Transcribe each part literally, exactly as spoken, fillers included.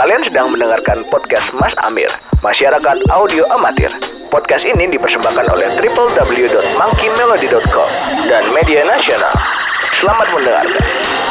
Kalian sedang mendengarkan podcast Mas Amir, Masyarakat Audio Amatir. Podcast ini dipersembahkan oleh w w w dot monkey melody dot com dan Media Nasional. Selamat mendengarkan.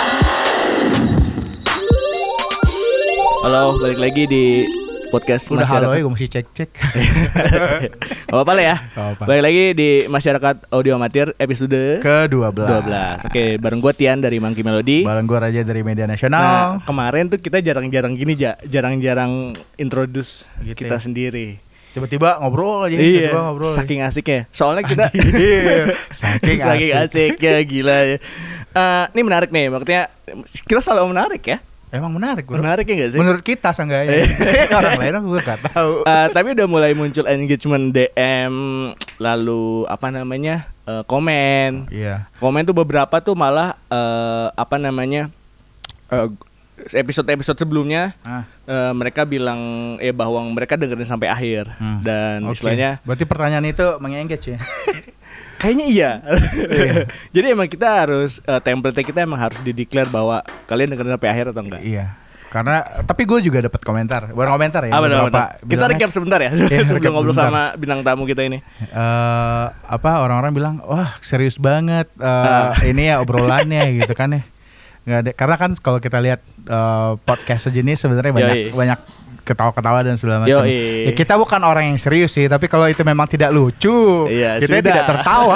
Halo, balik lagi di podcast Udah Masyarakat. Udah halo ya, gue mesti cek-cek. Gak apa-apa lah ya. Apa-apa. Balik lagi di Masyarakat Audio Amatir episode ke dua belas. dua belas. Oke, bareng gue Tian dari Monkey Melody. Bareng gue Raja dari Media Nah, Nasional. kemarin tuh kita jarang-jarang gini, ja, jarang-jarang introduce Gitu kita ya. sendiri. Tiba-tiba ngobrol aja, Iya, tiba-tiba ngobrol. saking asiknya. Soalnya kita saking saking asik. asiknya gila ya. Uh, ini menarik nih, maksudnya kita selalu menarik ya. Emang menarik, bro. Menarik ya gak sih? Menurut kita seenggaknya. Orang lain gue gak tahu. Uh, tapi udah mulai muncul engagement D M, lalu apa namanya uh, komen. Iya. Komen tuh beberapa tuh malah uh, apa namanya uh, episode-episode sebelumnya Ah. uh, mereka bilang eh bahwa mereka dengerin sampai akhir Hmm. dan Oke. istilahnya Berarti pertanyaan itu meng-engage ya. kayaknya iya. Iya. Jadi emang kita harus uh, template kita emang harus dideclare bahwa kalian dengerin sampai akhir atau enggak. Iya. Karena tapi gue juga dapat komentar. Bukan komentar ya. Ah, benar, beberapa benar. Kita bilangnya, recap sebentar ya Iya, sebelum recap ngobrol sebentar. sama bintang tamu kita ini. eh apa orang-orang bilang, wah serius banget eh, Ah. ini ya obrolannya gitu kan ya. Nggak ada, karena kan kalau kita lihat eh, podcast sejenis sebenarnya banyak Yoi. banyak ketawa-ketawa dan segala macam. Yoi. Ya kita bukan orang yang serius sih, tapi kalau itu memang tidak lucu, Iya, kita sudah. tidak tertawa.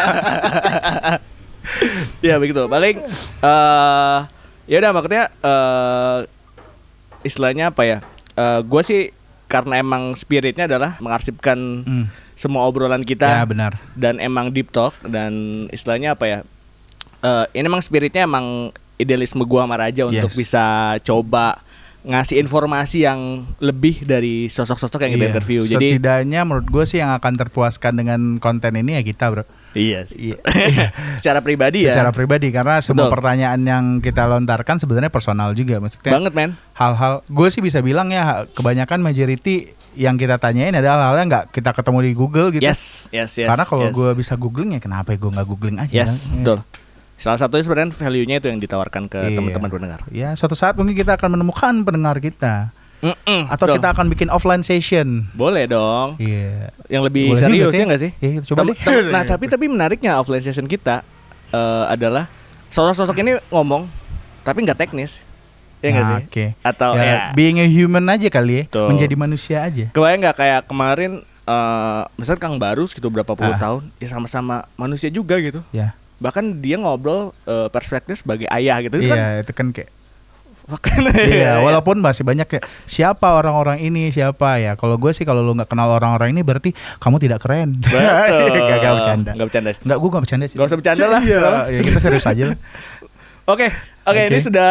Ya begitu. Paling eh ya udah maksudnya eh istilahnya apa ya? Eh gue sih karena emang spiritnya adalah mengarsipkan Hmm. semua obrolan kita Ya benar. dan emang deep talk dan istilahnya apa ya? Eh ini emang spiritnya emang idealisme gua sama Raja untuk Yes. bisa coba ngasih informasi yang lebih dari sosok-sosok yang kita Iya. interview. Jadi setidaknya menurut gue sih yang akan terpuaskan dengan konten ini ya kita, bro. iya sih. Iya. Secara pribadi ya. Secara pribadi, karena semua Betul. pertanyaan yang kita lontarkan sebenarnya personal juga, maksudnya. Banget men. Hal-hal, gue sih bisa bilang ya kebanyakan majority yang kita tanyain adalah hal-hal yang nggak kita ketemu di Google gitu. Yes, yes, yes. Karena kalau yes. gue bisa googling ya kenapa ya gue nggak googling aja? Yes, kan? betul. Salah satunya sebenarnya value-nya itu yang ditawarkan ke Iya. teman-teman pendengar. Ya suatu saat mungkin kita akan menemukan pendengar kita, Mm-mm, atau betul. kita akan bikin offline session. Boleh dong. Iya. Yang lebih Boleh serius juga, ya Tim. nggak sih? Iya, coba Tem- deh. tem- Nah tapi tapi menariknya offline session kita eh, adalah sosok-sosok ini ngomong tapi nggak teknis, ya nggak Nah, sih? Oke. Atau Ya, ya, being a human aja kali ya, Betul. menjadi manusia aja. kebayang nggak kayak kemarin, eh misalnya Kang Barus gitu berapa puluh Ah. tahun, ya sama-sama manusia juga gitu. Ya. Bahkan dia ngobrol eh, perspektif sebagai ayah gitu, itu kan Iya, itu kan kayak Makanya, iya, walaupun masih banyak ya siapa orang-orang ini siapa ya. Kalau gue sih kalau lu nggak kenal orang-orang ini berarti kamu tidak keren. Betul. Gak, gak bercanda. Nggak bercanda. Nggak, gue nggak bercanda sih. Nggak usah bercanda lah. Iya, Kenapa? ya, kita serius aja lah. Oke, oke, Oke. ini sudah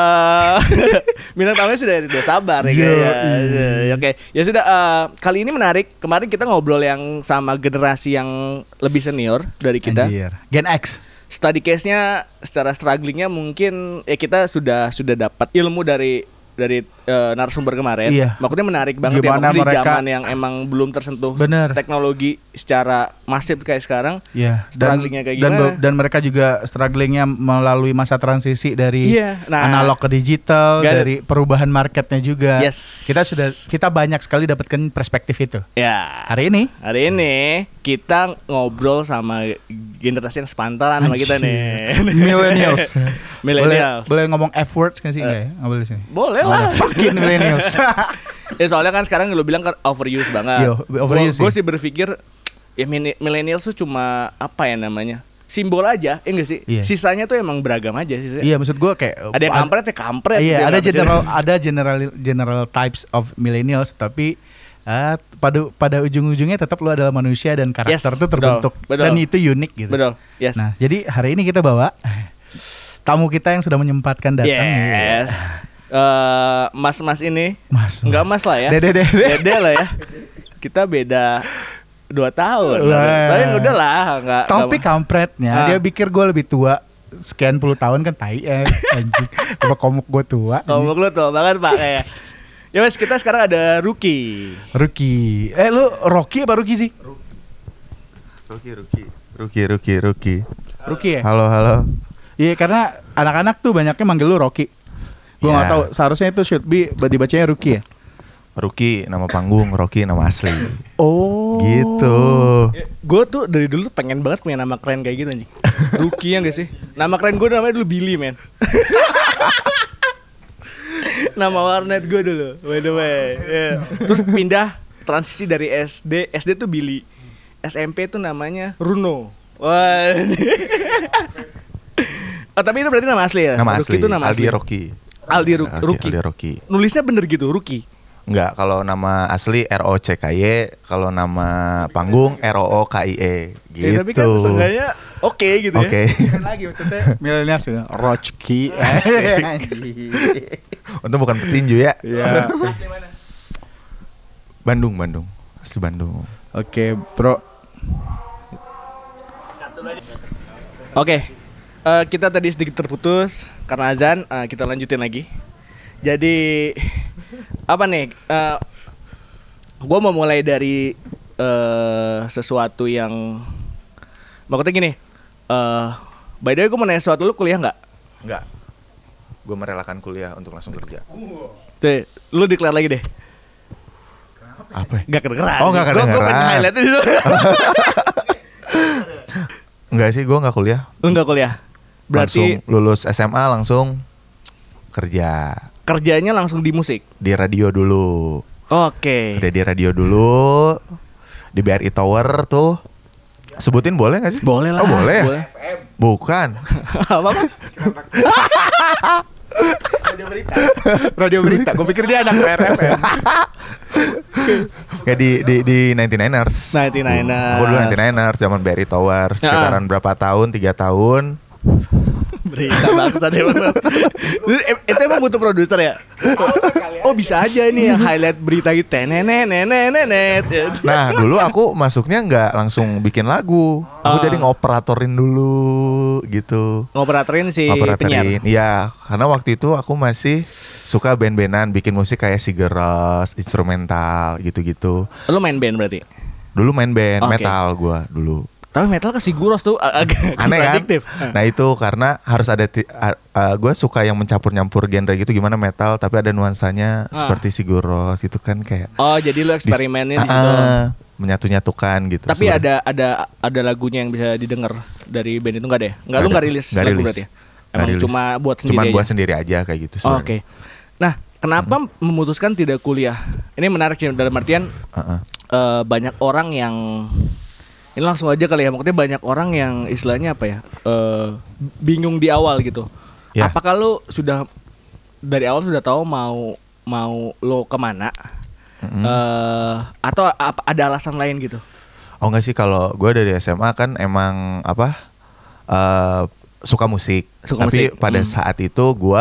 eh bintang tamunya sudah tidak sabar ya. Yo, kayaknya. iya. Ya, Oke, ya sudah. eh, kali ini menarik. Kemarin kita ngobrol yang sama generasi yang lebih senior dari kita. Anjir. Gen X. Study case-nya secara strugglingnya mungkin ya kita sudah sudah dapat ilmu dari dari eh, narasumber kemarin. Iya. Maksudnya menarik banget Gimana ya maksudnya di mereka- zaman yang emang belum tersentuh Bener. teknologi secara masif kayak sekarang. Iya. Strugglingnya kayak dan, gimana? dan mereka juga strugglingnya melalui masa transisi dari Iya, nah. analog ke digital, Gak ada- dari perubahan marketnya juga. Yes. Kita sudah kita banyak sekali dapatkan perspektif itu. Ya. Hari ini Hari ini kita ngobrol sama generasi yang sepantaran sama kita nih. Millennials. Millennials. Boleh, boleh ngomong F words kan sih enggak ya? Enggak boleh sih. Boleh Oh, lah. fucking millennials. Ya soalnya kan sekarang lo bilang kan overuse banget. Yo, overuse Gue sih. sih berpikir ya mini- millennials tuh cuma apa ya namanya? Simbol aja, ya enggak sih? Iya. Sisanya tuh emang beragam aja sih. Iya, maksud gue kayak Ada yang kampret ya kampret. Iya, gitu, ada nggak bisa- general ada general general types of millennials, tapi ah, pada pada ujung-ujungnya tetap lu adalah manusia dan karakter Yes, itu terbentuk betul, betul. dan itu unik gitu. Betul. Yes. Nah, jadi hari ini kita bawa tamu kita yang sudah menyempatkan datang. yes. Eh, mas-mas ini Mas. enggak mas lah ya. Dede dede. Dede lah ya. Kita beda dua tahun. Lah. Tapi udah lah, enggak. Tapi kampretnya Ah. dia pikir gue lebih tua sekian puluh tahun kan tai eh anjing. Apa komuk gue tua? Ngomong lu tuh banget Pak kayak. Ya wes kita sekarang ada Ruki. Ruki. Eh lu Rocky apa Ruki sih? Ruki, Ruki, Ruki, Ruki, Ruki. Ruki ya? Halo, halo. Iya, karena anak-anak tuh banyaknya manggil lu Rocky. Gue nggak Ya. tahu. Seharusnya itu should be dibacanya Rookie ya. Ruki nama panggung, Rocky nama asli. Oh. Gitu. Gue tuh dari dulu tuh pengen banget punya nama keren kayak gitu anjing. Rookie ya gak sih? Nama keren gue namanya dulu Billy, men. Nama warnet gue dulu, by the way. Yeah. Terus pindah transisi dari S D, S D tuh Billy. S M P tuh namanya Runo. Wah. Oh, tapi itu berarti nama asli ya? Nama Rookie asli. itu nama Aldi asli. Rocky. Aldi Ru- Aldi- Rookie. Aldi Rocky. Nulisnya bener gitu, Rookie. Enggak, kalau nama asli R O C K Y, kalau nama panggung R O O K I E gitu. Ya, tapi kan seenggaknya oke gitu ya. Oke. Lagi maksudnya milenials ya. Rocky. Untung bukan petinju ya. Iya. Bandung, Bandung. Asli Bandung. Oke, Bro. Oke, eh, kita tadi sedikit terputus karena azan. eh, kita lanjutin lagi. Jadi apa nih? Uh, gue mau mulai dari uh, sesuatu yang maksudnya gini. Uh, by the way, gue mau nanya sesuatu, lu kuliah nggak? Enggak. Gue merelakan kuliah untuk langsung kerja. Tuh, lu declare lagi deh. Apa ya? Gak kedengeran. Oh, nggak Gue pengen kedengeran. highlightnya di situ. Enggak sih, gue nggak kuliah. Lu nggak kuliah? Berarti Langsung lulus S M A langsung kerja kerjanya langsung di musik. di radio dulu. Oke. Kerja di radio dulu di B R I Tower tuh. Sebutin boleh nggak sih? Boleh lah. Oh boleh ya? Boleh. Bukan. Apa apa? Radio berita. Gue pikir dia anak R F M. Kayak di di di sembilan puluh sembilaners. sembilan puluh sembilaners. Aku dulu sembilan puluh sembilaners zaman B R I Tower sekitaran berapa tahun? Tiga tahun. Berita bangsat ya bener. Itu emang butuh produser ya? Oh bisa aja ini yang highlight berita gitu. Nenenenenenet. Nah dulu aku masuknya nggak langsung bikin lagu. Aku Ah. jadi ngoperatorin dulu gitu. Ngoperatorin si penyiar. Ngoperatorin. Iya, karena waktu itu aku masih suka band-bandan, bikin musik kayak Sigur Rós, instrumental gitu-gitu. Lu main band berarti? Dulu main band Oke. metal gua dulu. Tapi metal ke Siguros tuh ag- agak Aneh kan? kontradiktif. Nah itu karena harus ada ti- uh, uh, gue suka yang mencampur-nyampur genre gitu, gimana metal tapi ada nuansanya Ah. seperti Sigur Rós itu kan kayak Oh jadi lu eksperimennya di Ah, situ. ah, menyatu-nyatukan gitu. Tapi sebenarnya. ada ada ada lagunya yang bisa didengar dari band itu nggak deh? Nggak, lu Nggak nggak ada. rilis Nggak lagu rilis. berarti ya? Nggak Emang rilis. cuma buat sendiri Cuman aja? buat sendiri aja kayak gitu Oh, sebenarnya. Oke. Nah kenapa memutuskan tidak kuliah? Ini menarik sih dalam artian Uh-uh. eh, banyak orang yang ini langsung aja kali ya, maksudnya banyak orang yang istilahnya apa ya, eh, bingung di awal gitu. Ya. Apakah lu sudah dari awal sudah tahu mau mau lo kemana, Mm-mm. eh, atau apa, ada alasan lain gitu? Oh enggak sih, kalau gue dari S M A kan emang apa eh, suka musik. Suka Tapi musik. pada Hmm. saat itu gue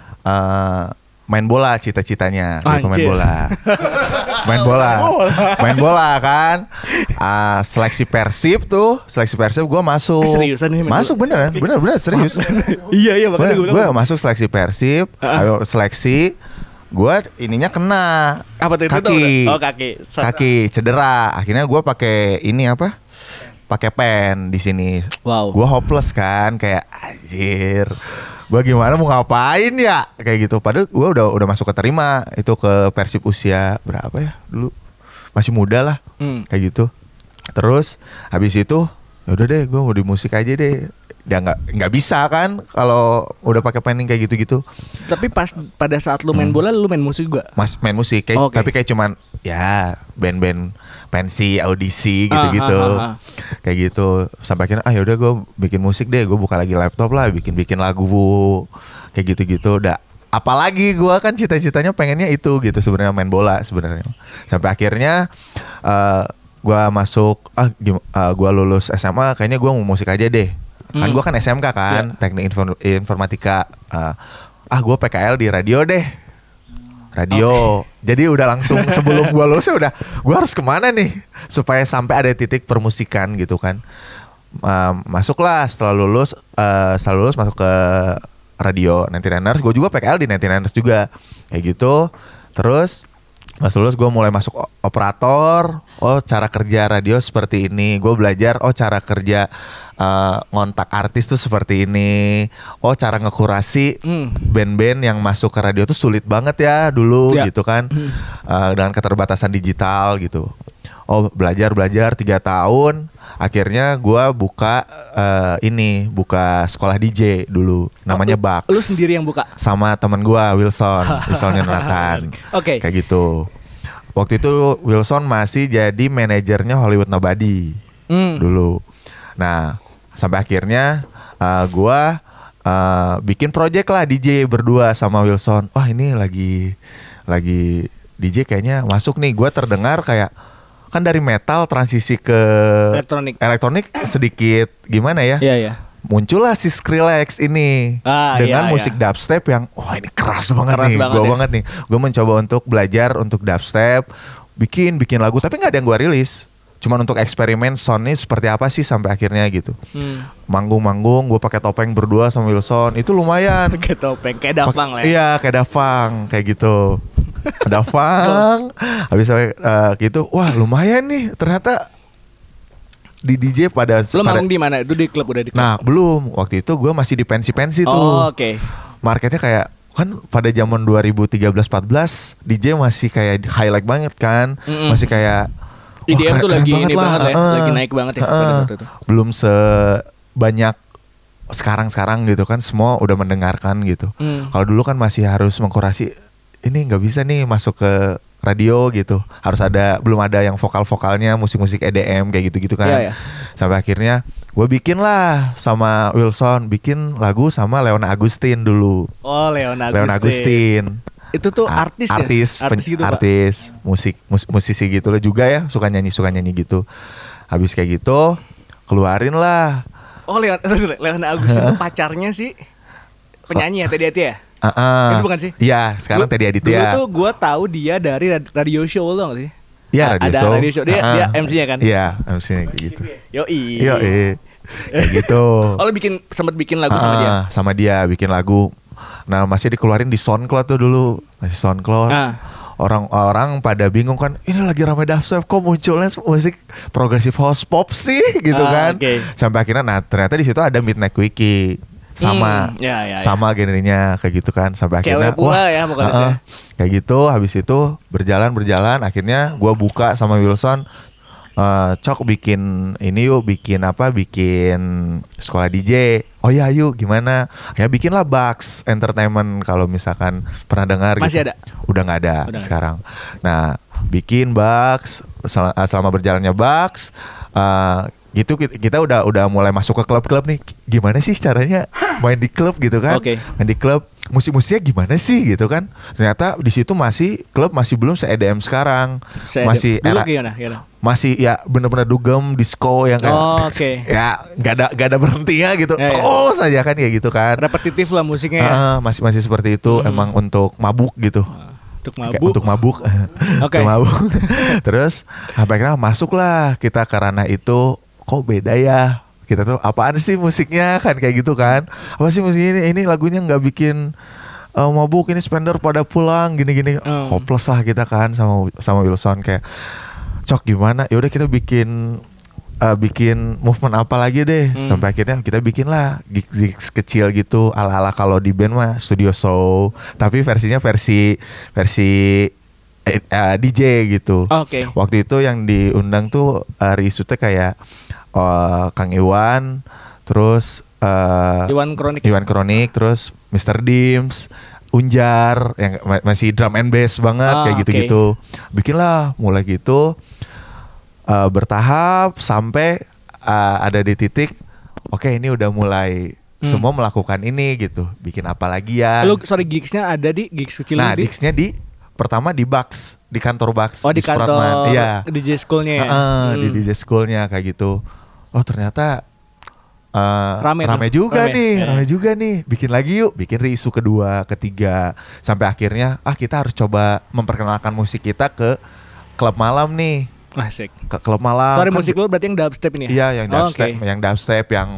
eh, main bola cita-citanya, gitu, main Anjir. bola. main bola. main bola kan. Ah, seleksi Persib tuh, seleksi Persib gue masuk. Eh, seriusan nih main Masuk beneran, bener-bener serius. Iya iya makanya gue Gue bilang. masuk seleksi Persib, ayo seleksi. Gue ininya kena Apa tuh itu? kaki, tuh? Oh kaki. Sa- kaki cedera. Akhirnya gue pakai ini apa? Pakai pen di sini. Wow. Gue hopeless kan, kayak anjir. Gue gimana mau ngapain ya? Kayak gitu. Padahal gue udah udah masuk keterima itu ke Persib usia berapa ya dulu? Masih muda lah, Hmm. kayak gitu. Terus habis itu, ya udah deh, gue mau di musik aja deh. Dia nggak nggak bisa kan kalau udah pakai penning kayak gitu-gitu. Tapi pas pada saat lu main bola, lu main musik juga. Mas main musik kayak Oke. tapi kayak cuman ya band-band pensi audisi gitu-gitu Ah, ah, ah, ah. kayak gitu sampai akhirnya ah yaudah gue bikin musik deh, gue buka lagi laptop lah, bikin-bikin lagu bu kayak gitu-gitu. Udah apalagi gue kan cita-citanya pengennya itu gitu sebenarnya, main bola sebenarnya. Sampai akhirnya uh, gue masuk ah gim- uh, gue lulus S M A kayaknya gue mau musik aja deh. Kan Hmm. gue kan S M K kan, teknik info- informatika. Uh, ah gue P K L di radio deh. Radio. Jadi udah langsung sebelum gua lulus udah gua harus kemana nih supaya sampai ada titik permusikan gitu kan. Um, masuklah setelah lulus uh, setelah lulus masuk ke radio sembilan puluh sembilaners. Gua juga P K L di sembilan puluh sembilaners juga. Kayak gitu. Terus Pas lulus gue mulai masuk o- operator. Oh, cara kerja radio seperti ini. Gue belajar oh cara kerja uh, ngontak artis tuh seperti ini. Oh, cara ngekurasi Hmm. band-band yang masuk ke radio tuh sulit banget ya dulu Ya. gitu kan. Uh, dengan keterbatasan digital gitu. Oh, belajar belajar tiga tahun. Akhirnya gue buka uh, ini, buka sekolah D J dulu. Namanya Oh, lu- Bucks. Lu sendiri yang buka. Sama temen gue Wilson, Wilson Yonatan. Oke. Kayak gitu. Waktu itu Wilson masih jadi manajernya Hollywood Nobody Hmm. dulu. Nah, sampai akhirnya uh, gue uh, bikin project lah D J berdua sama Wilson. Wah, ini lagi lagi D J kayaknya masuk nih. Gue terdengar kayak kan dari metal transisi ke Elektronik. elektronik sedikit gimana ya? Iya, iya. Muncullah si Skrillex ini Ah, dengan iya, musik iya. dubstep yang wah ini keras banget Keras nih, banget gue ya. banget nih. Gue mencoba untuk belajar untuk dubstep, bikin bikin lagu, tapi nggak ada yang gue rilis. Cuman untuk eksperimen soundnya seperti apa sih sampai akhirnya gitu. Hmm. Manggung-manggung, gue pakai topeng berdua sama Wilson, itu lumayan. Kayak topeng, kayak Dafang lah ya. Iya, kayak Dafang, kayak gitu. Dafang, habis uh, gitu, wah lumayan nih ternyata di D J pada. Lu pada- manggung di mana? Itu di klub udah di klub. Nah belum, waktu itu gue masih di pensi-pensi tuh. Oh, oke. Marketnya kayak kan pada zaman dua ribu tiga belas empat belas D J masih kayak highlight banget kan. Mm-mm. Masih kayak E D M wah, tuh keren-keren lagi ini banget ya, heeh. lagi naik banget ya pada Heeh. waktu itu. Belum sebanyak sekarang-sekarang gitu kan, semua udah mendengarkan gitu. Hmm. Kalau dulu kan masih harus mengkurasi, ini nggak bisa nih masuk ke radio gitu, harus ada, belum ada yang vokal-vokalnya, musik-musik E D M kayak gitu-gitu kan. Iya, iya. Sampai akhirnya gue bikin lah sama Wilson, bikin lagu sama Leona Agustin dulu. Oh, Leona Agustin. Leona Agustin. Itu tuh A- artis, ya? artis, pen- Artis gitu, Pak. artis, musik, mus- musisi gitu lah juga ya, suka nyanyi, suka nyanyi gitu. Habis kayak gitu, keluarin lah. Oh, Leona, Leona Agustin tuh pacarnya sih penyanyi ya, Teddy Ati ya? Uh, uh. Itu bukan sih? Iya, sekarang Dulu- Teddy Dulu Aditya. tuh gue tahu dia dari rad- radio show lo gak sih? Iya, A- radio ada show. radio show. Dia, Uh-uh. dia M C-nya kan? Iya, M C-nya kayak gitu. Yoi. Iya, eh. Kayak gitu. Oh, lo bikin sempet bikin lagu sama Ah, dia? Sama dia bikin lagu. Nah, masih dikeluarin di SoundCloud tuh dulu. Masih SoundCloud. Ah. Orang-orang pada bingung kan, ini lagi ramai dubstep, kok munculnya musik progressive house pop sih gitu Ah, kan. oke. Sampai akhirnya nah ternyata di situ ada Midnight Quickie. Sama Hmm, ya, ya, ya. sama genrenya kayak gitu kan, sampai akhirnya Cewek pula ya vokalisnya. uh-uh. Kayak gitu, habis itu berjalan berjalan akhirnya gua buka sama Wilson, eh, Cok bikin ini yuk, bikin apa, bikin sekolah D J. Oh ya yuk, gimana? Ya bikinlah Bucks Entertainment, kalau misalkan pernah dengar. Masih gitu. ada? Udah nggak ada Udah nggak sekarang. Nah bikin Bucks, sel- selama berjalannya Bucks, eh, gitu ki- kita udah udah mulai masuk ke klub-klub nih. Gimana sih caranya main di klub gitu kan? Oke. Main di klub, musik-musiknya gimana sih gitu kan? Ternyata di situ masih klub masih belum se-E D M sekarang. Saya Masih dulu era gimana? Gimana? masih ya bener-bener dugem disco yang kayak Oh, oke. ya nggak ada nggak ada berhentinya gitu, Ya, ya. terus aja kan kayak gitu kan. Repetitif lah musiknya ya. Ah, masih masih seperti itu, Hmm. emang untuk mabuk gitu. Untuk Kayak mabuk. untuk mabuk. Oke. Untuk mabuk. Terus sampai akhirnya masuklah kita ke ranah itu. Kok beda ya? Kita tuh apaan sih musiknya kan kayak gitu kan? Apa sih musik ini? Ini lagunya nggak bikin uh, mabuk, ini spender pada pulang gini-gini. Hmm. Hopeless lah kita kan sama sama Wilson kayak, Cok gimana? Ya udah kita bikin uh, bikin movement apa lagi deh. Hmm. Sampai akhirnya kita bikin lah gigs-gigs kecil gitu ala-ala kalau di band mah studio show, tapi versinya versi versi eh, uh, D J gitu. Oke. Waktu itu yang diundang tuh uh, Risutnya kayak uh, Kang Iwan, terus uh, Iwan Kronik. Iwan Kronik, terus mister Dims, Unjar yang ma- masih drum and bass banget Ah, kayak oke. gitu-gitu. Bikinlah mulai gitu uh, bertahap sampai uh, ada di titik oke ini udah mulai Hmm. semua melakukan ini gitu. Bikin apa lagi ya? Lu sorry gigsnya ada di gigs kecil Nah, di gigsnya di pertama di Bucks, di kantor Bucks. Oh di Supratman. kantor Iya. D J schoolnya ya. Heeh, di Hmm. D J schoolnya kayak gitu. Oh ternyata eh, Rame rame, tuh. juga Rame, nih, ya. rame juga nih. Bikin lagi yuk, bikin reisu kedua, ketiga, sampai akhirnya ah kita harus coba memperkenalkan musik kita ke klub malam nih, Asik. ke klub malam. Sorry Kan musik lu berarti yang dubstep ini ya? Iya, yang Oh, dubstep, oke. yang dubstep, yang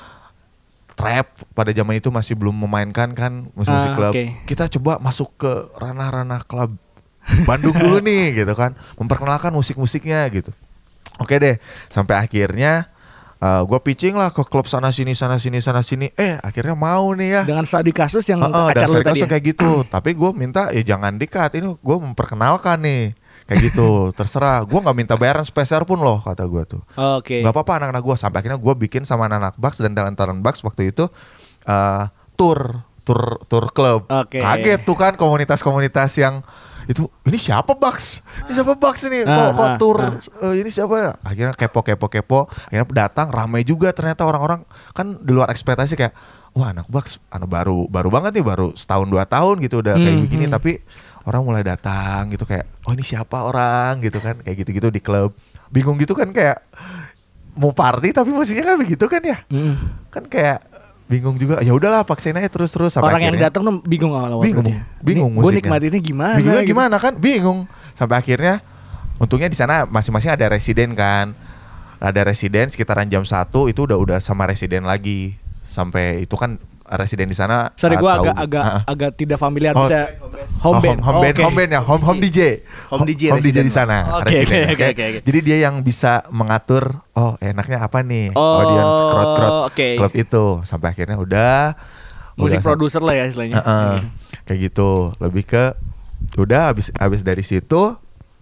trap pada zaman itu masih belum memainkan kan musik-musik Ah, klub. oke. Kita coba masuk ke ranah-ranah klub Bandung dulu nih gitu kan, memperkenalkan musik-musiknya gitu. Oke deh, sampai akhirnya uh, gue pitching lah ke klub sana sini sana sini sana sini. Eh akhirnya mau nih ya. Dengan studi kasus yang uh, uh, acar lu tadi. Kasus kayak gitu. Tapi gue minta ya jangan di-cut, ini gue memperkenalkan nih. Kayak gitu, terserah. Gue nggak minta bayaran sepeser pun loh kata gue tuh. Oke. Okay. Gak apa-apa anak-anak gue. Sampai akhirnya gue bikin sama anak-anak Bucks dan talent-talent Bucks waktu itu uh, tour, tour, tour club. Oke. Okay. Kaget tuh kan komunitas-komunitas yang itu, ini siapa Bucks? Ini siapa Bucks ini? Kok, kok tour? Uh, ini siapa ya? Akhirnya kepo-kepo-kepo. Akhirnya datang, ramai juga ternyata orang-orang kan di luar ekspektasi kayak, wah anak Bucks, anu baru, baru banget nih, baru setahun dua tahun gitu udah kayak hmm, begini. Hmm. Tapi orang mulai datang gitu kayak, oh ini siapa orang gitu kan, kayak gitu-gitu di klub. Bingung gitu kan kayak mau party tapi musiknya kan begitu kan ya. Hmm. Kan kayak bingung juga. Ya udahlah paksain aja terus-terus sampai orang akhirnya, yang datang tuh bingung awal-awal. Bingung, bingung musiknya. Gue musiknya. nikmatinnya gimana? Bingungnya gitu. gimana kan? Bingung. Sampai akhirnya untungnya di sana masing-masing ada residen kan. Ada residen sekitaran jam satu itu udah udah sama residen lagi. Sampai itu kan residen di sana. Sorry, gue uh, agak agak uh, agak tidak familiar oh, bisa home band, home band, okay. home band ya, home home D J, home D J, home D J di sana. Oke, residen, oke, okay? oke, oke. Jadi dia yang bisa mengatur, oh enaknya apa nih, oh, audience crowd crowd okay. klub itu. Sampai akhirnya udah musik udah, produser lah ya istilahnya. Uh, uh, kayak gitu, lebih ke udah abis abis dari situ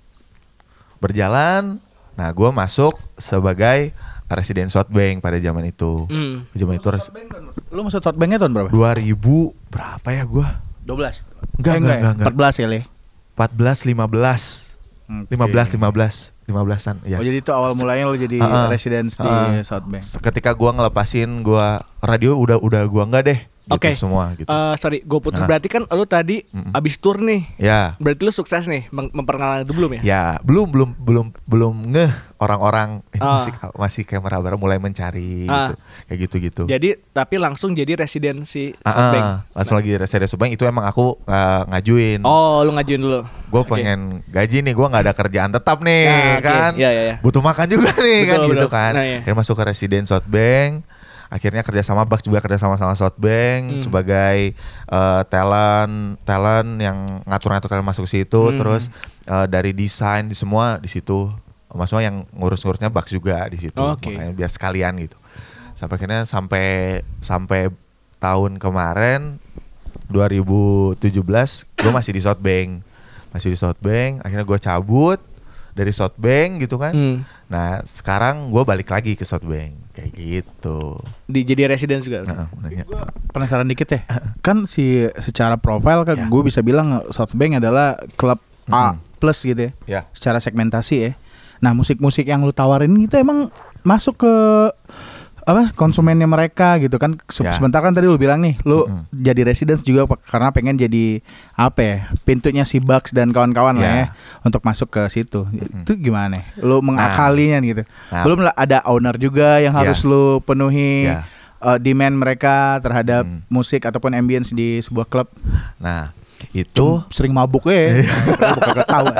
berjalan. Nah, gue masuk sebagai residen Southbank pada zaman itu. Mm. Zaman itu res- Lu masuk Southbanknya tahun berapa? dua ribu berapa ya gue? dua belas. Enggak, eh, enggak, enggak, enggak. empat belas ya, Le. empat belas, lima belas. Okay. lima belas, lima belas, lima belasan ya. Oh, jadi itu awal mulanya lu jadi uh, uh, residence uh, di Southbank. Ketika gua ngelepasin gua radio udah udah gua enggak deh. Gitu Oke. Okay. Semua gitu. Uh, sorry, gue putus. Nah. Berarti kan lu tadi Mm-mm. abis tour nih. Ya. Berarti lu sukses nih mem- memperkenalkan itu belum ya? Ya, belum belum belum belum ngeh orang-orang eh, uh. musik masih kayak meraba-raba mulai mencari uh. gitu. Kayak gitu-gitu. Jadi tapi langsung jadi residensi uh, Southbank. Uh, langsung lagi residensi Southbank itu emang aku uh, ngajuin. Oh, lu ngajuin dulu. Gue pengen okay. gaji nih, gue nggak ada kerjaan tetap nih, nah, okay. kan? Ya, ya, ya. Butuh makan juga nih, betul, kan betul. Gitu kan? Nah, ya. Akhirnya masuk ke residen Southbank. Akhirnya kerja sama Bucks juga kerja sama sama Southbank hmm. sebagai uh, talent talent yang ngatur-ngatur talent masuk ke situ. Hmm. Terus uh, dari desain di semua di situ. Maksudnya yang ngurus-ngurusnya Bucks juga di situ. Oh, okay. Makanya biar sekalian gitu. Sampai akhirnya sampai sampai tahun kemarin dua ribu tujuh belas gue masih di Southbank. Masih di Southbank, akhirnya gue cabut dari Southbank gitu kan. Hmm. Nah sekarang gue balik lagi ke Southbank kayak gitu. Di jadi resident juga. Nah, gua penasaran dikit ya. Kan si secara profil kan ya. Gue bisa bilang Southbank adalah klub mm-hmm. A plus gitu ya. Ya. Secara segmentasi ya. Nah musik-musik yang lu tawarin itu emang masuk ke apa konsumennya mereka gitu kan. Se- ya. Sebentar kan tadi lu bilang nih lu mm-hmm. jadi residence juga karena pengen jadi apa ya pintunya si Bucks dan kawan-kawan ya. Lah ya untuk masuk ke situ. Mm-hmm. Itu gimana nih lu mengakalinya nah. gitu. Nah. Belum ada owner juga yang harus ya. Lu penuhi ya. uh, demand mereka terhadap mm. musik ataupun ambience di sebuah klub. Nah itu Cuma sering mabuk ya. Bukan ketahuan.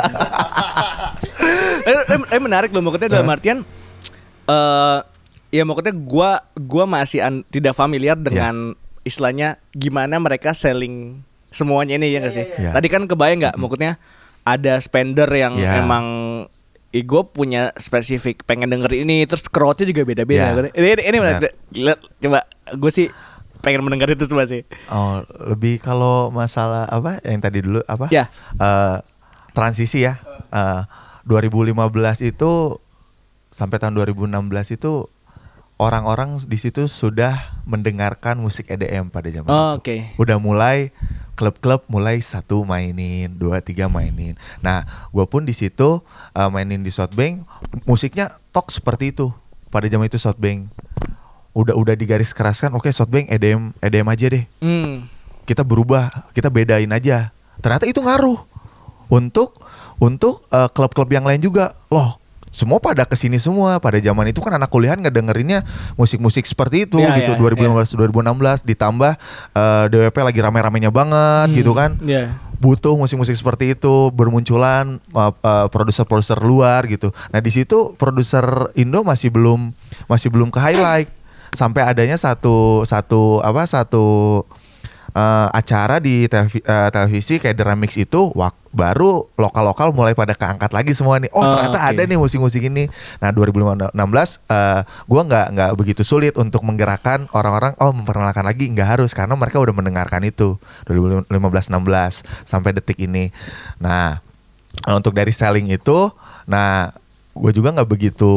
Eh menarik loh maksudnya dalam artian uh, ya maksudnya gue gua masih an, tidak familiar dengan yeah. istilahnya gimana mereka selling semuanya ini ya nggak sih? Yeah. Tadi kan kebayang nggak? Mm-hmm. Maksudnya ada spender yang yeah. emang eh, gue punya spesifik pengen denger ini, terus crowdnya juga beda-beda. Yeah. Ini ini, ini yeah. Gila, coba gue sih pengen mendengar itu semua sih. Oh lebih kalau masalah apa yang tadi dulu apa? Ya. Yeah. Uh, transisi ya. Uh, dua ribu lima belas itu sampai tahun dua ribu enam belas itu orang-orang di situ sudah mendengarkan musik E D M pada zaman oh, itu. Okay. Udah mulai klub-klub mulai satu mainin, dua tiga mainin. Nah, gue pun di situ uh, mainin di Southbank, musiknya tok seperti itu pada zaman itu Southbank. Udah udah digaris keraskan, oke okay, Southbank E D M E D M aja deh. Hmm. Kita berubah, kita bedain aja. Ternyata itu ngaruh untuk untuk uh, klub-klub yang lain juga. Loh. Semua pada kesini semua. Pada zaman itu kan anak kuliahan ngedengerinnya musik-musik seperti itu yeah, gitu yeah, dua ribu lima belas yeah. dua ribu enam belas ditambah uh, D W P lagi rame-ramenya banget hmm, gitu kan yeah. Butuh musik-musik seperti itu bermunculan uh, uh, produser-produser luar gitu. Nah di situ produser Indo masih belum masih belum ke highlight sampai adanya satu satu apa satu uh, acara di televi- uh, televisi kayak The Remix itu wak- baru lokal-lokal mulai pada keangkat lagi semua nih. Oh, Oh, ternyata okay. ada nih musik-musik ini. Nah, dua ribu enam belas uh, gua nggak nggak begitu sulit untuk menggerakkan orang-orang oh memperkenalkan lagi, nggak harus karena mereka udah mendengarkan itu dua ribu lima belas enam belas sampai detik ini. Nah, untuk dari selling itu, nah gue juga nggak begitu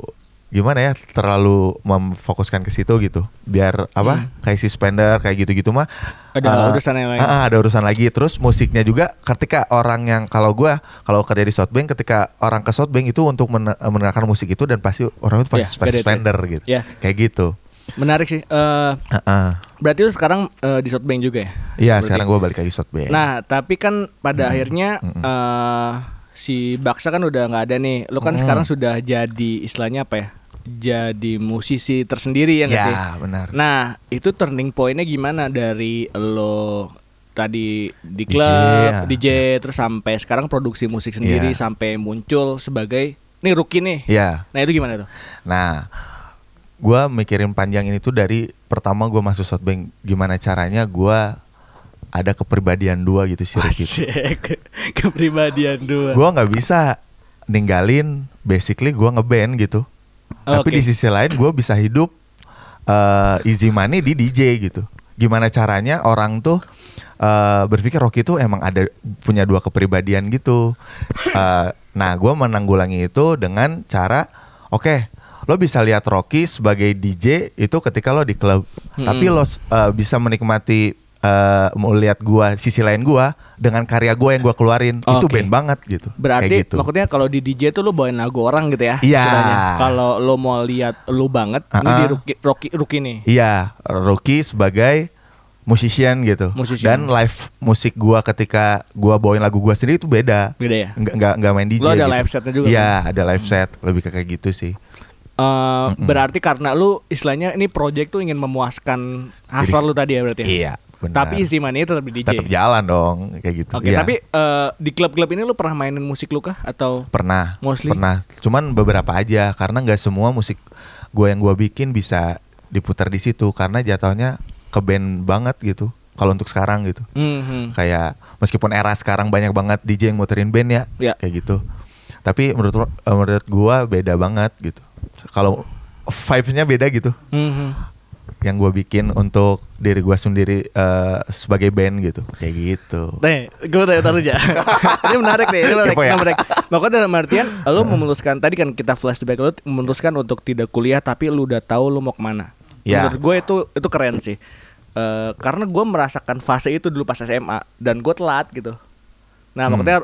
gimana ya terlalu memfokuskan ke situ gitu biar apa Hmm. kayak si spender kayak gitu-gitu mah Ada uh, urusan yang lain. uh, uh, ada urusan lagi. Terus musiknya juga ketika orang yang kalau gue kalau kerja di Southbank, ketika orang ke Southbank itu untuk men- mendengarkan musik itu dan pasti orang itu pasti Yeah, pasti get it, spender gitu Yeah. kayak gitu. Menarik sih. Eh, Uh-uh. berarti lu sekarang eh, di Southbank juga ya? Iya Berarti. sekarang gue balik lagi Southbank. Nah, tapi kan pada Mm-mm. akhirnya Mm-mm. eh, si Baksa kan udah nggak ada nih. Lu kan Mm. sekarang sudah jadi istilahnya apa ya? Jadi musisi tersendiri ya nggak sih? Ya benar. Nah, itu turning point-nya gimana dari lo tadi di D J, klub, ya. D J, terus sampai sekarang produksi musik sendiri, Iya. sampai muncul sebagai nih rookie nih. Iya. Nah, itu gimana tuh? Nah, gue mikirin panjang ini tuh dari pertama gue masuk Southbank, gimana caranya gue ada kepribadian dua gitu sih. Asyik. Kepribadian dua. Gue nggak bisa ninggalin basically gue ngeband gitu. Tapi Oke. di sisi lain gue bisa hidup uh, easy money di D J gitu. Gimana caranya orang tuh uh, berpikir Rocky tuh emang ada punya dua kepribadian gitu. Uh, nah, gue menanggulangi itu dengan cara, oke, okay, lo bisa lihat Rocky sebagai D J itu ketika lo di klub, Mm-mm. tapi lo uh, bisa menikmati uh, mau lihat gua sisi lain gua dengan karya gua yang gua keluarin. Itu Oke. band banget gitu. Berarti kayak gitu. maksudnya kalau di D J tuh lu bawain lagu orang gitu ya? Iya. istilahnya. Kalau lu mau lihat lu banget, ini Uh-uh. di Rocky, Rocky, Rocky nih. Iya, Rocky sebagai musician gitu. Musician. Dan live musik gua ketika gua bawain lagu gua sendiri itu beda. Beda ya? Nggak nggak nggak main D J Lo ada gitu. live setnya juga Iya, kan? ada live set, lebih ke kayak gitu sih. Eh, berarti karena lu istilahnya ini project tuh ingin memuaskan hasrat Jadi- lu tadi ya berarti. ya? Iya, benar. Tapi isi money tetap di D J. tetap jalan dong kayak gitu. Oke, Iya. tapi eh, di klub-klub ini lu pernah mainin musik lu kah atau Pernah, Mostly? pernah. Cuman beberapa aja karena nggak semua musik gue yang gue bikin bisa diputar di situ karena jatuhnya ke band banget gitu. Kalau untuk sekarang gitu, Mhm. kayak meskipun era sekarang banyak banget D J yang muterin band ya, Ya. kayak gitu. Tapi menurut eh, menurut gue beda banget gitu. Kalau vibes-nya beda gitu. Mhm. Yang gue bikin untuk diri gue sendiri eh, sebagai band gitu, kayak gitu. Nih, gue tanya taruh aja. Ini menarik nih, ini menarik, Kepo ya? menarik. Makanya dalam artian, lu memutuskan tadi kan kita flashback, lu memutuskan untuk tidak kuliah, tapi lu udah tahu lu mau kemana. Ya. Menurut gue itu itu keren sih. Eh, karena gue merasakan fase itu dulu pas S M A dan gue telat gitu. Nah, Hmm. makanya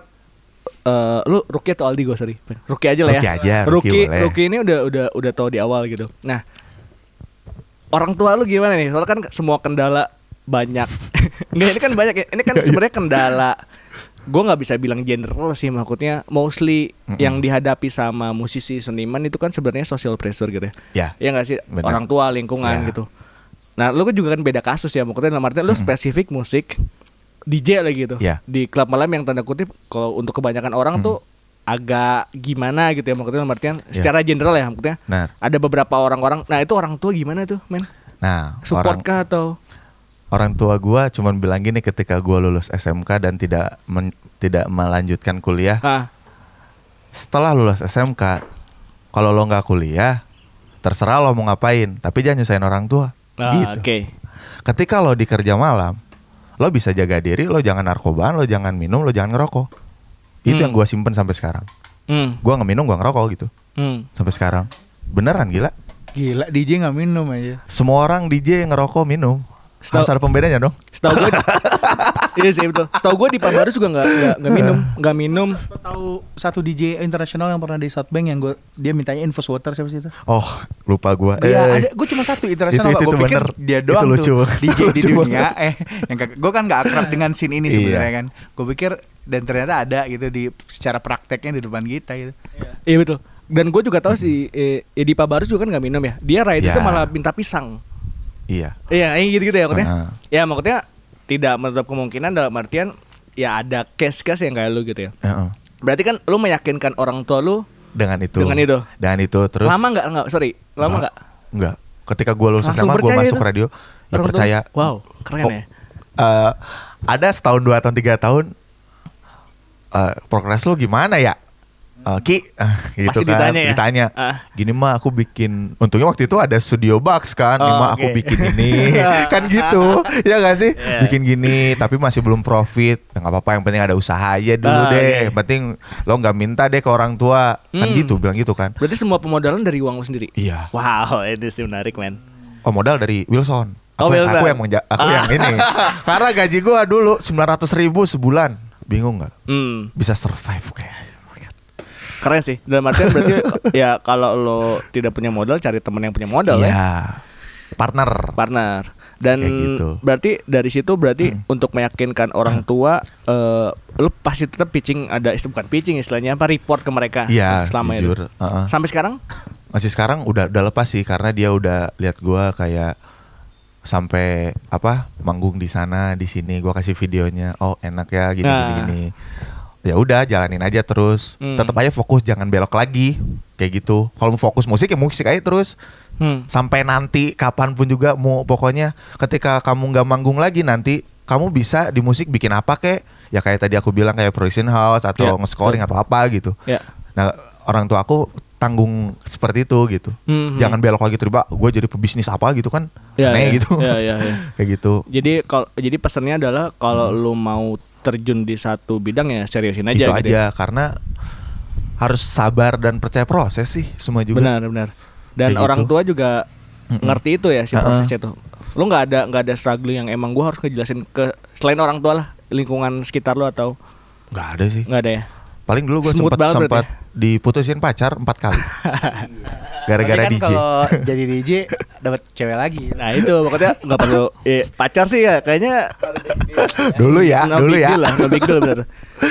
eh, lu Rookie atau Aldi gue sorry, Rookie aja lah ya. Rookie aja, Rookie Rookie, boleh. Rookie ini udah udah udah tahu di awal gitu. Nah, orang tua lu gimana nih? Soalnya kan semua kendala banyak. Nggak, ini kan banyak ya. Ini kan sebenarnya kendala. Gue nggak bisa bilang general sih, maksudnya mostly Mm-mm. yang dihadapi sama musisi seniman itu kan sebenarnya social pressure gitu ya. Ya. Ya nggak sih, Benar. orang tua, lingkungan Ya. gitu. Nah, lu kan juga kan beda kasus ya, maksudnya dalam artian lu spesifik musik D J lagi gitu. Ya. Di klub malam yang tanda kutip kalau untuk kebanyakan orang Hmm. tuh agak gimana gitu ya, maksudnya dalam artian Ya. secara general ya, maksudnya Nah, ada beberapa orang-orang. Nah, itu orang tua gimana tuh, men? nah Support orang kah atau orang tua gua cuman bilang gini ketika gua lulus S M K dan tidak men- tidak melanjutkan kuliah. ah Setelah lulus S M K, kalau lo nggak kuliah, terserah lo mau ngapain, tapi jangan nyusahin orang tua. ah, gitu. oke. Ketika lo di kerja malam, lo bisa jaga diri, lo jangan narkobaan, lo jangan minum, lo jangan ngerokok. Itu Hmm. yang gua simpen sampai sekarang. Hmm. Gua nggak minum, gua ngerokok gitu Hmm. sampai sekarang. Beneran gila. Gila, D J nggak minum aja. Semua orang D J yang ngerokok minum. Setahu- Harus ada pembedanya dong. Setahu gue, iya sih betul. Setahu gue di Pabarus juga nggak nggak nggak minum, nggak minum. Gue tahu satu D J internasional yang pernah di Southbank yang gue dia mintanya Infus Water siapa sih itu? Oh, lupa gua. Iya, Eh, ada. Gue cuma satu internasional. Itu- itu Gue pikir bener. dia Itu doang lucu. tuh D J di Lucu dunia. Eh, yang gue kan nggak akrab dengan scene ini sebenarnya Iya. kan. Gue pikir dan ternyata ada gitu di secara prakteknya di depan kita gitu. Iya betul. Dan gue juga tahu si eh, Edi Pabarus juga kan nggak minum ya. Dia ridersnya Ya. malah minta pisang. Iya. Iya, ini gitu-gitu ya maksudnya. Uh-huh. Ya maksudnya tidak menutup kemungkinan dalam artian ya ada case-case yang kayak lu gitu ya. Heeh. Berarti kan lu meyakinkan orang tua lu Dengan itu. Dengan itu. Dengan itu terus. lama nggak nggak sorry lama nggak Enggak. Ketika gua lulus Langsung S M A, gua percaya masuk itu? radio. Ya Orang tua- percaya. Wow, keren Oh, ya. uh, ada setahun dua tahun tiga tahun uh, progres lu gimana ya? Uh, Ki, uh, gitu Pasti kan, ditanya ya? ditanya. Ah. Gini mah aku bikin, untungnya waktu itu ada studio box kan, Oh, nih mah aku oke. bikin ini, kan gitu, ya gak sih? Yeah. Bikin gini, tapi masih belum profit, ya, nggak apa-apa, yang penting ada usaha aja dulu Ah, deh, oke. yang penting lo nggak minta deh ke orang tua, kan Hmm. gitu, bilang gitu kan? Berarti semua pemodalan dari uang lo sendiri? Iya. Wow, itu sih menarik, men. Oh modal dari Wilson. Oh, Aku, Wilson. aku yang menja- aku yang ini. Karena gaji gua dulu sembilan ratus ribu sebulan, bingung nggak? Hmm. Bisa survive kayak. Keren sih. Dalam artian berarti ya kalau lo tidak punya modal, cari temen yang punya modal ya. Iya. Partner. Partner. Dan Kayak gitu. berarti dari situ berarti Hmm. untuk meyakinkan orang tua, eh lo pasti tetap pitching, ada istilah bukan pitching istilahnya apa, report ke mereka Iya, untuk selama jujur. itu. Uh-uh. Sampai sekarang? Masih sekarang udah udah lepas sih karena dia udah lihat gua kayak sampai apa manggung di sana di sini, gua kasih videonya, oh enak ya gini Nah. gini gini. Ya udah jalanin aja terus. Hmm. Tetap aja fokus, jangan belok lagi kayak gitu. Kalau mau fokus musik ya musik aja terus. Hmm. Sampai nanti kapanpun juga mau, pokoknya ketika kamu nggak manggung lagi nanti kamu bisa di musik bikin apa kek, ya kayak tadi aku bilang kayak production house atau Ya, nge-scoring betul. atau apa gitu. Ya. Nah orang tua aku tanggung seperti itu gitu. Hmm, Jangan belok lagi tiba gue jadi pebisnis apa gitu kan, Ya, aneh ya. gitu. Ya, ya, ya. Kayak gitu. Jadi kalau jadi pesannya adalah kalau lu mau terjun di satu bidang ya seriusin aja Itu gitu. aja ya. karena harus sabar dan percaya proses sih semua juga. Benar, benar. Dan Kayak orang gitu. tua juga Mm-mm. ngerti itu ya si Uh-uh. prosesnya tuh. Lu nggak ada nggak ada struggle yang emang gua harus ngejelasin ke selain orang tua lah, lingkungan sekitar lu atau Nggak ada sih. nggak ada ya? Paling dulu gue Smooth sempat banget sempat berarti diputusin pacar empat kali. Gara-gara Tapi D kan J. kalau jadi D J dapat cewek lagi. Nah itu pokoknya nggak perlu eh, pacar sih ya kayaknya Dulu ya, no dulu big ya. deal lah, no big deal bener.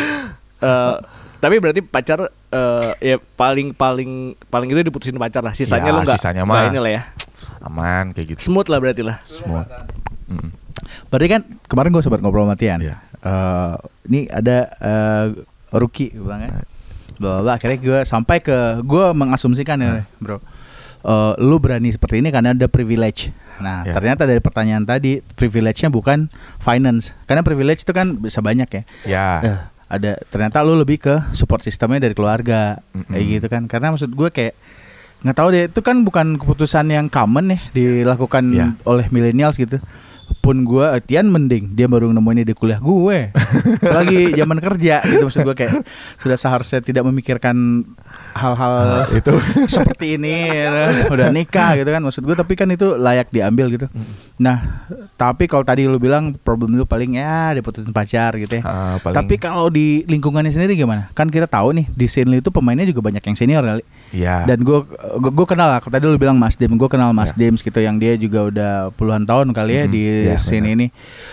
Eh, tapi berarti pacar eh, ya paling paling paling itu diputusin pacar lah. Sisanya Ya, lu nggak sisanya nggak mah. ini lah ya. Aman kayak gitu. Smooth lah berarti lah. Semua. Mm. Berarti kan kemarin gue sempat ngobrol sama Tian. Iya. Eh, ini ada eh, rookie bilangnya. Bahwa akhirnya gue sampai ke gue mengasumsikan ya, bro. Eh, lu berani seperti ini karena ada privilege. Nah, Ya. ternyata dari pertanyaan tadi privilege-nya bukan finance. Karena privilege itu kan bisa banyak ya. Ya. Eh, ada ternyata lu lebih ke support sistemnya dari keluarga. Mm-mm. Kayak gitu kan. Karena maksud gue kayak nggak tahu deh, itu kan bukan keputusan yang common ya dilakukan Ya. oleh millennials gitu. Pun gue Tian mending dia baru nemuin di kuliah gue lagi zaman kerja gitu, maksud gue kayak sudah seharusnya tidak memikirkan hal-hal Itu. seperti ini ya, udah nikah gitu kan, maksud gue. Tapi kan itu layak diambil gitu. Nah tapi kalau tadi lu bilang problem lu paling ya diputusin pacar gitu ya. Ah, paling- Tapi kalau di lingkungannya sendiri gimana? Kan kita tahu nih di scene lu itu pemainnya juga banyak yang senior kali. Iya. Dan gue gue kenal lah. Tadi lu bilang Mas Dim, gue kenal Mas Ya. Dims gitu yang dia juga udah puluhan tahun kali ya Mhm, di ya, scene benar. ini.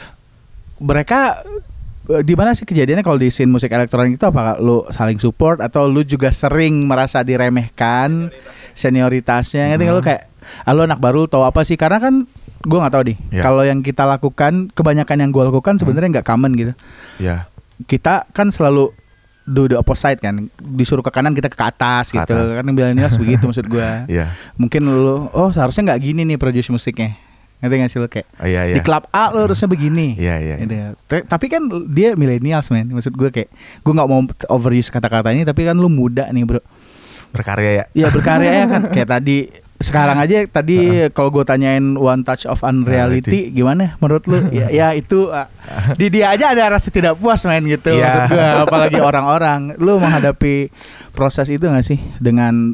Mereka eh, di mana sih kejadiannya kalau di scene musik elektronik itu? Apakah lu saling support atau lu juga sering merasa diremehkan senioritasnya? Ngerti nggak lu kayak ah, lu anak baru tahu apa sih? Karena kan gue nggak tahu nih. Ya. Kalau yang kita lakukan, kebanyakan yang gue lakukan sebenarnya nggak common gitu. Ya. Kita kan selalu do the opposite kan, disuruh ke kanan kita ke atas Ke gitu atas. kan, millennials begitu maksud gua. Iya. Mungkin lu oh seharusnya nggak gini nih produce musiknya, ngerti nggak sih lu kayak Oh, iya, iya. di klub A lu harusnya begini. Iya, iya, Gitu ya. T- Tapi kan dia millennials men, maksud gua kayak gua nggak mau overuse kata-kata ini, tapi kan lu muda nih bro. Berkarya ya. Ya berkarya ya kan, kayak tadi sekarang aja tadi kalau gue tanyain One Touch of Unreality gimana menurut lu? Ya, ya itu uh, di dia aja ada rasa tidak puas main gitu. Iya. Maksud gue apalagi orang-orang. Lu menghadapi proses itu gak sih dengan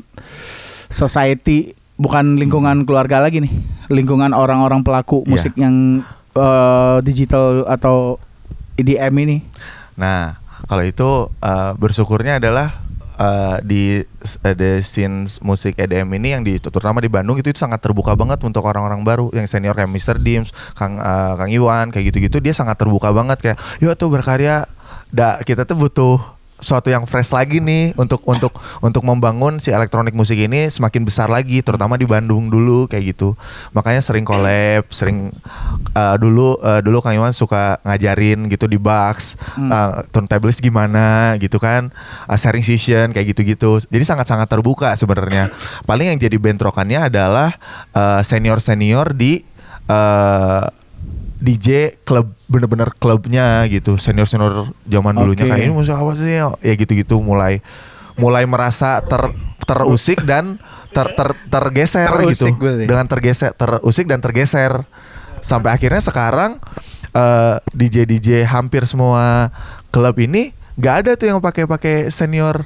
society, bukan lingkungan keluarga lagi nih, lingkungan orang-orang pelaku Iya. musik yang uh, digital atau E D M ini? Nah, kalau itu uh, bersyukurnya adalah uh, di uh, the scene musik E D M ini yang di terutama di Bandung itu, itu sangat terbuka banget untuk orang-orang baru yang senior kayak mister Dims, Kang uh, Kang Iwan kayak gitu-gitu, dia sangat terbuka banget kayak yuk tuh berkarya. Da, kita tuh butuh suatu yang fresh lagi nih untuk untuk untuk membangun si elektronik musik ini semakin besar lagi, terutama di Bandung dulu kayak gitu. Makanya sering collab, sering uh, dulu uh, dulu Kang Iwan suka ngajarin gitu di box, Hmm. uh, turntablist gimana gitu kan, uh, sharing session kayak gitu-gitu. Jadi sangat-sangat terbuka sebenarnya. Paling yang jadi bentrokannya adalah uh, senior-senior di uh, D J klub, bener-bener klubnya gitu, senior-senior zaman dulunya Oke. kayak ini musik apa sih ya gitu-gitu, mulai mulai merasa ter terusik dan ter, ter tergeser Terusik gitu, berarti. dengan tergeser terusik dan tergeser sampai akhirnya sekarang uh, D J D J hampir semua klub ini nggak ada tuh yang pakai-pakai senior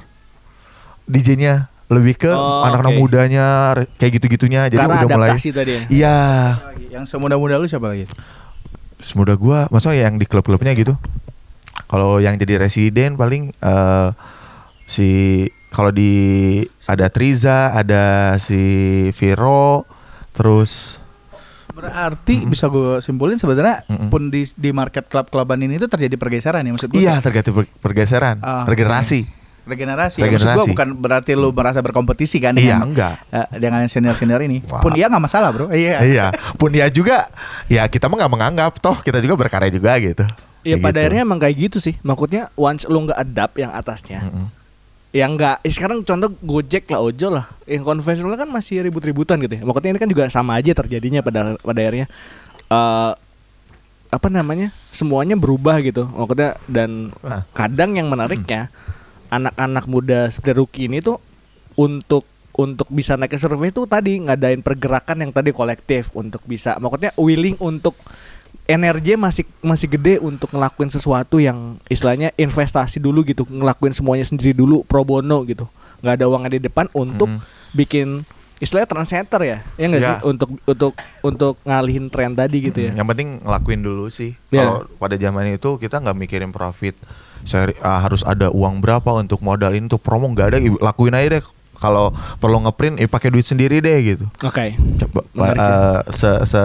D J-nya, lebih ke Oh, anak-anak oke. mudanya kayak gitu-gitunya, jadi Karena udah mulai adaptasi tadi ya. iya. Yang semuda-muda lu siapa lagi? Semudah gua, maksudnya yang di klub-klubnya gitu. Kalau yang jadi residen paling eh, si kalau di ada Triza, ada si Viro, terus Berarti bisa gue simpulin sebenarnya Mm-mm. pun di di market klub-kluban ini tuh terjadi pergeseran ya maksud gue. iya terganti per- pergeseran, Ah, regenerasi. Regenerasi. Ya, maksud Regenerasi. gue bukan berarti lu merasa berkompetisi kan Iya, dengan enggak. eh, dengan senior-senior ini. Wah. Pun dia nggak masalah, Bro. Iya. Iya, pun dia juga ya kita mah nggak menganggap, toh kita juga berkarya juga gitu. Ya Kayak pada gitu. akhirnya emang kayak gitu sih. Maksudnya once lu nggak adapt yang atasnya, Mm-mm. yang nggak. Eh, sekarang contoh Gojek lah, ojol lah. Yang konvensional kan masih ribut-ributan gitu ya. Maksudnya ini kan juga sama aja terjadinya pada pada akhirnya. eh apa namanya? Semuanya berubah gitu. Maksudnya dan Ah. kadang yang menariknya anak-anak muda seperti Ruki ini tuh untuk untuk bisa naik ke survei tuh tadi ngadain pergerakan yang tadi kolektif untuk bisa, maksudnya willing untuk energi masih masih gede untuk ngelakuin sesuatu yang istilahnya investasi dulu gitu, ngelakuin semuanya sendiri dulu pro bono gitu, nggak ada uangnya di depan untuk Mhm. bikin istilahnya trendsetter ya, ya nggak Ya. sih untuk untuk untuk ngalihin tren tadi gitu ya. Yang penting ngelakuin dulu sih. Iya. Kalau pada zaman itu kita nggak mikirin profit. Saya ah, harus ada uang berapa untuk modal ini, untuk promo, nggak ada, lakuin aja deh. Kalau perlu ngeprint, ya pakai duit sendiri deh gitu. Oke. Coba Menarik ya. eh, se se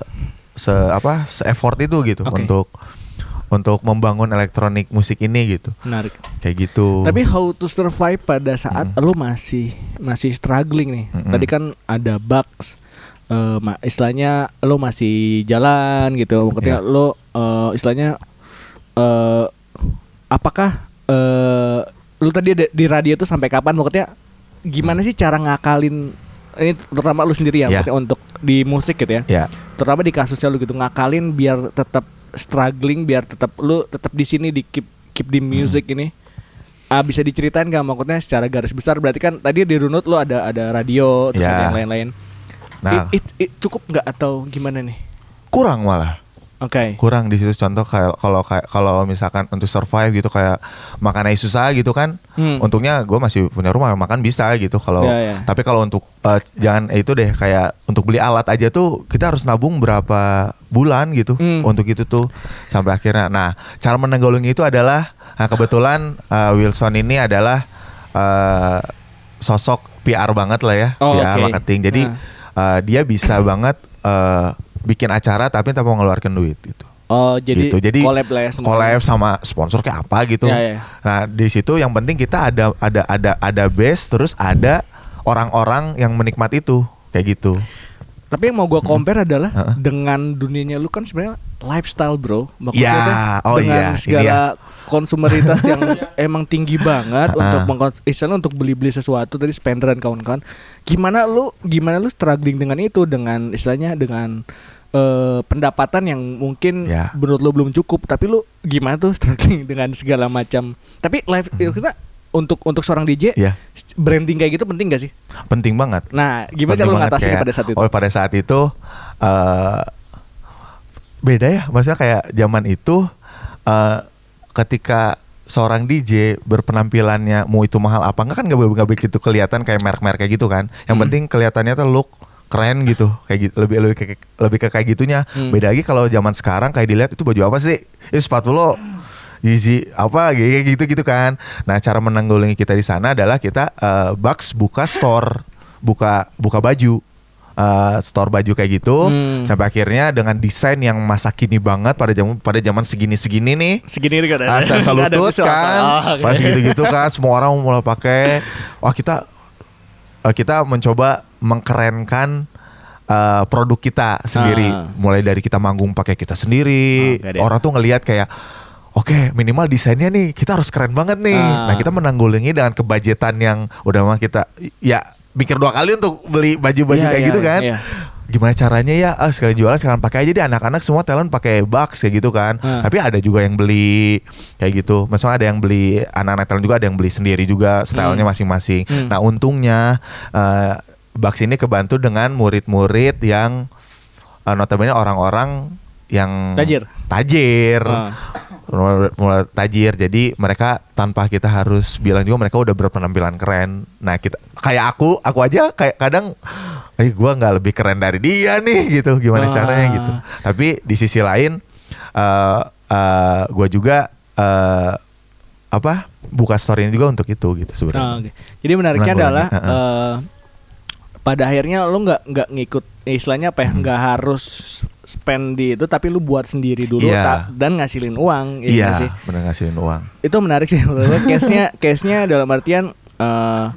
se apa se effort itu gitu Oke. untuk untuk membangun elektronik musik ini gitu. Menarik. Kayak gitu. Tapi how to survive pada saat Mm. lu masih masih struggling nih. Mm-mm. Tadi kan ada bugs, eh, ma- istilahnya lu masih jalan gitu. Ketika Ya. lu eh, istilahnya eh, apakah eh, lu tadi ada di radio tuh sampai kapan? Maksudnya gimana sih cara ngakalin ini terutama lu sendiri ya, Ya. maksudnya untuk di musik gitu ya. ya. Terutama di kasusnya lu gitu ngakalin biar tetap struggling, biar tetap lu tetap di sini di keep keep di music ini. Ah, bisa diceritain nggak maksudnya secara garis besar? Berarti kan tadi di Runut lu ada ada radio terus Ya. ada yang lain-lain. Nah, It- it- it cukup nggak atau gimana nih? kurang malah. Oke. Kurang di situ, contoh kayak kalau kayak kalau misalkan untuk survive gitu kayak makan aja susah gitu kan. Hmm. Untungnya gue masih punya rumah, makan bisa gitu kalau. Ya, ya. Tapi kalau untuk eh, jangan eh, itu deh, kayak untuk beli alat aja tuh kita harus nabung berapa bulan gitu Hmm. untuk itu tuh sampai akhirnya. Nah, cara menanggulangi itu adalah, nah kebetulan eh, Wilson ini adalah eh, sosok P R banget lah ya, Oh, P R oke. marketing. Jadi Nah. eh, dia bisa banget eh, bikin acara tapi tanpa mengeluarkan duit gitu. Oh, jadi, Gitu. Jadi collab lah ya semua. collab sama sponsor kayak apa gitu. Ya, ya. Nah, di situ yang penting kita ada ada ada ada base, terus ada orang-orang yang menikmati itu kayak gitu. Tapi yang mau gua compare adalah Heeh. dengan dunianya lu kan sebenarnya lifestyle, bro. Maksudnya Ya, tuh oh dengan iya, ini segala ya. konsumeritas yang emang tinggi banget Heeh. untuk mengkons- istilahnya untuk beli-beli sesuatu dari spender dan kawan-kawan. Gimana lu gimana lu struggling dengan itu, dengan istilahnya dengan eh, pendapatan yang mungkin Ya. menurut lu belum cukup, tapi lu gimana tuh struggling dengan segala macam. Tapi live kita untuk untuk seorang D J Ya, branding kayak gitu penting gak sih? penting banget. Nah, gimana Penting cara lu banget ngatasinnya kayak- pada saat itu? Oh, pada saat itu eh, beda ya, maksudnya kayak zaman itu eh, ketika seorang D J berpenampilannya mau itu mahal apa enggak kan nggak nggak begitu kelihatan kayak merek-merek kayak gitu kan. Yang Hmm. penting kelihatannya tuh look keren gitu, kayak gitu, lebih lebih ke, lebih ke kayak gitunya. Hmm. Beda lagi kalau zaman sekarang kayak dilihat itu baju apa sih? Itu sepatu lo Yeezy apa kayak gitu gitu kan. Nah, cara menanggulangi kita di sana adalah kita eh, Bucks buka store, buka buka baju. eh, store baju kayak gitu, Hmm. sampai akhirnya dengan desain yang masa kini banget pada zaman pada zaman segini-segini nih. Segini kan ada. Asa Nggak ada lutut visual apa. kan, Oh, oke. pas gitu-gitu kan, semua orang mulai pakai. Wah, kita eh, kita mencoba mengkerenkan eh, produk kita sendiri. Ah. Mulai dari kita manggung pakai kita sendiri, Oh, oke deh. orang tuh ngelihat kayak, oke, minimal desainnya nih kita harus keren banget nih. Ah. Nah, kita menanggulangi dengan kebajetan yang udah mah kita ya mikir dua kali untuk beli baju-baju Iya, kayak iya, gitu kan. iya. gimana caranya ya, ah sekali jualan sekarang pakai aja deh, anak-anak semua talent pakai box kayak gitu kan. Hmm. Tapi ada juga yang beli kayak gitu. Maksudnya ada yang beli, anak-anak talent juga ada yang beli sendiri juga, stylenya hmm. masing-masing. Hmm. Nah untungnya uh, box ini kebantu dengan murid-murid yang uh, notabene orang-orang yang tajir. Tajir. Hmm. Mulai tajir, jadi mereka tanpa kita harus bilang juga mereka udah berpenampilan keren. Nah kita kayak aku, aku aja kayak kadang, eh gue nggak lebih keren dari dia nih gitu, gimana ah. caranya gitu. Tapi di sisi lain, uh, uh, gue juga uh, apa buka story ini juga untuk itu gitu sebenarnya. Oh, okay. Jadi menariknya adalah uh, uh, pada akhirnya lo nggak nggak ngikut istilahnya apa ya, nggak hmm. harus spend di itu, tapi lu buat sendiri dulu yeah. ta- dan ngasilin uang. Iya, yeah, sih. bener ngasilin uang. Itu menarik sih. Case-nya, case-nya dalam artian uh,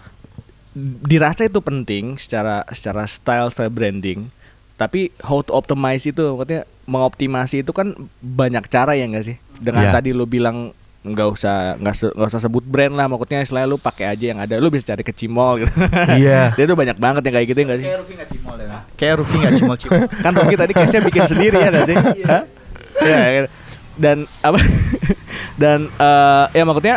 dirasa itu penting secara secara style, style branding. Tapi how to optimize itu, maksudnya mengoptimasi itu kan banyak cara ya nggak sih? Dengan yeah. tadi lu bilang nggak usah nggak nggak usah sebut brand lah, maksudnya selalu lu pakai aja yang ada, lu bisa cari ke Cimol gitu. Iya. Dia tuh banyak banget yang kayak gitu nggak sih? Kayak Ruki nggak Cimol ya. Kayak Ruki nggak Cimol Cimol. Kan Ruki tadi case-nya bikin sendiri ya nggak sih? Hah? Ya. Dan apa? Dan uh, ya maksudnya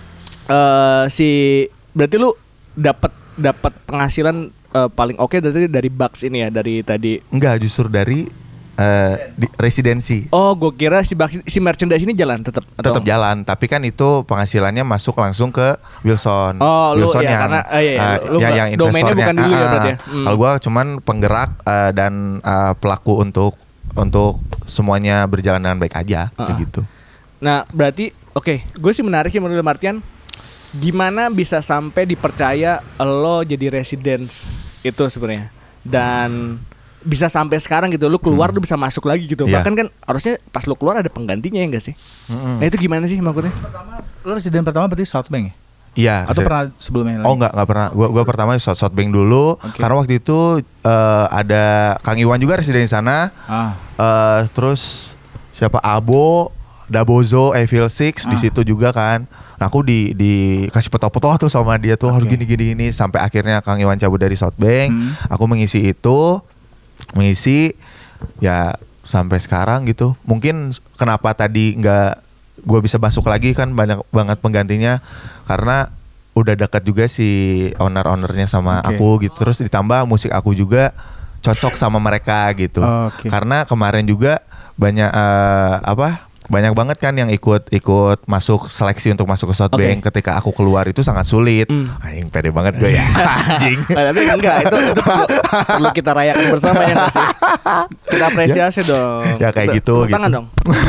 uh, si berarti lu dapat dapat penghasilan uh, paling oke okay dari dari Bucks ini ya, dari tadi. Enggak, justru dari Uh, di residensi. Oh, gue kira si si merchandise ini jalan tetap. Tetap jalan, tapi kan itu penghasilannya masuk langsung ke Wilson. Oh, Wilson lu, ya, yang karena, uh, iya, uh, lu ya, yang investornya. bukan dulu uh, ya berarti. Ya? Hmm. Kalau gue cuman penggerak uh, dan uh, pelaku untuk untuk semuanya berjalan dengan baik aja, uh-uh. gitu. Nah, berarti oke, okay, gue sih menarik ya menurut Martian. Gimana bisa sampai dipercaya lo jadi residence itu sebenarnya, dan bisa sampai sekarang gitu, lu keluar hmm. lu bisa masuk lagi gitu. Yeah. Bahkan kan harusnya pas lu keluar ada penggantinya ya enggak sih? Mm-hmm. Nah itu gimana sih maksudnya? Pertama, lu residen pertama berarti Southbank ya? Iya. Atau pernah sebelumnya lagi? Oh enggak, enggak pernah. Gua gua pertama di Southbank dulu. Okay. Karena waktu itu uh, ada Kang Iwan juga residen di sana. Ah. Uh, terus siapa Abo, Dabozo, Evil Six ah. di situ juga kan. Nah, aku di dikasih foto-foto tuh sama dia tuh, harus okay. gini-gini ini sampai akhirnya Kang Iwan cabut dari Southbank. Hmm. Aku mengisi itu. Mengisi ya sampai sekarang gitu. Mungkin kenapa tadi nggak gue bisa masuk lagi kan banyak banget penggantinya, karena udah dekat juga si owner-ownernya sama okay. aku gitu. Terus ditambah musik aku juga cocok sama mereka gitu. Oh, okay. Karena kemarin juga banyak uh, apa banyak banget kan yang ikut ikut masuk seleksi untuk masuk ke Southbank. Okay. Ketika aku keluar itu sangat sulit. Mm. Anjing pede banget gue ya. Anjing. Nah, tapi enggak, itu, itu perlu, perlu kita rayakan bersama ya nggak sih? Kita apresiasi ya, dong. Ya kayak Tepuk, gitu. Tangan gitu. dong.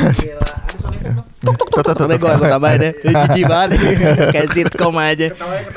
Tuk tuk tuk tuk. Tapi gue aku tambahin deh. Cici banget. Kayak sitcom aja.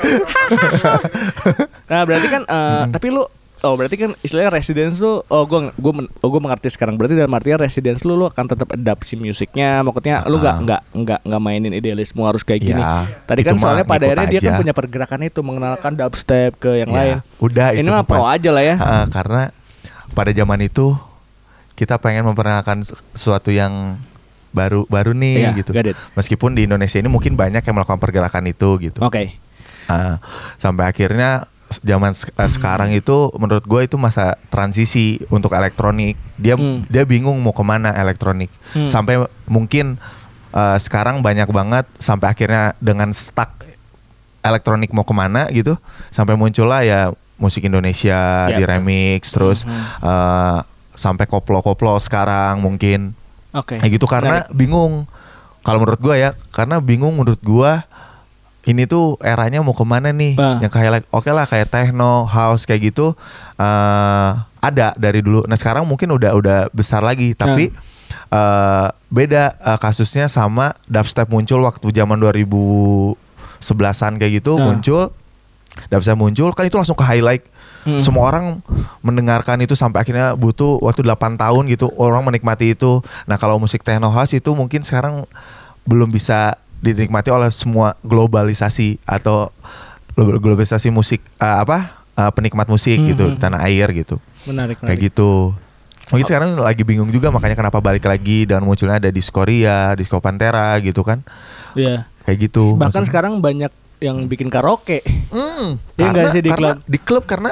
Nah berarti kan, uh, hmm. tapi lu oh berarti kan istilahnya residence lu, oh gue gue oh gue mengerti sekarang, berarti dalam artian residence lu lu akan tetap adapt si musiknya, maksudnya uh-huh. lu nggak nggak nggak nggak mainin idealisme harus kayak gini. Ya, tadi kan soalnya pada akhirnya dia kan punya pergerakan itu mengenalkan dubstep ke yang ya, lain. Udah ini itu mah pro aja lah ya. Uh, karena pada zaman itu kita pengen memperkenalkan sesuatu yang baru baru nih ya, gitu. Meskipun di Indonesia ini mungkin banyak yang melakukan pergerakan itu gitu. Oke. Okay. Uh, sampai akhirnya zaman se- uh, sekarang itu menurut gue itu masa transisi untuk elektronik. Dia hmm. dia bingung mau kemana elektronik. Hmm. Sampai mungkin uh, sekarang banyak banget sampai akhirnya dengan stuck elektronik mau kemana gitu. Sampai muncullah ya musik Indonesia ya, di remix terus hmm. uh, sampai koplo-koplo sekarang mungkin. Oke. Okay. Kayak gitu karena Menarik. bingung. Kalau menurut gue ya, karena bingung menurut gue. Ini tuh eranya mau kemana nih? Uh. Yang kayak oke okay lah kayak techno, house kayak gitu uh, ada dari dulu. Nah sekarang mungkin udah udah besar lagi, tapi uh. Uh, beda uh, kasusnya sama dubstep muncul waktu zaman dua ribu sebelas-an kayak gitu uh. muncul. Dubstep muncul kan itu langsung ke highlight. Hmm. Semua orang mendengarkan itu sampai akhirnya butuh waktu delapan tahun gitu orang menikmati itu. Nah kalau musik techno house itu mungkin sekarang belum bisa dinikmati oleh semua globalisasi atau globalisasi musik uh, apa uh, penikmat musik hmm, gitu hmm. di tanah air gitu. Menarik, kayak menarik. gitu. Mungkin oh. sekarang lagi bingung juga makanya kenapa balik lagi dan munculnya ada Disco Ria, Disco Pantera gitu kan. Iya. Kayak gitu. Bahkan maksudnya. Sekarang banyak yang bikin karaoke. Hmm, ya karena, sih di karena klub. Di klub karena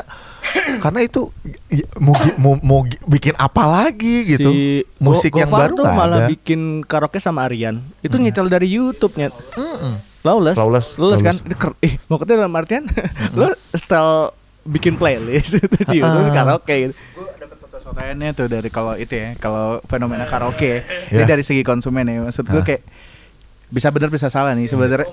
Karena itu mau, mau, mau bikin apa lagi gitu. Si musik Go- yang Gofar baru tuh nggak malah ada. bikin karaoke sama Aryan. Itu nyetel dari YouTube-nya. Mm-mm. Lawless. Lawless. Lawless kan. Lawless. Ker- Eh, maksudnya dalam artian lo style bikin playlist itu di YouTube karaoke gitu. Gue dapet foto-fotonya tuh dari kalau itu ya, kalau fenomena karaoke. Ini Ya. dari segi konsumen ya. Maksud gue Hah. kayak bisa benar bisa salah nih sebenarnya.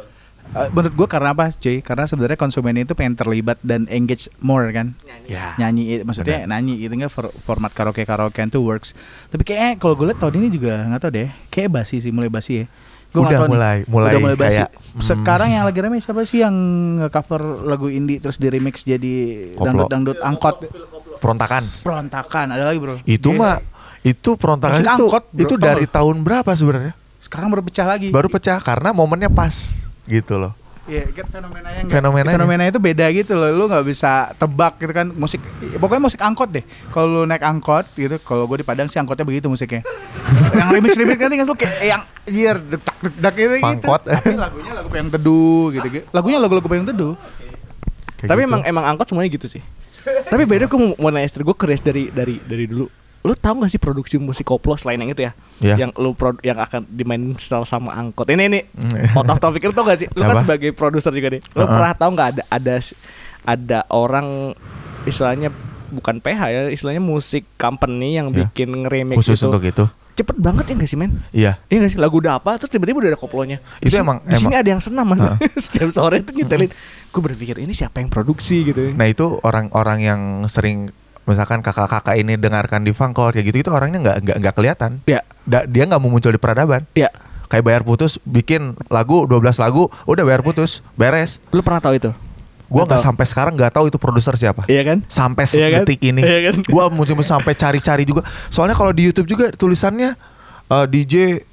Uh, menurut gue karena apa, cuy? Karena sebenarnya konsumen itu pengen terlibat dan engage more kan. Ya. Nyanyi, maksudnya Benar. nyanyi gitu nggak for- format karaoke karaokean tuh works. Tapi kayaknya kalau gue liat tahun ini juga nggak tau deh. Kayak basi sih, mulai basi ya. Gua nggak Udah tahu nih. mulai, mulai Udah mulai basi. kayak, Sekarang hmm. yang lagi rame siapa sih yang nge-cover lagu indie terus di remix jadi Koplo. dangdut-dangdut angkot? Perontakan. Perontakan. Ada lagi bro. Itu Dia- mah itu perontakan Musik itu angkot, bro. itu Tau dari nggak? tahun berapa sebenarnya? Sekarang baru pecah lagi. Baru pecah karena momennya pas gitu loh. Iya, kan fenomenanya nggak- Fenomenanya. fenomenanya itu beda gitu loh. Lu nggak bisa tebak gitu kan musik. Pokoknya musik angkot deh. Kalau lu naik angkot gitu, kalau gue di Padang sih angkotnya begitu musiknya. Yang remix remix kan tinggal lu kayak yang year detak detak gitu gitu. Pangkot. Tapi lagunya lagu Payung Teduh gitu gitu. Lagunya lagu-lagu Payung Teduh. Kayak Tapi gitu. emang emang angkot semuanya gitu sih. Tapi beda gue mau, mau nanya istri gue curious dari dari dari dulu. Lu tahu gak sih produksi musik koplo selain yang itu ya? Iya. Yang lu pro, yang akan dimainin setel sama angkot. Ini ini Mm. out of topic, lu tau gak sih? Lu kan Apa? sebagai produser juga nih. Lu Uh-uh. pernah tahu nggak ada ada ada orang istilahnya bukan P H ya, istilahnya musik company yang Iya. bikin remix khusus itu. untuk itu. Cepet banget ya gak sih men? Iya. Iya gak sih, lagu udah apa terus tiba-tiba udah ada koplonya. Di Itu sini- emang- di sini emang- ada yang senam mas. Heeh. Setiap sore tuh nyetelin. Gue berpikir ini siapa yang produksi gitu. Nah itu orang-orang yang sering misalkan kakak-kakak ini dengarkan di Fangkor kayak gitu itu orangnya nggak nggak nggak kelihatan. Ya, Da- dia nggak mau muncul di peradaban. ya. Kayak bayar putus bikin lagu dua belas lagu udah bayar putus beres. Lu pernah tahu itu? Gua Nggak nggak tahu. sampai sekarang nggak tahu itu produser siapa. Iya kan? Sampai Iya kan? detik ini. Iya kan? Gua muncul sampai cari-cari juga. Soalnya kalau di YouTube juga tulisannya eh, D J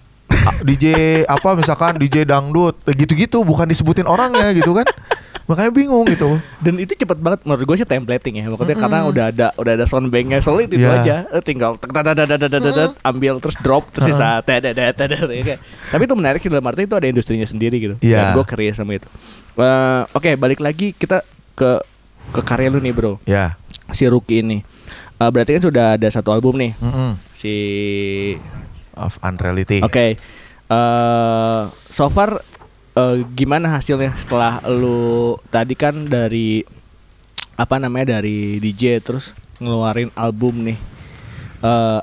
a- D J apa misalkan D J dangdut gitu-gitu bukan disebutin orangnya gitu kan. Makanya bingung gitu. Dan itu cepet banget menurut gue sih templating ya. Maksudnya karena udah ada udah ada soundbanknya, soalnya itu, itu Iya. aja. Eh, tinggal tek- tek- tek- tek- tek- tek- tek- tek, ambil terus drop terus sisa tek- tek- tek- tek- tek, ya kan? Tapi itu menarik sih dalam arti itu ada industrinya sendiri gitu. Iya. Dan gue curious sama itu. Eh, Oke, balik lagi kita ke ke karya lu nih bro. Ya. Si Rookie ini. Eh, berarti kan sudah ada satu album nih. Mm-mm. Si Of unreality. Oke. Eh so far eh, gimana hasilnya setelah lu tadi kan dari apa namanya dari D J terus ngeluarin album nih. Eh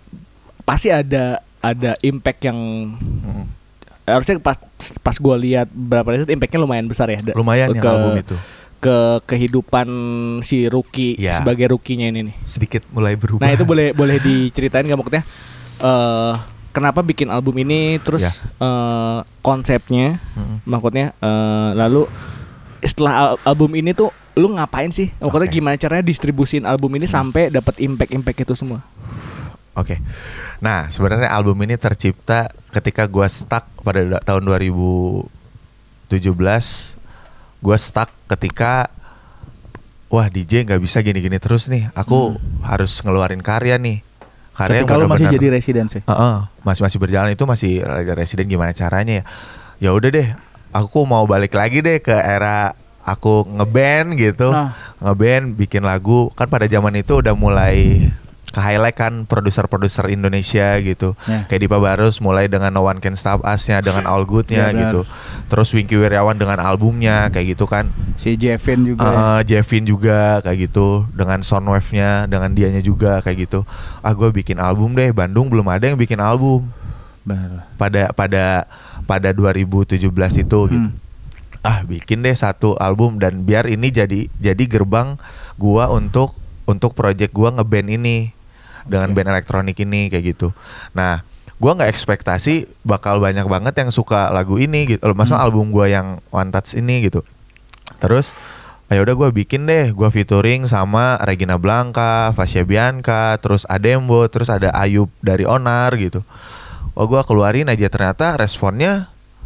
pasti ada ada impact yang Mm. harusnya pas pas gua lihat berapa itu impactnya lumayan besar ya. Da- Lumayan yang ke- album itu. ke kehidupan si Rookie Ya. sebagai rookie-nya ini nih. Sedikit mulai berubah. Nah itu boleh boleh diceritain nggak maksudnya eh kenapa bikin album ini terus Ya. eh, konsepnya Mm-mm. maksudnya eh, lalu setelah al- album ini tuh lu ngapain sih maksudnya Oke. gimana caranya distribusin album ini sampai dapat impact impact itu semua. Oke. Nah, sebenarnya album ini tercipta ketika gua stuck pada da- tahun dua ribu tujuh belas. Gua stuck ketika wah D J nggak bisa gini-gini terus nih. Aku harus ngeluarin karya nih. Karya yang Ketika lu masih benar-benar- jadi residen sih. Heeh, masih masih berjalan itu masih lagi residen gimana caranya ya? Ya udah deh, aku mau balik lagi deh ke era aku ngeband gitu, Ah. ngeband bikin lagu kan pada zaman itu udah mulai ke highlight kan produser-produser Indonesia gitu, Ya. kayak Dipa Barus mulai dengan No One Can Stop Us-nya, dengan All Good-nya Ya, benar. gitu, terus Wingky Wiryawan dengan albumnya kayak gitu kan. Si Jevin juga. ya. Uh, Jevin juga kayak gitu dengan Soundwave-nya, dengan dianya juga kayak gitu. Ah gue bikin album deh, Bandung belum ada yang bikin album Benar. pada pada pada dua ribu tujuh belas itu gitu. Hmm. Ah bikin deh satu album dan biar ini jadi jadi gerbang gua untuk untuk project gua ngeband ini dengan Oke. band elektronik ini kayak gitu. Nah, gua nggak ekspektasi bakal banyak banget yang suka lagu ini gitu. Maksudnya Hmm. album gua yang One Touch ini gitu. Terus ayo udah gue bikin deh, gue featuring sama Regina Blanca, Fasya Bianca, terus Adembo, terus ada Ayub dari Onar gitu. Oh gue keluarin aja ternyata responnya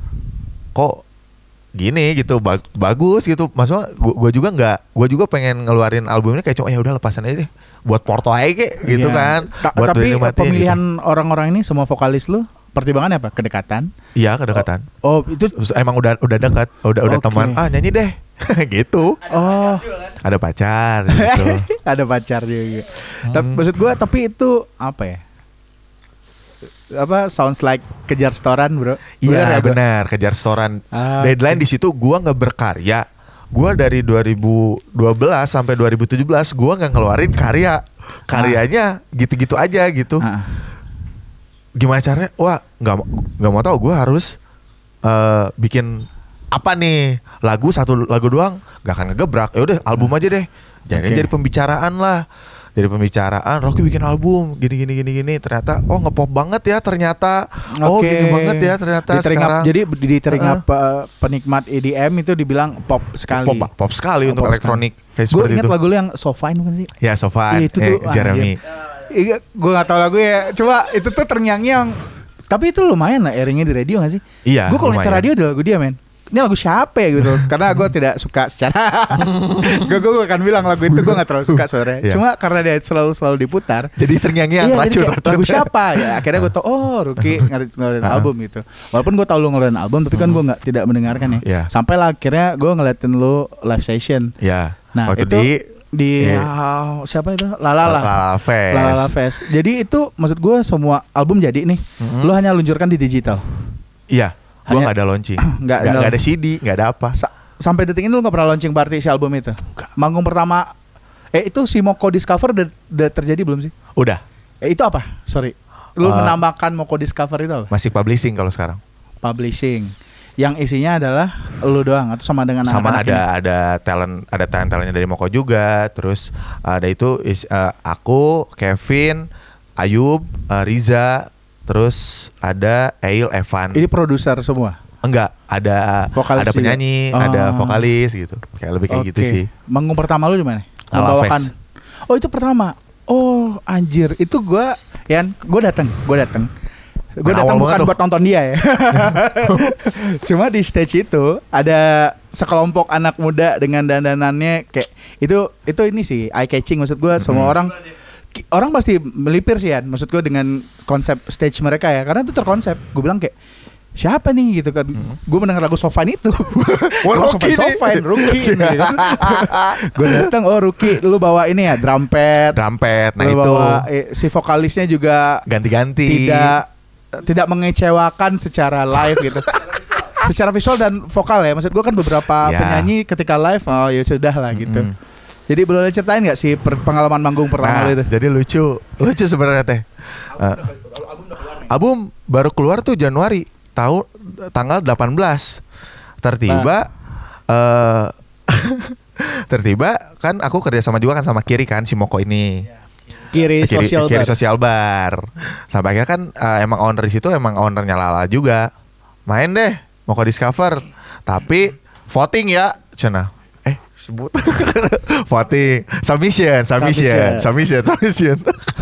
kok gini gitu, bag- bagus gitu. Maksudnya gue juga nggak, gue juga pengen ngeluarin album ini kayak cuma ya udah lepasan aja deh, buat porto aja kayak gitu Iya. kan. Ta- Buat tapi dinikmatin pemilihan gitu. orang-orang ini semua vokalis lu pertimbangannya apa? Kedekatan? Iya kedekatan. Oh, itu Emang udah udah dekat, udah udah Oke. teman. Ah nyanyi deh, gitu. Oh, Ada pacar gitu. ada pacar juga. Tapi maksud gue, tapi itu apa ya? Apa sounds like kejar setoran, bro? Iya ya, bro? benar, kejar setoran. Ah, Deadline di situ gua nggak berkarya. Gua dari dua ribu dua belas sampai dua ribu tujuh belas gua nggak ngeluarin karya. Karyanya gitu-gitu aja gitu. Ah. Gimana caranya? Wah, nggak mau- nggak mau tahu. Gua harus eh, bikin apa nih? Lagu satu lagu doang nggak akan ngegebrak. Ya udah album aja deh. Jadi Oke. jadi pembicaraan lah. Jadi pembicaraan, Rocky bikin album gini gini gini gini. Ternyata oh ngepop banget ya ternyata. Oh Oke. gini banget ya ternyata Di telinga- sekarang. Jadi di telinga Uh-uh. pe- penikmat E D M itu dibilang pop sekali. Pop, pop sekali Oh, untuk pop elektronik kayak Gue seperti ingat itu. lagu lu yang So Fine bukan sih? Ya Sofan, Iya, itu eh, tuh, ah, Jeremy. Iya, gue gak tahu lagu ya. Coba itu tuh terngiang-ngiang. Tapi itu lumayan lah airingnya di radio gak sih? Iya, Gue kalau nyetir lumayan. radio ada lagu dia, men. Ini lagu siapa ya gitu? Karena gue tidak suka secara. Gue gue akan bilang lagu itu gue gak terlalu suka sebenarnya. Iya. Cuma karena dia selalu selalu diputar. Jadi terngiang-ngiang Iya, jadi racun, kayak, racun. lagu siapa ya? Akhirnya gue tau, oh Ruki ngeluarin ngeluarin Ah. album gitu. Walaupun gue tau lu ngeluarin album, tapi kan gue nggak tidak mendengarkan ya. Iya. Sampai lah akhirnya gue ngeliatin lu live session. Ya. Nah waktu itu di di Iya. ah, siapa itu? Lalala. Lala Fest. Lalala Fest. Jadi itu maksud gue semua album jadi nih. Mhm. Lu hanya luncurkan di digital. Iya. Gua Hanya- nggak ada launching. Nggak Nggak ada- nggak ada C D, nggak ada apa. Sa- sampai detik ini lu nggak pernah launching party si album itu. Manggung pertama. Eh itu si Moko Discover udah, udah terjadi belum sih? Udah. Eh itu apa? Sorry. Lu Uh, menambahkan Moko Discover itu apa? Masih publishing kalau sekarang. Publishing. Yang isinya adalah lu doang atau sama dengan Sama anak-anak ada ini? ada talent ada talent talentnya dari Moko juga. Terus ada itu is, eh, aku, Kevin, Ayub, eh, Riza, terus ada Eil, Evan. Ini produser semua. Enggak, ada Vokalis ada juga? penyanyi, Oh. ada vokalis gitu. Kayak lebih kayak gitu Oke. sih. Manggung pertama lu di mana? Lala Membawakan. Fest. Oh itu pertama. Oh anjir, itu gua Yan, gua datang, gua datang. Gua Main datang awal bukan banget tuh. buat nonton dia ya. Cuma di stage itu ada sekelompok anak muda dengan dandanannya kayak itu itu ini sih eye catching maksud gua semua orang ki- orang pasti melipir sih Yan. Maksud gua dengan konsep stage mereka ya karena itu terkonsep. Gua bilang kayak siapa nih gitu kan. Gue mendengar lagu Sofan itu. Wah, Wah, Ruki nih. Sofan, Ruki nih. Gue datang, oh Ruki, lu bawa ini ya drum pad. Drumpet, nah Lu itu bawa, eh, si vokalisnya juga ganti-ganti. tidak tidak mengecewakan secara live gitu. Secara visual dan vokal ya. Maksud gue kan beberapa Ya. penyanyi ketika live, oh ya sudah lah gitu. Mm-mm. Jadi boleh ceritain nggak sih per- pengalaman manggung pertama Nah, lu itu? jadi lucu, lucu sebenarnya teh. Uh, album baru keluar tuh Januari tahun tanggal delapan belas. Tertiba eh tertiba kan aku kerja sama juga kan sama Kiri kan si Moko ini. Kiri Kiri, sosial Kiri bar. Sosial Bar. Sampai akhirnya kan eh, emang owner di situ emang ownernya Lala juga. Main deh Moko Discover. Tapi voting ya, cenah. Eh, sebut. Voting, submission, submission, submission, submission.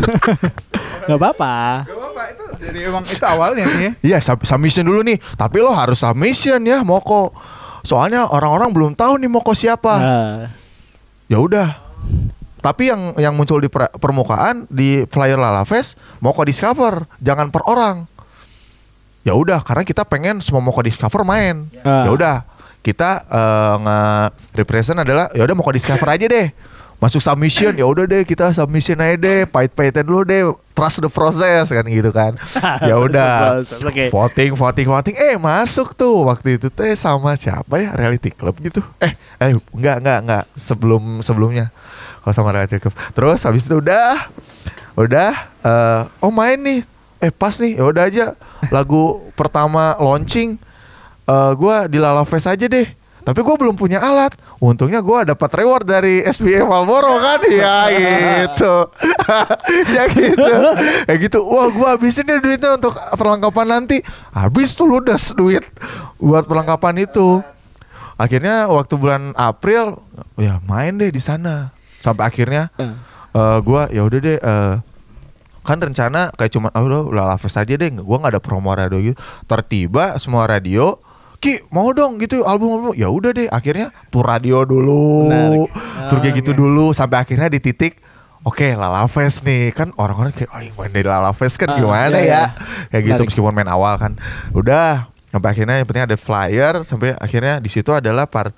Gak apa-apa. Gak apa-apa, itu jadi emang itu awalnya sih ya. Iya, sub- submission dulu nih. Tapi lo harus submission ya, Moko. Soalnya orang-orang belum tahu nih Moko siapa. Nah, Ya udah. Tapi yang yang muncul di per- permukaan di flyer Lala Fest, Moko Discover, jangan per orang. Ya udah, karena kita pengen semua Moko Discover main. Ah. Ya udah, kita eh, nge-represent adalah ya udah Moko Discover aja deh. Masuk submission, ya udah deh kita submission aja deh, pahit-pahitin dulu deh, trust the process kan gitu kan. Ya udah. Oke. Voting, voting, voting. Eh masuk tuh waktu itu teh sama siapa ya, Reality Club gitu. Eh, eh enggak enggak enggak sebelum sebelumnya. Kalau sama Reality Club. Terus habis itu udah, udah. eh, oh main nih. Eh pas nih. Ya udah aja. Lagu pertama launching, eh gue di Lala Fest aja deh. Tapi gue belum punya alat. Untungnya gue dapat reward dari S B M Marlboro kan. Ya gitu. Ya gitu. Kayak gitu. Wah gue habisin deh duitnya untuk perlengkapan nanti. Habis tuh ludes duit buat perlengkapan itu. Akhirnya waktu bulan April ya main deh di sana. Sampai akhirnya Eh. uh, gue ya udah deh. Uh, kan rencana kayak cuma oh udah Lala Fest aja deh. Gue nggak ada promo radio gitu. Tertiba semua radio, Ki mau dong gitu album-album. Ya udah deh akhirnya tur radio dulu. Menarik. Tur kayak Oh, gitu oke. dulu sampai akhirnya di titik oke Lala Fest nih kan orang-orang kayak oh yang main dari Lala Fest kan Ah, gimana iya, ya. iya. Kayak gitu Menarik. meskipun main awal kan. Udah sampai akhirnya yang penting ada flyer sampai akhirnya di situ adalah party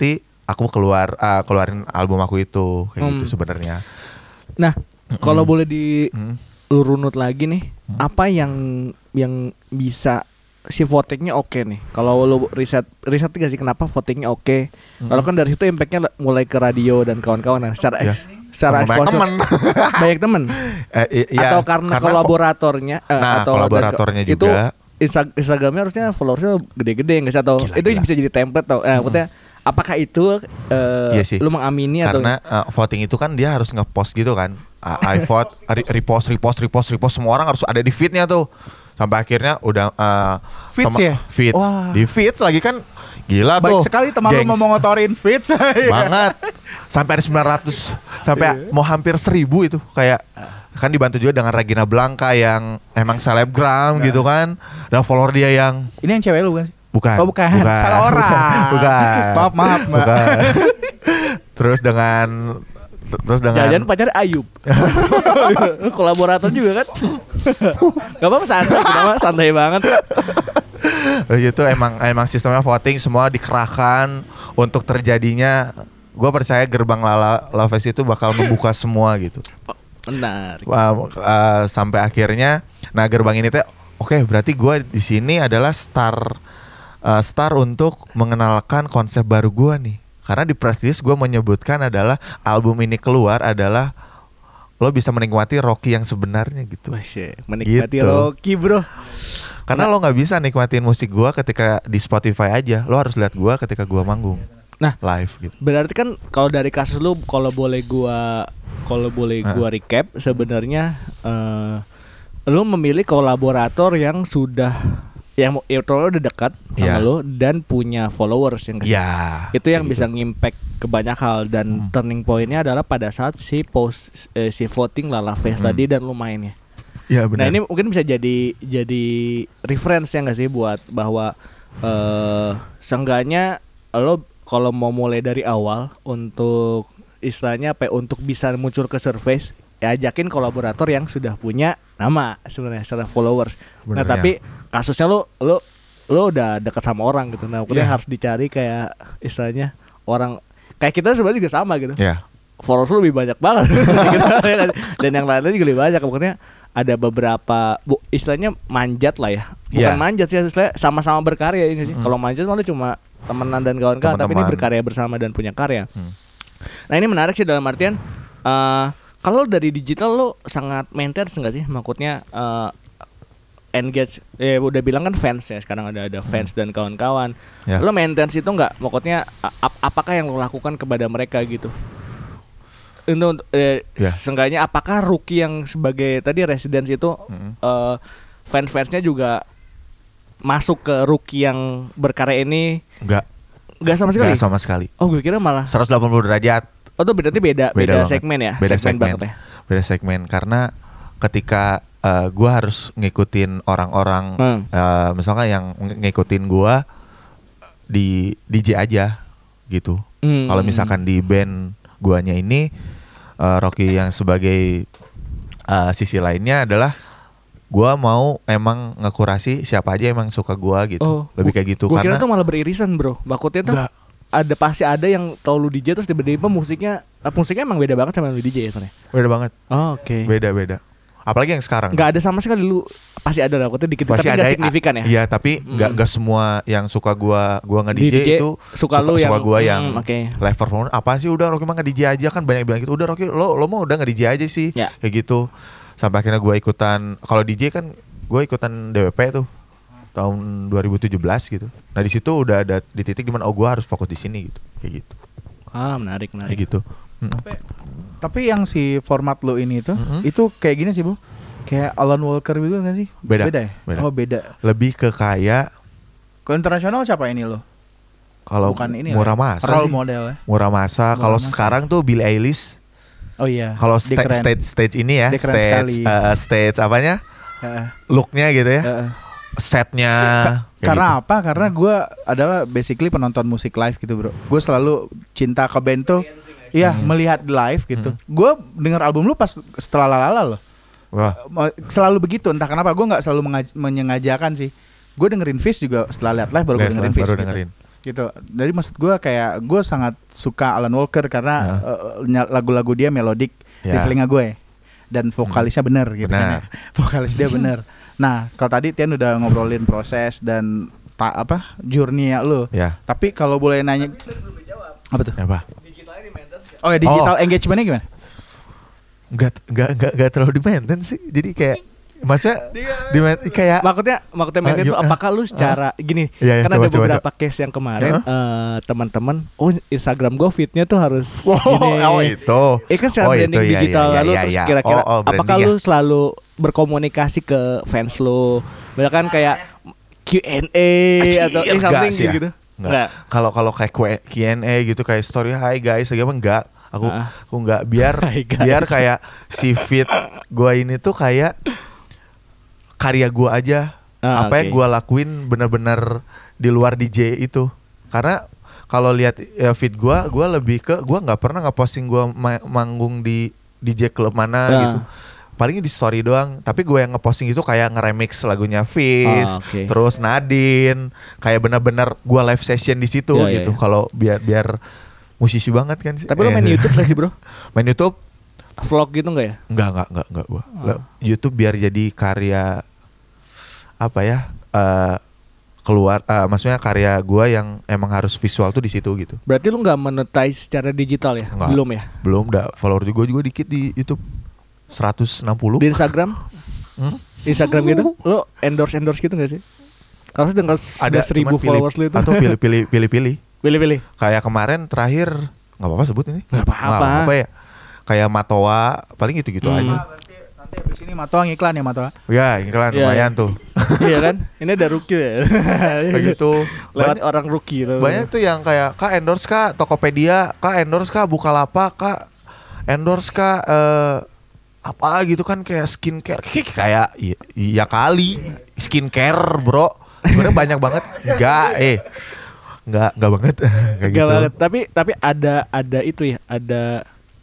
aku keluar uh, keluarin album aku itu kayak Hmm. gitu sebenarnya. Nah, kalau boleh di Mm. lu runut lagi nih, apa yang yang bisa si votingnya oke nih? Kalau lu riset riset gak sih kenapa votingnya oke? Kalau kan dari situ impactnya mulai ke radio dan kawan-kawan. Nah, secara Ya. eks- secara Banyak exposure temen. banyak temen. Eh, i- iya, atau karena, karena kolaboratornya eh, Nah, atau kolaboratornya dan- juga. itu Insta- Instagramnya harusnya followersnya gede-gede nggak sih atau Gila, itu gila. bisa jadi template tau? Eh, maksudnya apakah itu eh, Iya sih. lu mengamini atau Karena uh, voting itu kan dia harus nge-post gitu kan. Uh, I vote, re- repost, repost, repost, repost. Semua orang harus ada di feednya tuh. Sampai akhirnya udah uh, Feeds tema- ya? Feeds. Wah. Di feeds lagi kan gila Baik tuh. sekali teman lu Gengs. mau ngotorin feeds. Banget. Sampai ada sembilan ratus. Sampai mau hampir seribu itu. Kayak kan dibantu juga dengan Regina Blanca yang emang selebgram gitu kan. Dan follower dia yang Ini yang cewek lu kan sih? Bukan. Oh bukan, salah orang. Bukan. Maaf maaf mbak. Bukan. Terus dengan terus dengan jangan pacar Ayub. Kolaborator juga kan. Gak apa-apa santai, kenapa santai banget. itu emang emang sistemnya voting semua dikerahkan untuk terjadinya. Gue percaya gerbang Lala Lovefest itu bakal membuka semua gitu. Benar. Wah, uh, sampai akhirnya, nah gerbang ini teh, oke berarti gue di sini adalah star uh, star untuk mengenalkan konsep baru gue nih. Karena di press release gue menyebutkan adalah album ini keluar adalah lo bisa menikmati Rocky yang sebenarnya gitu. Masya, menikmati Gitu. Rocky bro. Karena lo nggak bisa nikmatin musik gue ketika di Spotify aja. Lo harus lihat gue ketika gue manggung. Nah, live gitu. berarti kan kalau dari kasus lu, kalau boleh gua kalau boleh gua recap, sebenarnya eh, lu memilih kolaborator yang sudah yang ya, udah dekat sama Ya. lu dan punya followers yang Ya. itu yang bisa ngimpact ke banyak hal dan Hmm. turning pointnya adalah pada saat si post eh, si voting Lala Fest Hmm. tadi dan lu mainnya. Ya Nah benar. ini mungkin bisa jadi jadi reference ya nggak sih buat bahwa eh seenggaknya lo kalau mau mulai dari awal untuk istilahnya apa ya, untuk bisa muncul ke surface ya ajakin kolaborator yang sudah punya nama sebenarnya secara followers. Nah Benernya. tapi kasusnya lo lo lo udah dekat sama orang gitu. Nah kemudian Yeah. harus dicari kayak istilahnya orang kayak kita sebenarnya juga sama gitu. Ya. Followers lu lebih banyak banget dan yang lainnya juga lebih banyak. Pokoknya ada beberapa bu, istilahnya manjat lah ya, bukan Iya. manjat sih, istilahnya sama-sama berkarya ya sih. Mm. Kalau manjat malah cuma temenan dan kawan-kawan, tapi ini Teman-teman. berkarya bersama dan punya karya. Hmm. Nah ini menarik sih dalam artian eh kalau dari digital lo sangat maintenance nggak sih, maksudnya eh engage, eh udah bilang kan fans ya, sekarang ada ada fans dan kawan-kawan. Ya. Lo maintenance itu nggak, maksudnya ap- apakah yang lo lakukan kepada mereka gitu? Untuk eh, Ya. seenggaknya apakah Rookie yang sebagai tadi residence itu Mm-mm. eh, fans-fansnya juga masuk ke Rookie yang berkarya ini? Enggak. Nggak sama sekali. Enggak sama sekali. Oh gue kira malah. seratus delapan puluh derajat. Oh itu berarti beda beda, Beda banget. segmen ya, Beda segmen, segmen. banget ya. Beda segmen karena ketika uh, gua harus ngikutin orang-orang Hmm. uh, misalkan yang ng- ngikutin gua di D J aja gitu. Hmm. Kalau misalkan di band guanya ini uh, Rocky yang sebagai uh, sisi lainnya adalah gua mau emang ngekurasi siapa aja emang suka gua gitu. Oh, Lebih gua- kayak gitu Gue kira karena tuh malah beririsan bro. Maksudnya tuh Enggak. ada pasti ada yang tau lu D J terus tiba-tiba musiknya eh, musiknya emang beda banget sama lu D J ya sebenarnya. beda banget. Oh, Oke. Beda-beda. Apalagi yang sekarang. Nggak ada sama sekali lu pasti ada lah, maksudnya dikit Pasti tapi nggak signifikan ya. Iya, tapi nggak Mm. nggak semua yang suka gua gua nge-D J Di D J itu suka lu yang- gua mm, yang oke. live performance. Apa sih udah Rocky mah nge-D J aja kan banyak bilang gitu. Udah Rocky lo lo mau udah nge-D J aja sih. Ya. Kayak gitu. Sampai akhirnya gua ikutan kalau D J kan gua ikutan D W P tuh tahun dua ribu tujuh belas gitu. Nah, di situ udah ada di titik dimana oh gua harus fokus di sini gitu. Kayak gitu. Ah menarik Kayak menarik. gitu. Mm. Tapi yang si format lo ini tuh, Mm-mm. itu kayak gini sih bu, kayak Alan Walker gitu nggak sih? Beda, ya? beda. Oh beda. Lebih ke kayak Kalau internasional siapa ini lo? kalau Bukan ini murah lah. masa Role sih. model ya. Murah masa. Murah Kalau masa. sekarang tuh Billie Eilish. Oh iya. Kalau Dia sta- keren. stage stage ini ya, Dia keren stage sekali. eh, stage apanya? Heeh. Looknya gitu ya, Heeh. setnya. Ka- kayak karena gitu. apa? Karena gue adalah basically penonton musik live gitu bro. Gue selalu cinta ke band tuh, iya Hmm. melihat live gitu. Hmm. Gue denger album lu pas setelah Lalala loh. Wah, Ma- Selalu begitu. Entah kenapa gue nggak selalu mengaj- menyengajakan sih. Gue dengerin Fish juga setelah lihat live baru gue lihat dengerin live Fish. baru gitu. dengerin. gitu. Jadi maksud gue kayak gue sangat suka Alan Walker karena Ya. uh, lagu-lagu dia melodik di Ya. telinga gue dan vokalisnya bener gitu Benar. kan. Vokalis dia bener. Nah kalau tadi Tian udah ngobrolin proses dan ta- apa journey ya lu. Ya. Tapi kalau boleh nanya apa tuh? Apa? Oh ya digital engagementnya gimana? Enggak enggak enggak enggak terlalu di maintain sih. Jadi kayak maksudnya di main- kayak Maksudnya maksudnya maintain Ah, tuh gimana? apakah lu secara gini Iya, iya, kan coba, ada coba, beberapa case yang kemarin Heeh. eh, teman-teman oh Instagram gue feednya tuh harus Wow, gini. oh itu. Eh kan secara Oh, branding itu, iya, digital iya, lalu iya, terus iya. kira-kira Oh, oh, apakah branding lu ya? selalu berkomunikasi ke fans lu? Misalkan kayak Q and A atau eh, Anjir, something enggak sih ya. gitu. Enggak. Kalau kalau kayak Q and A gitu kayak story hi guys, gitu enggak. Aku Ah. aku enggak biar Hi, guys. biar kayak si feed gua ini tuh kayak karya gua aja. Ah, apa yang oke. gua lakuin benar-benar di luar D J itu. Karena kalau lihat ya, feed gua, gua lebih ke gua nggak pernah ngeposting gua ma- manggung di D J klub mana Ah. gitu. Paling di story doang, tapi gue yang ngeposting itu kayak ngeremix lagunya Fish, Ah, oke. terus Nadine, kayak benar-benar gue live session di situ Ya, ya, gitu. ya. Kalau biar biar musisi banget kan sih. Tapi lu main Eh, YouTube gak sih bro? Main YouTube? Vlog gitu gak ya? Enggak, enggak, enggak, enggak gua. Ah. YouTube biar jadi karya apa ya? eh, keluar eh, maksudnya karya gua yang emang harus visual tuh di situ gitu. Berarti lu nggak monetize secara digital ya? Nggak. Belum ya? Belum, dah follower juga juga dikit di YouTube. seratus enam puluh. Di Instagram? Hmm? Instagram gitu? Lu endorse endorse gitu gak sih? Kalau dengan Ada seribu cuman pilih- followers lu itu atau pilih-pilih pilih-pilih. pilih-pilih. Kayak kemarin terakhir nggak apa-apa sebut ini. Nggak apa-apa. Nggak apa ya. Kayak Matoa, paling gitu-gitu Hmm. aja. Nanti abis ini Matoa ngiklan ya Matoa. Ya, iklan Iya, lumayan iya. tuh. Iya kan? Ini ada rookie ya. Kayak gitu. Lewat Banyak- orang rookie tuh. Banyak tuh yang kayak Kak endorse Kak Tokopedia, Kak endorse Kak Bukalapak, Kak endorse Kak eh, apa gitu kan kayak skincare kayak kayak iya, iya kali skincare bro. Sebenarnya banyak banget. Enggak eh. Enggak enggak banget kayak Gak gitu. banget. Tapi tapi ada ada itu ya, ada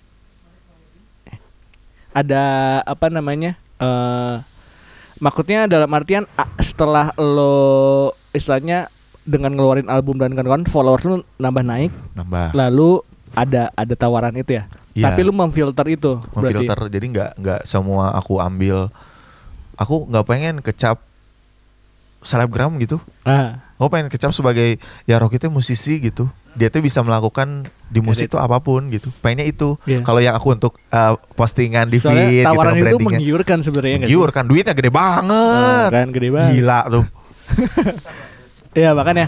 ada apa namanya? eh maksudnya dalam artian a- setelah lo istilahnya dengan ngeluarin album dan kawan-kawan followers lu nambah naik, Nambah. lalu ada ada tawaran itu ya. Iya. Tapi lu memfilter itu berarti. Memfilter jadi nggak nggak semua aku ambil. Aku nggak pengen kecap selebgram gitu. Ah, Aku pengen kecap sebagai ya Rocky itu musisi gitu. Dia tuh bisa melakukan di musik Edit. tuh apapun gitu. Pengennya itu. Iya. Kalau yang aku untuk uh, postingan di soalnya feed gitu, tawaran itu brandingnya. menggiurkan sebenarnya nggak sih? Menggiur kan duitnya gede banget. Oh, kan gede banget. Gila tuh. Iya makanya.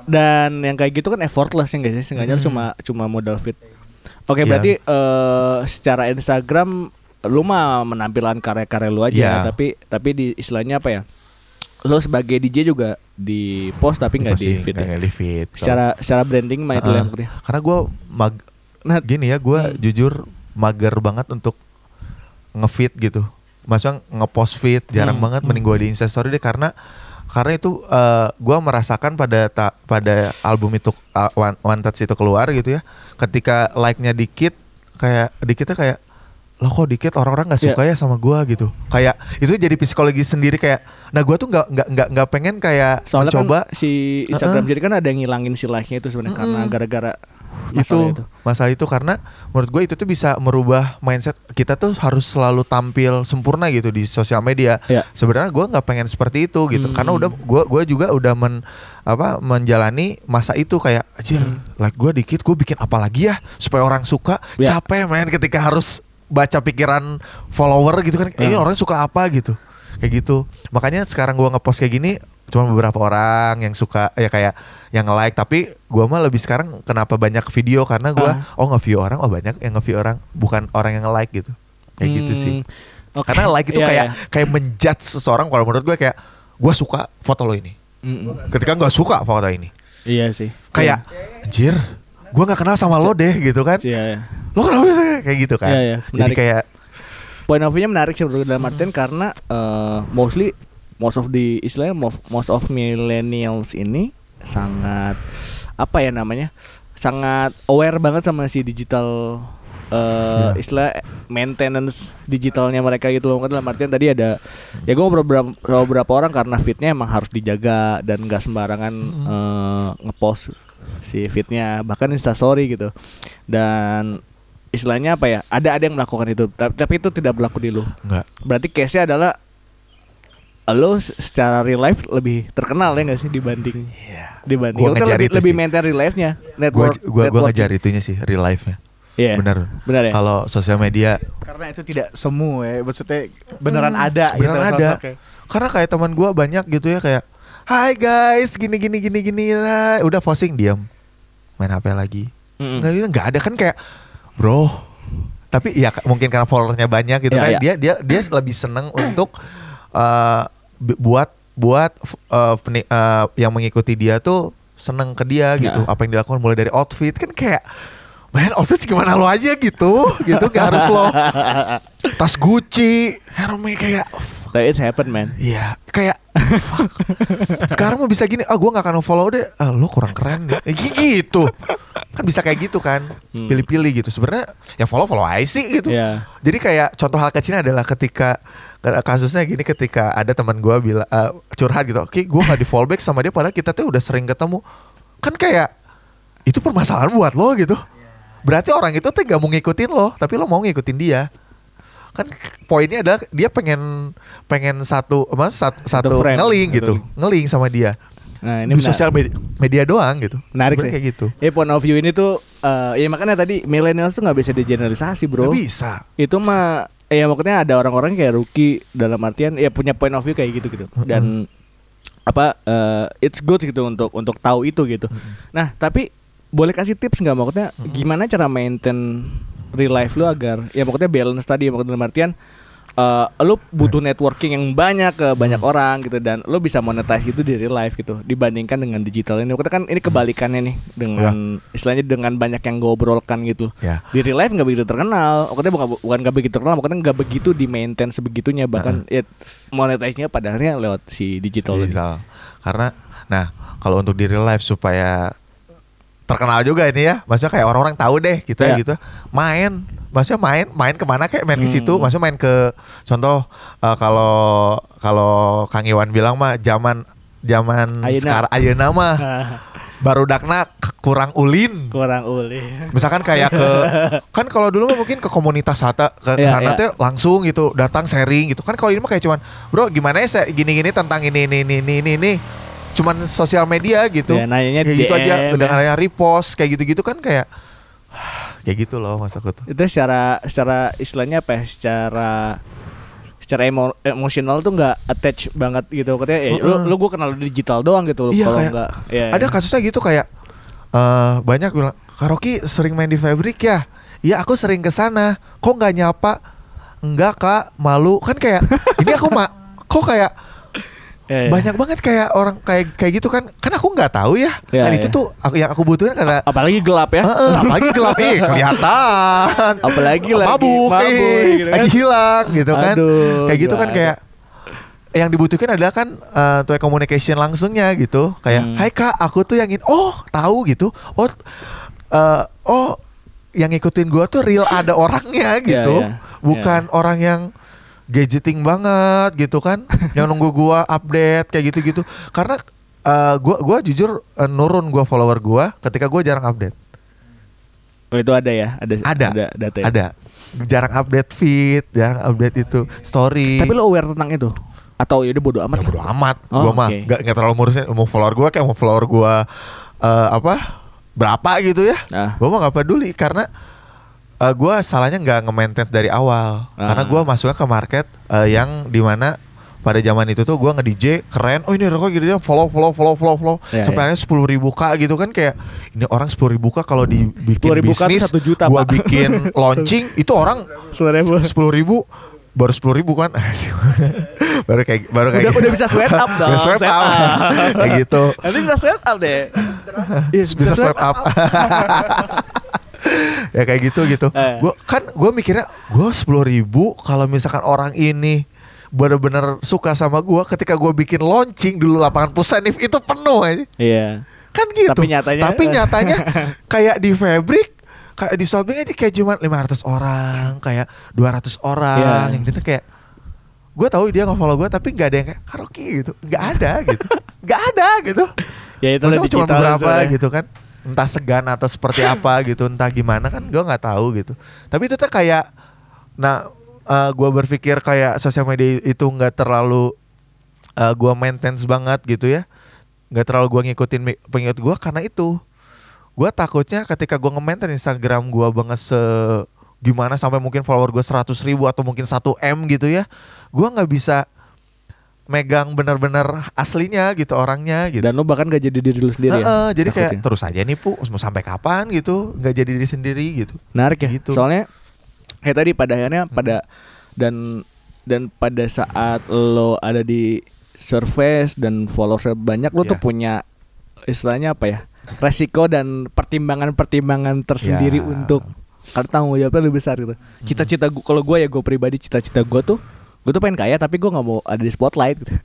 Dan yang kayak gitu kan effortless ya nggak sih? Seenggaknya Hmm. cuma cuma modal fit. Oke, Iya. berarti eh, secara Instagram lu mah menampilkan karya-karya lu aja, Iya. tapi tapi di istilahnya apa ya? Lu sebagai D J juga di post tapi nggak di Posting, fit. Ya? nggak di feed. Secara secara branding mah itu Uh-uh. yang penting. Karena gue mag Nah, gini ya, gue Hmm. jujur mager banget untuk nge-feed gitu. Maksudnya nge-post feed jarang Hmm, banget. hmm. Mending gue di Instastory deh karena karena itu uh, gue merasakan pada ta- pada album itu uh, One, One Touch itu keluar gitu ya. Ketika like-nya dikit, kayak dikitnya kayak loh kok dikit orang-orang nggak suka ya sama gue gitu. Kayak itu jadi psikologi sendiri kayak. Nah gue tuh nggak nggak nggak nggak pengen kayak soalnya mencoba kan si Instagram Uh-uh. jadi kan ada yang ngilangin si like-nya itu sebenarnya karena Mm-mm. gara-gara itu masalah itu. masalah itu karena menurut gue itu tuh bisa merubah mindset kita tuh harus selalu tampil sempurna gitu di sosial media. Ya. Sebenarnya gue nggak pengen seperti itu gitu Hmm. karena udah gue gue juga udah men apa menjalani masa itu kayak anjir Hmm. like gue dikit gue bikin apa lagi ya supaya orang suka. Ya. Capek men ketika harus baca pikiran follower gitu kan ini Ya. orang suka apa gitu kayak gitu. Makanya sekarang gue ngepost kayak gini cuma beberapa orang yang suka ya kayak yang nge-like, tapi gua mah lebih sekarang kenapa banyak video karena gua Ah. oh nge-view orang, oh banyak yang nge-view orang, bukan orang yang nge-like gitu. Kayak gitu sih. Hmm, oke. Karena like itu Iya, kayak iya. kayak menjudge seseorang. Kalau menurut gue kayak gua suka foto lo ini. Mm-mm. Ketika nggak suka foto ini, Iya sih. kayak anjir, gua nggak kenal sama lo deh gitu kan. Iya, iya. Lo kenapa sih kayak gitu kan? Iya, iya, Jadi menarik. kayak Point of view-nya menarik sih bro, dalam artian karena eh, mostly most of the istilahnya most, most of millennials ini sangat apa ya namanya sangat aware banget sama si digital eh Ya. istilah maintenance digitalnya mereka gitu loh. Kan dalam artian tadi ada ya gue ngobrol beberapa, beberapa orang karena fitnya emang harus dijaga dan nggak sembarangan eh, ngepost si feednya, bahkan instastory gitu. Dan istilahnya apa ya? Ada ada yang melakukan itu, tapi itu tidak berlaku di lu. Enggak. Berarti case-nya adalah lo secara real life lebih terkenal ya nggak sih dibanding Iya. dibanding Gua lo ngejar lebih, itu lebih sih. maintain real life-nya Gua network gua gua networking. ngejar itunya sih real life-nya. Iya. Benar. Benar ya. Kalau sosial media Karena itu tidak semu ya, maksudnya beneran ada gitu beneran ada. sosoknya. Karena kayak teman gua banyak gitu ya kayak, "Hai guys, gini gini gini gini lah." Udah posting diam. Main H P lagi. Mm-mm. Nggak nggak ada kan kayak, "Bro." Tapi ya mungkin karena followernya banyak gitu Iya, kan iya. dia dia dia lebih seneng untuk uh, b- buat buat uh, peni- uh, yang mengikuti dia tuh seneng ke dia gitu. Nah. Apa yang dilakukan mulai dari outfit kan kayak, "Man, outfit gimana lo aja gitu." Gitu gak harus lo tas Gucci, Hermes kayak So it's happened man. iya, kayak fuck. Sekarang mau bisa gini, ah gue gak akan follow deh. Ah, lo kurang keren deh. Eh, gitu. Kan bisa kayak gitu kan. Hmm. Pilih-pilih gitu. Sebenarnya ya follow-follow aja sih gitu. Iya. Jadi kayak contoh hal kecilnya adalah ketika kasusnya gini, ketika ada teman gue bilang uh, curhat gitu, "Oke, gue gak di follow back sama dia padahal kita tuh udah sering ketemu." Kan kayak itu permasalahan buat lo gitu. Berarti orang itu tuh gak mau ngikutin lo, tapi lo mau ngikutin dia. Kan poinnya adalah dia pengen pengen satu apa satu, satu frame, ngeling satu gitu, link. ngeling sama dia. Nah ini Di menarik. sosial media, media doang gitu. Menarik Sebenarnya sih. kayak gitu. Ya point of view ini tuh eh, ya makanya tadi millennials tuh nggak bisa digeneralisasi bro. Gak bisa. Itu mah ya maksudnya ada orang-orang kayak Ruki dalam artian ya punya point of view kayak gitu gitu. Dan apa eh, it's good gitu untuk untuk tahu itu gitu. Nah tapi boleh kasih tips nggak maksudnya gimana cara maintain real life lu agar ya maksudnya balance tadi maksudnya dalam artian eh, lu butuh networking yang banyak ke banyak orang gitu dan lu bisa monetize gitu di real life gitu dibandingkan dengan digital ini. Maksudnya kan ini kebalikannya nih dengan istilahnya dengan banyak yang ngobrolkan gitu. Ya. Di real life nggak begitu terkenal. Maksudnya bukan bukan nggak begitu terkenal, maksudnya nggak begitu di maintain sebegitunya bahkan ya monetize-nya padahalnya lewat si digital. ini. Digital. Karena nah, kalau untuk di real life supaya terkenal juga ini ya, maksudnya kayak orang-orang tahu deh kita Iya. gitu, main, maksudnya main, main kemana kayak main ke situ, Hmm. maksudnya main ke, contoh uh, kalau kalau Kang Iwan bilang mah zaman zaman Ayeuna. sekarang ayeuna mah barudakna k- kurang ulin. Kurang uli. Misalkan kayak ke kan kalau dulu mah mungkin ke komunitas Hata ke Iya, sana iya. tuh langsung gitu datang sharing gitu kan. Kalau ini mah kayak cuman bro gimana ya saya gini-gini tentang ini ini ini ini ini, ini. Cuman sosial media gitu. Ya, nanyanya kayak gitu D M, aja udah ya. kayak repost kayak gitu-gitu kan kayak kayak gitu loh maksudku tuh. Itu secara secara istilahnya apa ya? Secara secara emo, emosional tuh nggak attach banget gitu. Katanya ya, lu Heeh. lu gua kenal digital doang gitu. Iya, Kalau kayak nggak ya, Ada ya. kasusnya gitu kayak eh banyak bilang Karoki sering main di Fabric ya. Iya aku sering ke sana. Kok nggak nyapa? Enggak kak, malu kan kayak ini aku mak kok kayak Ya, ya. banyak banget kayak orang kayak kayak gitu kan kan aku nggak tahu ya, Ya, kan itu ya. tuh aku, yang aku butuhin karena Apalagi gelap ya. Heeh, apalagi gelap ih kelihatan Apalagi lagi mabuk, mabuk, ih, gitu kan. lagi hilang gitu kan. Aduh, Kayak gitu kan gimana? kayak yang dibutuhkan adalah kan uh, tuh communication langsungnya gitu kayak Hmm. hai kak aku tuh yang ingin oh tahu gitu oh uh, oh yang ngikutin gua tuh real ada orangnya gitu ya. bukan orang yang gadgeting banget gitu kan yang nunggu gua update kayak gitu-gitu karena uh, gua gua jujur uh, nurun gua follower gua ketika gua jarang update. Oh itu ada ya, ada Ada, ada data ya? ada. Jarang update feed, jarang update itu story. Tapi lo aware tentang itu? Atau ya udah bodo amat Ya lah? bodo amat. Oh, Gua mah oke. nggak nggak terlalu ngurusin mau follower gua kayak mau follower gua eh, apa berapa gitu ya. Ah. Gua mah nggak peduli karena eh, gua salahnya nggak nge-maintain dari awal. Ah. Karena gua masuknya ke market eh, yang dimana pada zaman itu tuh gua nge-D J keren. Oh ini rokok gitu dia follow follow follow follow follow Ya, sampai akhirnya sepuluh ribu k gitu kan kayak ini orang sepuluh ribu k kalau dibikin sepuluh ribu K bisnis tuh satu juta, gua Pak. bikin launching itu orang Sebenarnya sepuluh ribu baru sepuluh ribu kan baru kayak baru kayak udah gitu. udah bisa swipe up dong. Udah swipe up. Kayak gitu. Nanti bisa swipe up deh. Iya, Bisa swipe up. Ya kayak gitu gitu. Eh. Gua kan gue mikirnya gue sepuluh ribu kalau misalkan orang ini benar-benar suka sama gue ketika gue bikin launching dulu lapangan Pusanif itu penuh aja. Iya. Kan gitu. Tapi nyatanya- Tapi nyatanya kayak di Fabric kayak di Shopee aja kayak cuma lima ratus orang, kayak dua ratus orang Iya. yang gitu kayak gue tahu dia nge-follow gue tapi nggak ada yang kayak Karoki gitu. Nggak ada gitu. Nggak ada gitu. Ya itu Maksudnya lebih cuma digital beberapa sebenarnya. gitu kan. entah segan atau seperti apa gitu, entah gimana kan gue nggak tahu gitu. Tapi itu tuh kayak, nah uh, gue berpikir kayak sosial media itu nggak terlalu uh, gue maintenance banget gitu ya, nggak terlalu gue ngikutin pengikut gue karena itu. Gue takutnya ketika gue nge-maintain Instagram gue banget se gimana sampai mungkin follower gue seratus ribu atau mungkin satu M gitu ya, gue nggak bisa megang benar-benar aslinya gitu orangnya gitu. Dan lo bahkan gak jadi diri lu sendiri. Uh, uh, ya? Jadi Takutnya. kayak terus aja nih Pu, mau sampai kapan gitu, nggak jadi diri sendiri gitu. Menarik ya. Gitu. Soalnya kayak tadi pada akhirnya hmm. pada dan dan pada saat lo ada di surface dan followersnya banyak, lo yeah. tuh punya istilahnya apa ya? Resiko dan pertimbangan-pertimbangan tersendiri yeah. untuk karena tanggung jawabnya lebih besar gitu. Cita-cita gua, kalau gue ya gue pribadi cita-cita gue tuh gue tuh pengen kaya tapi gue nggak mau ada di spotlight gitu.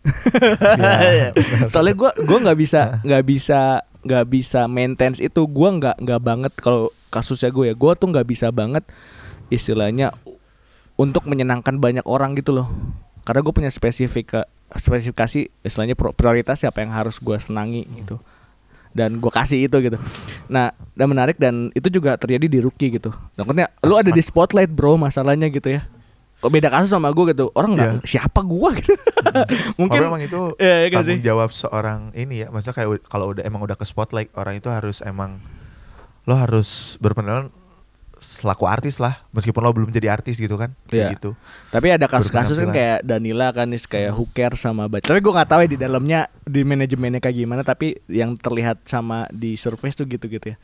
Ya. Soalnya gue gue nggak bisa nggak bisa nggak bisa maintenance itu. Gue nggak nggak banget kalau kasusnya gue ya, gue tuh nggak bisa banget istilahnya untuk menyenangkan banyak orang gitu loh. Karena gue punya spesifik spesifikasi istilahnya prioritas siapa yang harus gue senangi gitu. Dan gue kasih itu gitu. Nah, dan menarik dan itu juga terjadi di Rookie gitu. Maksudnya lu ada di spotlight bro, masalahnya gitu ya. Kok beda kasus sama gue gitu. Orang nggak yeah. siapa gue gitu. Mungkin memang itu ya, ya, tanggung jawab seorang ini ya. Maksudnya kayak kalau udah emang udah ke spotlight, orang itu harus emang lo harus berpenampilan selaku artis lah, meskipun lo belum jadi artis gitu kan, kayak yeah. gitu. Tapi ada kasus-kasus kan kayak Danila kan nih kayak who cares sama Baca. Tapi gue nggak tahu ya di dalamnya di manajemennya kayak gimana. Tapi yang terlihat sama di surface tuh gitu-gitu ya.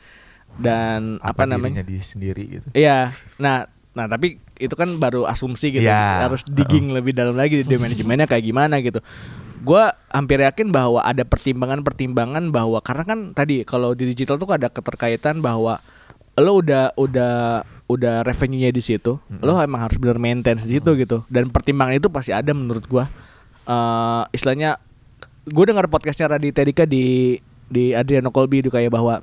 Dan apa, apa namanya? Diri sendiri gitu. Iya. Nah, nah tapi itu kan baru asumsi gitu. Yeah. Harus digging uh-uh. lebih dalam lagi di manajemennya kayak gimana gitu. Gue hampir yakin bahwa ada pertimbangan-pertimbangan bahwa karena kan tadi kalau di digital tuh ada keterkaitan bahwa lo udah udah udah revenue-nya di situ, mm-hmm. lo emang harus benar maintain di situ mm-hmm. gitu. Dan pertimbangan itu pasti ada menurut gue. Uh, istilahnya, gue dengar podcastnya Raditya Dika di di Adriano Colby itu kayak bahwa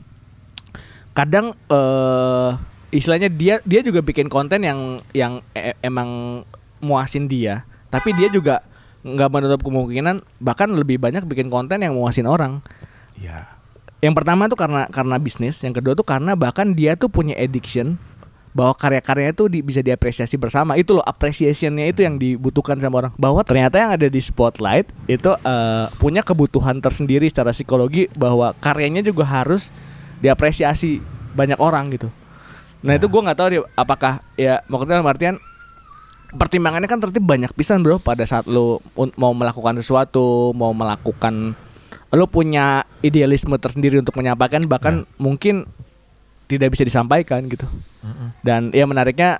kadang uh, istilahnya dia dia juga bikin konten yang yang e- emang muasin dia, tapi dia juga nggak menutup kemungkinan bahkan lebih banyak bikin konten yang muasin orang. Iya. Yeah. Yang pertama tuh karena karena bisnis, yang kedua tuh karena bahkan dia tuh punya addiction bahwa karya-karyanya tuh di, bisa diapresiasi bersama. Itu loh appreciation-nya itu yang dibutuhkan sama orang. Bahwa ternyata yang ada di spotlight itu uh, punya kebutuhan tersendiri secara psikologi bahwa karyanya juga harus diapresiasi banyak orang gitu. Nah, itu gue nggak tahu deh apakah ya maksudnya artian pertimbangannya kan tertib banyak pisan bro pada saat lo mau melakukan sesuatu, mau melakukan lo punya idealisme tersendiri untuk menyampaikan bahkan nah. mungkin tidak bisa disampaikan gitu. Mm-mm. Dan ya menariknya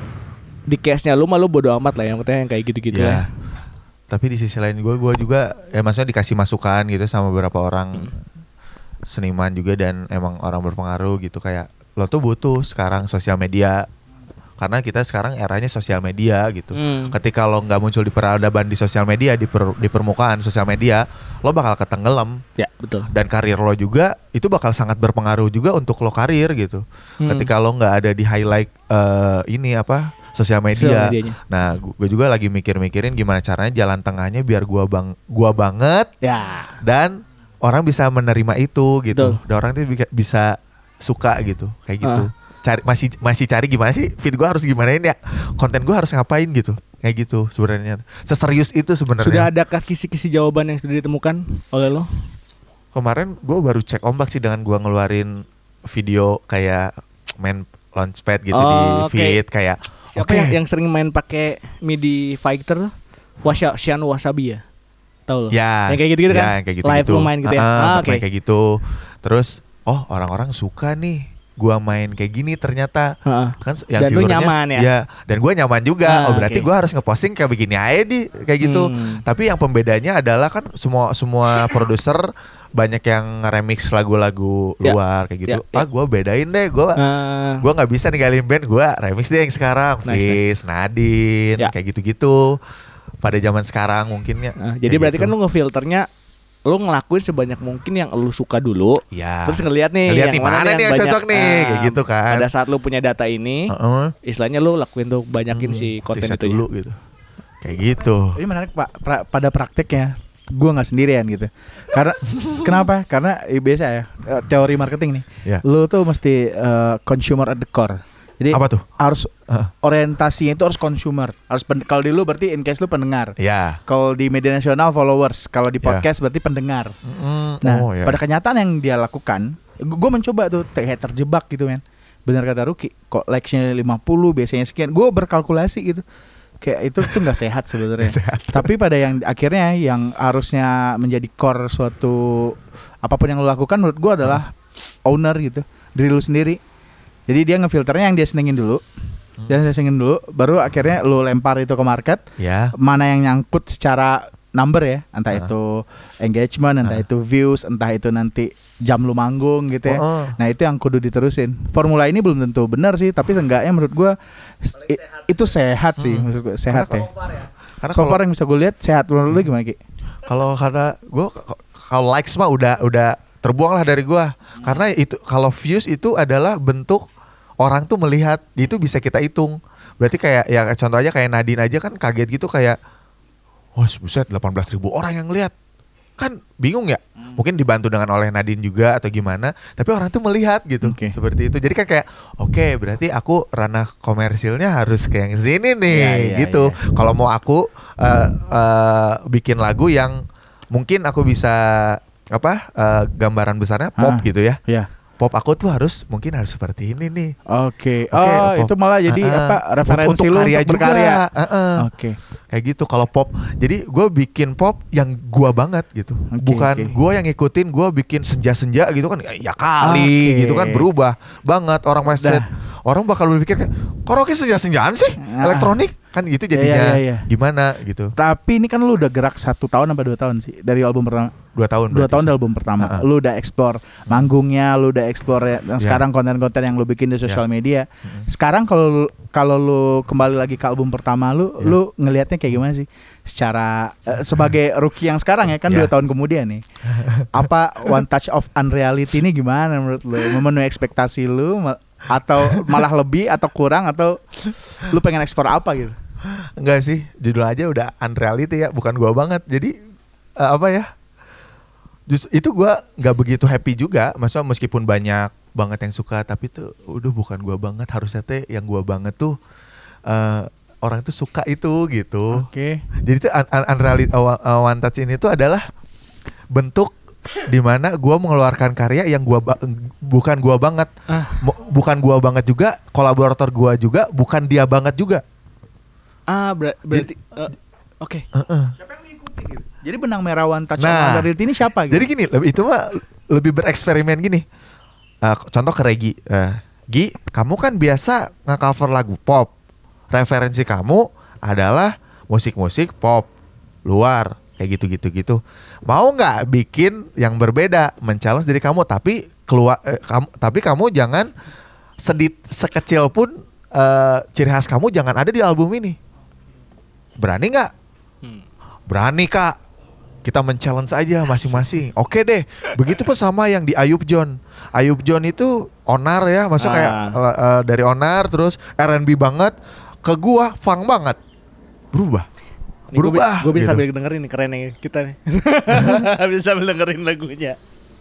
di case-nya lu mah lu bodo amat lah yang yang kayak gitu-gitu ya. lah. Tapi di sisi lain gue gue juga ya maksudnya dikasih masukan gitu sama beberapa orang hmm. seniman juga dan emang orang berpengaruh gitu kayak lo tuh butuh sekarang sosial media. Karena kita sekarang eranya sosial media gitu. Hmm. Ketika lo nggak muncul di peradaban di sosial media, di, per, di permukaan sosial media, lo bakal ketenggelam. Ya betul. Dan karir lo juga itu bakal sangat berpengaruh juga untuk lo karir gitu. Hmm. Ketika lo nggak ada di highlight uh, ini apa sosial media. Nah, gue juga lagi mikir-mikirin gimana caranya jalan tengahnya biar gua bang, gua banget. Ya. Dan orang bisa menerima itu gitu. Betul. Dan orang itu bisa suka gitu, kayak gitu. Uh. Cari masih masih cari gimana sih feed gue harus gimanain ya, konten gue harus ngapain gitu, kayak gitu sebenarnya. Seserius itu sebenarnya. Sudah adakah kisi-kisi jawaban yang sudah ditemukan oleh lo? Kemarin gue baru cek ombak sih dengan gue ngeluarin video kayak main launchpad gitu oh, di feed okay. Kayak siapa okay. yang, yang sering main pakai MIDI fighter Washa Shian Wasabi ya, tahu lo? Ya, yang kayak gitu-gitu ya, kan? Yang kayak gitu, live gitu. main gitu ya. Uh, ah, oke. Okay. Kayak gitu. Terus oh orang-orang suka nih gua main kayak gini ternyata uh-uh. kan yang dan lu nyaman ya? Ya dan gua nyaman juga. Uh, oh berarti okay. gua harus ngeposting kayak begini aja di kayak gitu. Hmm. Tapi yang pembedanya adalah kan semua semua produser banyak yang remix lagu-lagu yeah. luar kayak gitu. Yeah, ah yeah. gua bedain deh, gua uh. gua nggak bisa ninggalin band, gua remix deh yang sekarang. Nice, Fis, Nadine, yeah. kayak gitu-gitu. Pada zaman sekarang mungkinnya. Uh, jadi berarti gitu. Kan lu ngefilternya lu ngelakuin sebanyak mungkin yang lu suka dulu, ya. Terus ngelihat nih ngeliat yang mana, mana nih yang banyak, cocok nih, uh, kayak gitu kan. Pada saat lu punya data ini, uh-uh. istilahnya lu lakuin tuh banyakin hmm, si konten itu dulu gitu, kayak gitu. Ini menarik pak, pra, pada prakteknya gue nggak sendirian gitu. Karena kenapa? Karena eh, biasa ya eh, teori marketing nih. Yeah. Lu tuh mesti uh, consumer at the core. Jadi Apa tuh? harus Uh. orientasinya itu harus consumer. Harus pen- kalau di lu berarti in case lu pendengar. Ya. Kalau di media nasional followers, kalau di Ya. podcast berarti pendengar. Mm, Nah, oh, ya. pada kenyataan yang dia lakukan, gue mencoba tuh kayak terjebak gitu men. Benar kata Ruki, kok likes-nya lima puluh biasanya sekian. Gue berkalkulasi gitu. Kayak itu tuh nggak sehat sebenarnya. Tapi pada yang akhirnya yang harusnya menjadi core suatu apapun yang lo lakukan menurut gue adalah owner gitu, diri lu sendiri. Jadi dia ngefilternya yang dia senengin dulu. Hmm. Dia senengin dulu, baru akhirnya lu lempar itu ke market. Ya. Mana yang nyangkut secara number ya, entah Uh. itu engagement, entah Uh. itu views, entah itu nanti jam lu manggung gitu ya. Oh, oh. Nah itu yang kudu diterusin. Formula ini belum tentu benar sih, tapi seenggaknya menurut gua i- itu sehat sih, Hmm. menurut gua sehat ya. Karena So kalau far yang bisa gue lihat sehat. Menurut lu gimana Ki? kalau kata gue kalau likes mah udah udah terbuang lah dari gue. Karena itu kalau views itu adalah bentuk orang tuh melihat, itu bisa kita hitung. Berarti kayak ya contoh aja kayak Nadine aja kan kaget gitu kayak, wah buset delapan belas ribu orang yang lihat. Kan bingung ya, mungkin dibantu dengan oleh Nadine juga atau gimana, tapi orang tuh melihat gitu, Oke. seperti itu. Jadi kan kayak, oke okay, berarti aku ranah komersilnya harus kayak yang sini nih, Ya, ya, gitu. ya. Kalau mau aku uh, uh, bikin lagu yang mungkin aku bisa apa uh, gambaran besarnya pop Ah. gitu ya. Ya. Pop aku tuh harus mungkin harus seperti ini nih. Oke. Oke, Oh, pop. itu malah jadi Uh-uh. apa referensi Untuk lu karya untuk berkarya. juga. Uh-uh. Oke. Kayak gitu kalau pop. Jadi gue bikin pop yang gua banget gitu. Oke, Bukan oke. gua yang ngikutin, gua bikin senja-senja gitu kan ya kali Oke. gitu kan, berubah banget orang mindset. Orang bakal berpikir kayak karaoke senja-senjaan sih, Ah. elektronik kan gitu Ya, jadinya. ya, ya, ya. Gimana gitu. Tapi ini kan lu udah gerak satu tahun sampai dua tahun sih dari album pertama. Dua tahun. Dua berarti tahun sih. dari album pertama. Uh-uh. Lu udah explore manggungnya, lu udah explore ya, yang Ya. sekarang konten-konten yang lu bikin di sosial Ya. media. Mm-mm. Sekarang kalau lu- kalau lu kembali lagi ke album pertama lu, Ya. lu ngelihatnya kayak gimana sih? Secara eh, sebagai rookie yang sekarang ya kan Ya. dua tahun kemudian nih. Apa one touch of unreality ini gimana menurut lu? Memenuhi ekspektasi lu ma- atau malah lebih atau kurang atau lu pengen ekspor apa gitu? Enggak sih, judul aja udah unreality ya, bukan gua banget. Jadi eh, apa ya? Just, itu gua nggak begitu happy juga. Maksudnya meskipun banyak banget yang suka, tapi tuh udah bukan gua banget. Harusnya teh yang gua banget tuh eh, orang tuh suka itu gitu. Oke. Jadi tuh un- un- unreality uh, uh, one touch ini tuh adalah bentuk dimana gua mengeluarkan karya yang gua ba- bukan gua banget, Ah. Mo- bukan gua banget juga, kolaborator gua juga bukan dia banget juga. Ah, ber- berarti eh, oke. Heeh. Siapa yang mengikuti gitu? Jadi benang merah one touch Nah, of unreality ini siapa gitu? Jadi gini, lebih- itu mah lebih bereksperimen gini. Uh, contoh ke Regi, uh, Gi, kamu kan biasa nge-cover lagu pop. Referensi kamu adalah musik-musik pop luar, kayak gitu-gitu gitu. Mau nggak bikin yang berbeda, men-challenge diri kamu, tapi keluar, eh, kamu, tapi kamu jangan sedit sekecil pun uh, ciri khas kamu jangan ada di album ini. Berani nggak? Hmm. Berani kak. Kita men-challenge aja masing-masing. Oke deh. Begitupun sama yang di Ayub John. Ayub John itu onar ya, maksudnya kayak Ah. uh, uh, dari onar terus R and B banget ke gua funk banget. Berubah. Berubah. Gue bisa gitu. sambil dengerin nih, keren nih kita nih. Bisa sambil dengerin lagunya.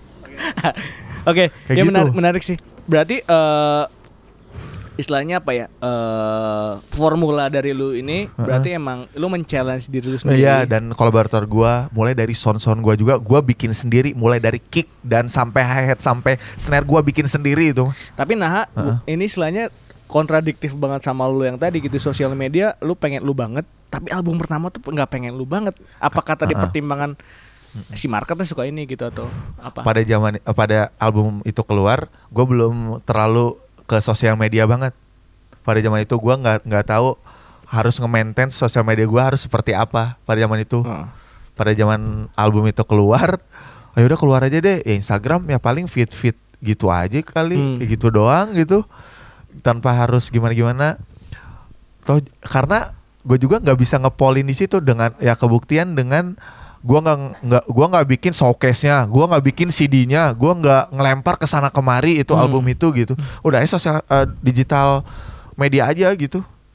Oke, Kayak ya gitu. menarik, menarik sih. Berarti eh istilahnya apa ya? eh formula dari lu ini berarti emang lu men-challenge diri lu sendiri. Iya, dan kolaborator gua mulai dari sound-sound gua juga gua bikin sendiri, mulai dari kick dan sampai hi-hat sampai snare gua bikin sendiri itu. Tapi nah, bu- ini istilahnya kontradiktif banget sama lu yang tadi gitu. Sosial media lu pengen lu banget, tapi album pertama tuh nggak pengen lu banget. Apakah tadi Uh-uh. pertimbangan si marketnya suka ini gitu atau apa? Pada zaman eh, pada album itu keluar, gua belum terlalu ke sosial media banget. Pada zaman itu gua nggak nggak tahu harus nge-maintain sosial media gua harus seperti apa pada zaman itu. Heeh. Pada zaman album itu keluar, ayo udah keluar aja deh. Ya Instagram ya paling feed-feed gitu aja kali, Hmm. kayak gitu doang gitu. Tanpa harus gimana-gimana. Toh karena gue juga nggak bisa ngepolin di situ dengan ya kebuktian dengan gua nggak nggak gua nggak bikin showcase-nya, gua nggak bikin C D-nya, gua nggak ngelempar ke sana kemari itu Hmm. album itu gitu. Udah ini sosial eh, digital media aja gitu.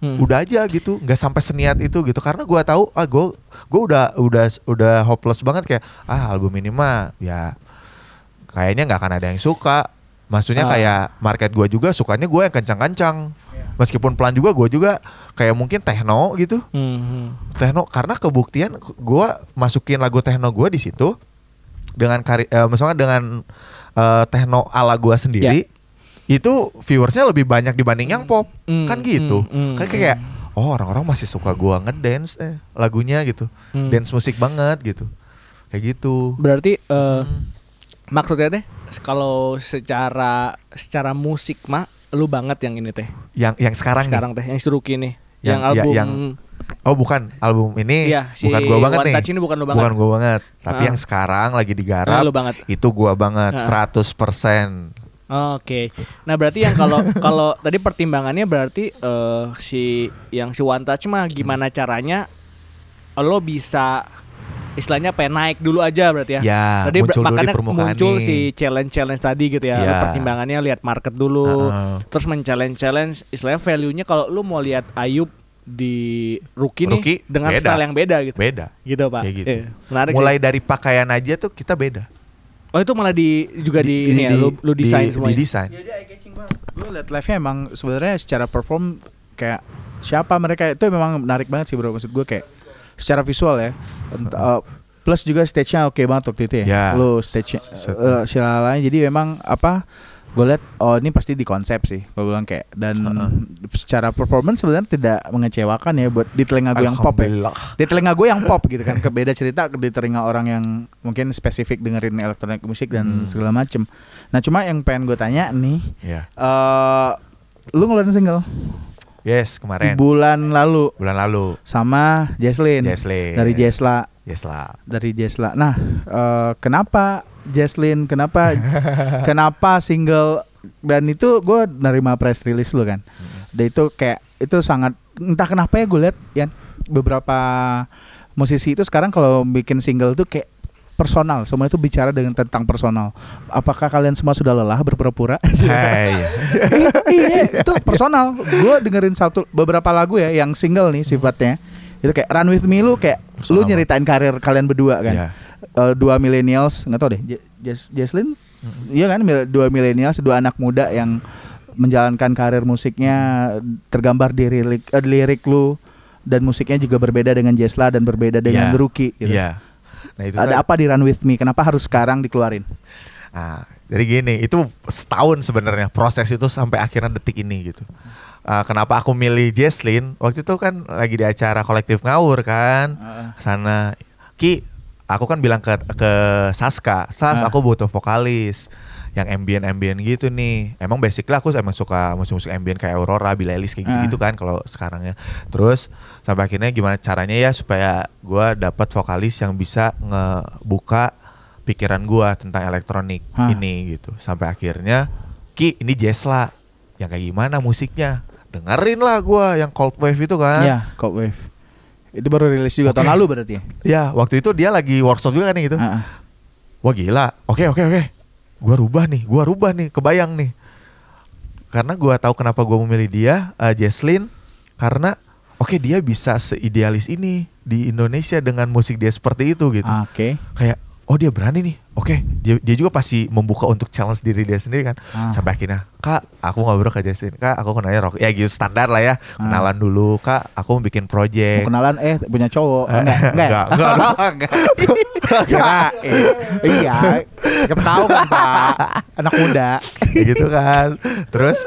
Hmm. Udah aja gitu, nggak sampai seniat itu gitu. Karena gue tahu, ah gue gue udah udah udah hopeless banget kayak ah album ini mah ya kayaknya nggak akan ada yang suka. Maksudnya Ah. kayak market gue juga sukanya gue yang kencang-kencang. Meskipun pelan juga gue juga kayak mungkin techno gitu. Hmm. Techno karena kebuktian gue masukin lagu techno gue di situ dengan kari, eh, misalnya dengan eh, techno ala gue sendiri. Itu viewersnya lebih banyak dibanding yang pop. Mm, Kan gitu. mm, mm, Kan kayak oh orang-orang masih suka gua ngedance eh lagunya gitu. Mm. Dance musik banget gitu. Kayak gitu. Berarti eh, Hmm. maksudnya teh kalau secara secara musik mah lu banget yang ini teh. Yang yang sekarang, Sekarang nih. teh yang Suruki nih. Yang- Yang, ya, album yang- Oh bukan album ini Iya, si bukan gua banget One nih. Touch ini bukan lu banget. Bukan gua banget. Tapi Ah. yang sekarang lagi Nah, digarap lu banget. itu gua banget Ah. seratus persen. Oke. Nah, berarti yang kalau kalau tadi pertimbangannya berarti eh, si yang si One Touch mah gimana caranya lo bisa istilahnya pengen naik dulu aja berarti ya. Ya, Tadi ber- muncul dulu di makanya permukaan muncul nih. si challenge-challenge tadi gitu ya. Lo Ya. pertimbangannya lihat market dulu. Uh-uh. Terus men-challenge-challenge istilahnya value-nya kalau lu mau lihat Ayub di Rookie, nih Rookie, dengan beda. style yang beda gitu. Beda. Gitu, Pak. Kayak gitu. Iya, menarik Mulai sih. dari pakaian aja tuh kita beda. Oh, itu malah di juga di, ini ya, lu lu desain di, semuanya. Di desain. Jadi eye catching banget. Gue liat live-nya emang sebenarnya secara perform kayak siapa mereka itu memang menarik banget sih bro. Maksud gue kayak secara visual ya. Ent- uh, plus juga stage-nya oke banget waktu itu ya. Ya. Lu stage-nya Set- uh, silalanya jadi memang apa? Gue liat oh ini pasti di konsep sih. Gue bilang kayak dan Uh-uh. secara performance sebenarnya tidak mengecewakan ya buat di telinga gue yang pop ya. Alhamdulillah. Di telinga gue yang pop gitu kan, kebeda cerita di telinga orang yang mungkin spesifik dengerin elektronik musik dan Hmm. segala macem. Nah cuma yang pengen gue tanya nih, Ya. eh lu ngeluarin single Yes, di kemarin bulan lalu bulan lalu. sama Jesslyn, Jesslyn. dari Jesla, Yes lah. dari Jesla. Nah eh, kenapa Jesslyn, kenapa kenapa single dan itu gue nerima press release lu kan, dan itu kayak itu sangat entah kenapa ya gue liat ya beberapa musisi itu sekarang kalau bikin single tuh kayak personal, semua itu bicara dengan tentang personal. Apakah kalian semua sudah lelah berpura-pura? Hai. Iya, itu personal. Gue dengerin satu beberapa lagu ya yang single nih sifatnya. Itu kayak Run With Me lu kayak Personal lu nyeritain karir kalian berdua kan. Iya. Eh, dua millennials, nggak tau deh. J- Jes- Jesslyn, iya kan, mil- dua millennials, dua anak muda yang menjalankan karir musiknya tergambar di lirik, eh, lirik lu dan musiknya juga berbeda dengan Jesla dan berbeda dengan Iya. The Rookie. Gitu. Iya. Nah itu Ada tadi- apa di Run With Me? Kenapa harus sekarang dikeluarin? Nah, jadi gini, itu setahun sebenarnya proses itu sampai akhirnya detik ini gitu. Ah, kenapa aku milih Jesslyn? Waktu itu kan lagi di acara kolektif ngawur kan, Heeh. sana Ki, aku kan bilang ke ke Saska, Sas Ah. aku butuh vokalis yang ambient-ambient gitu nih. Emang basically aku emang suka musik-musik ambient kayak Aurora, Billie Eilish kayak Ah. gitu-gitu kan kalau sekarangnya. Terus sampai akhirnya gimana caranya ya supaya gua dapat vokalis yang bisa ngebuka pikiran gua tentang elektronik Hah. ini gitu. Sampai akhirnya Ki, ini Jesla. Yang kayak gimana musiknya? Dengerin lah gua yang Cold Wave itu kan. Ya, Cold Wave. Itu baru rilis juga Oke. tahun lalu berarti ya? Ya, waktu itu dia lagi workshop juga kan gitu. Heeh. Wah gila, oke oke oke, gua rubah nih, gua rubah nih, kebayang nih. Karena gua tahu kenapa gua memilih dia, uh, Jesslyn, karena oke dia bisa seidealis ini di Indonesia dengan musik dia seperti itu gitu. Oke. Kayak oh dia berani nih, oke dia dia juga pasti membuka untuk challenge diri dia sendiri kan. Ah. Sampai akhirnya kak, aku ngobrol ke Jesslyn, kak aku kenalnya rock, ya gitu standar lah ya, kenalan dulu, kak aku mau bikin Mau project. kenalan eh punya cowok. Oh, enggak, enggak. Enggak, enggak, enggak. enggak. Kira, eh, iya, siapa tahu kan Pak, anak muda. Kayak gitu kan. Terus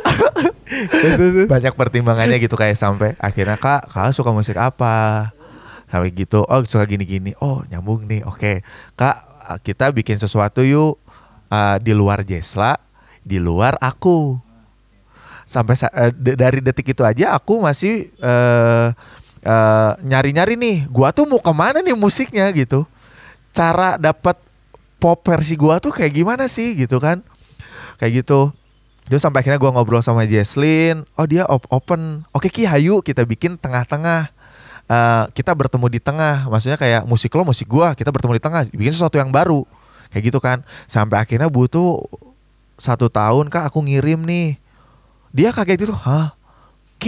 banyak pertimbangannya gitu kayak sampai akhirnya kak, kak suka musik apa? Sampai gitu, oh suka gini-gini, oh nyambung nih, oke kak kita bikin sesuatu yuk uh, di luar Jesla, di luar aku. Sampai sa- uh, d- dari detik itu aja aku masih uh, uh, nyari-nyari nih, gua tuh mau kemana nih musiknya gitu. Cara dapat pop versi gua tuh kayak gimana sih gitu kan? Kayak gitu. Terus sampai akhirnya gua ngobrol sama Jesslyn, oh dia op- open. Oke Ki, hayu kita bikin tengah-tengah. Uh, kita bertemu di tengah, maksudnya kayak musik lo, musik gua, kita bertemu di tengah, bikin sesuatu yang baru, kayak gitu kan. Sampai akhirnya butuh satu tahun kak, aku ngirim nih. Dia kaget gitu, hah? Ki,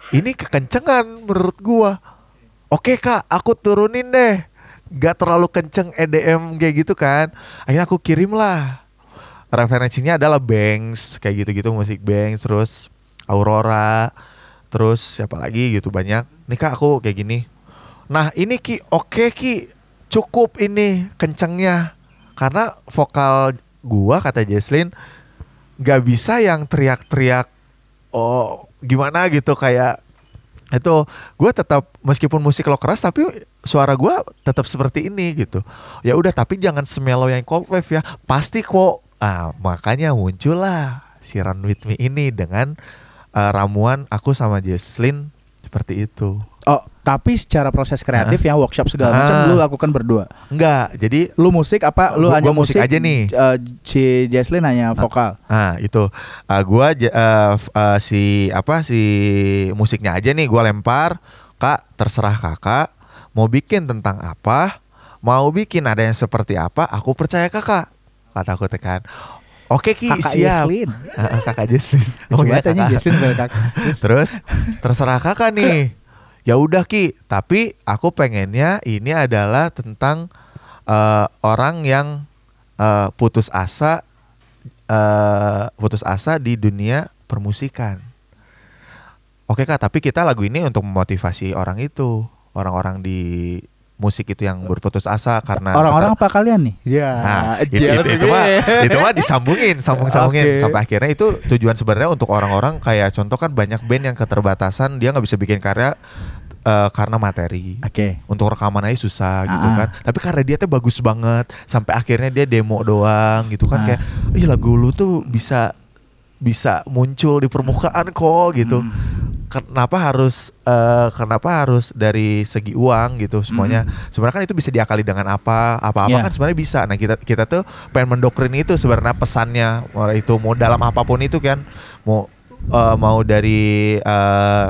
ini kekencengan menurut gua. Oke kak, aku turunin deh, gak terlalu kenceng E D M kayak gitu kan. Akhirnya aku kirim lah. Referensinya adalah Banks, kayak gitu-gitu, musik Banks, terus Aurora, terus siapa lagi gitu banyak. Nih kak aku kayak gini. Nah ini Ki, oke Ki, cukup ini kencengnya. Karena vokal gua kata Jesslyn gak bisa yang teriak-teriak oh gimana gitu kayak itu. Gue tetap meskipun musik lo keras tapi suara gue tetap seperti ini gitu. Ya udah tapi jangan semelo yang Cold Wave ya. Pasti kok. Ah makanya muncullah si Run With Me ini dengan uh, ramuan aku sama Jesslyn seperti itu. Oh, tapi secara proses kreatif uh, yang workshop segala uh, macam lu lakukan berdua. Enggak, jadi lu musik apa lu gua, hanya gua musik, musik aja nih. Uh, si Jesslyn hanya vokal. Nah, itu. Uh, gua uh, uh, si apa si musiknya aja nih gua lempar, Kak, terserah Kakak mau bikin tentang apa, mau bikin ada yang seperti apa, aku percaya Kakak. Kata aku tekan. Oke Ki, kakak siap. Jesslyn. Uh, kakak Jesslyn. Oh, coba tanya Jesslyn ke kakak. Terus terserah Kakak nih. Ya udah Ki, tapi aku pengennya ini adalah tentang uh, orang yang uh, putus asa, uh, putus asa di dunia permusikan. Oke Kak, tapi kita lagu ini untuk memotivasi orang itu, orang-orang di musik itu yang berputus asa karena orang-orang apa kalian nih? Ya, nah, itu, itu, itu mah itu mah disambungin, sambung-sambungin okay. Sampai akhirnya itu tujuan sebenarnya untuk orang-orang kayak contoh kan banyak band yang keterbatasan dia nggak bisa bikin karya uh, karena materi. Oke. Okay. Untuk rekaman aja susah gitu kan. Tapi karena dia tuh bagus banget sampai akhirnya dia demo doang gitu kan. Kayak ih lagu lu tuh bisa bisa muncul di permukaan kok gitu. Hmm. Kenapa harus uh, kenapa harus dari segi uang gitu semuanya. Hmm. Sebenarnya kan itu bisa diakali dengan apa apa-apa yeah. Kan sebenarnya bisa. Nah kita kita tuh pengen mendoktrin itu sebenarnya pesannya itu mau dalam apapun itu kan mau uh, mau dari uh,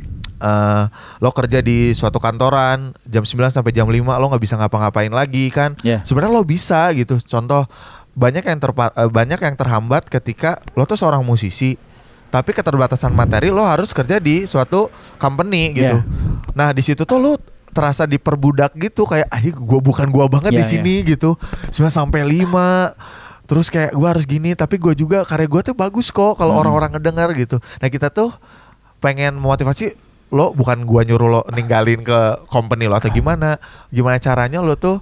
uh, lo kerja di suatu kantoran jam sembilan sampai jam lima lo nggak bisa ngapa-ngapain lagi kan. Yeah. Sebenarnya lo bisa gitu. Contoh banyak yang terpa- uh, banyak yang terhambat ketika lo tuh seorang musisi. Tapi keterbatasan materi lo harus kerja di suatu company gitu. Yeah. Nah di situ tuh lo terasa diperbudak gitu kayak ah gue bukan gue banget yeah, di sini yeah. gitu. Cuma sampai lima. Terus kayak gue harus gini tapi gue juga karya gue tuh bagus kok kalau hmm. orang-orang ngedengar gitu. Nah kita tuh pengen memotivasi lo bukan gue nyuruh lo ninggalin ke company lo atau gimana. Gimana caranya lo tuh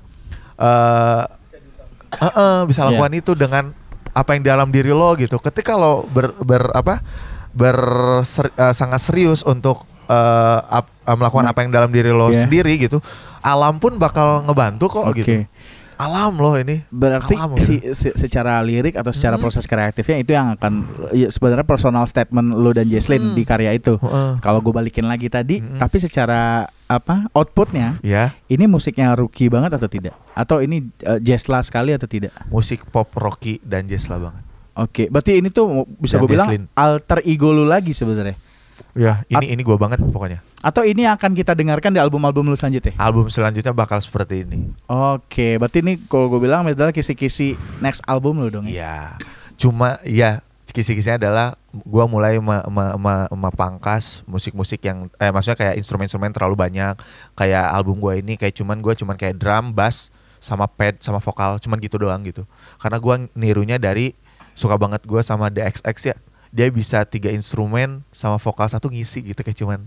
uh, uh, uh, bisa lakukan yeah. itu dengan apa yang dalam diri lo gitu. Ketika lo ber, ber apa ber ser, uh, sangat serius untuk uh, ap, uh, melakukan nah, apa yang dalam diri lo yeah. sendiri gitu, alam pun bakal ngebantu kok okay. gitu. Alam loh ini. Berarti alam, si, si, secara lirik atau secara hmm. proses kreatifnya itu yang akan ya, sebenarnya personal statement lo dan Jesslyn hmm. di karya itu. Uh. Kalau gue balikin lagi tadi, hmm. tapi secara apa outputnya, yeah. ini musiknya rookie banget atau tidak? Atau ini uh, jazzla sekali atau tidak? Musik pop rocky dan jazzla banget. Oke, okay. Berarti ini tuh bisa gue bilang alter ego lu lagi sebenarnya. Ya, ini At- ini gue banget pokoknya. Atau ini akan kita dengarkan di album-album lu selanjutnya? Album selanjutnya bakal seperti ini. Oke, berarti ini kalau gue bilang adalah kisi-kisi next album lu dong ya? Iya, cuma ya kisi-kisinya adalah gue mulai me- me- me- mepangkas musik-musik yang, eh maksudnya kayak instrumen-instrumen terlalu banyak. Kayak album gue ini kayak cuman gue cuman kayak drum, bass, sama pad, sama vokal, cuman gitu doang gitu. Karena gue nirunya dari, suka banget gue sama D X X ya. Dia bisa tiga instrumen sama vokal satu ngisi gitu kayak cuman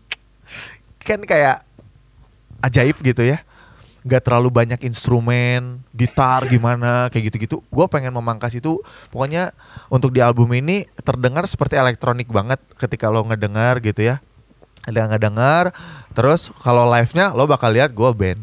kan kayak ajaib gitu ya. Gak terlalu banyak instrumen, gitar gimana kayak gitu-gitu. Gue pengen memangkas itu. Pokoknya untuk di album ini terdengar seperti elektronik banget ketika lo ngedengar gitu ya. Ada ngedengar. Terus kalau live-nya lo bakal lihat gue band.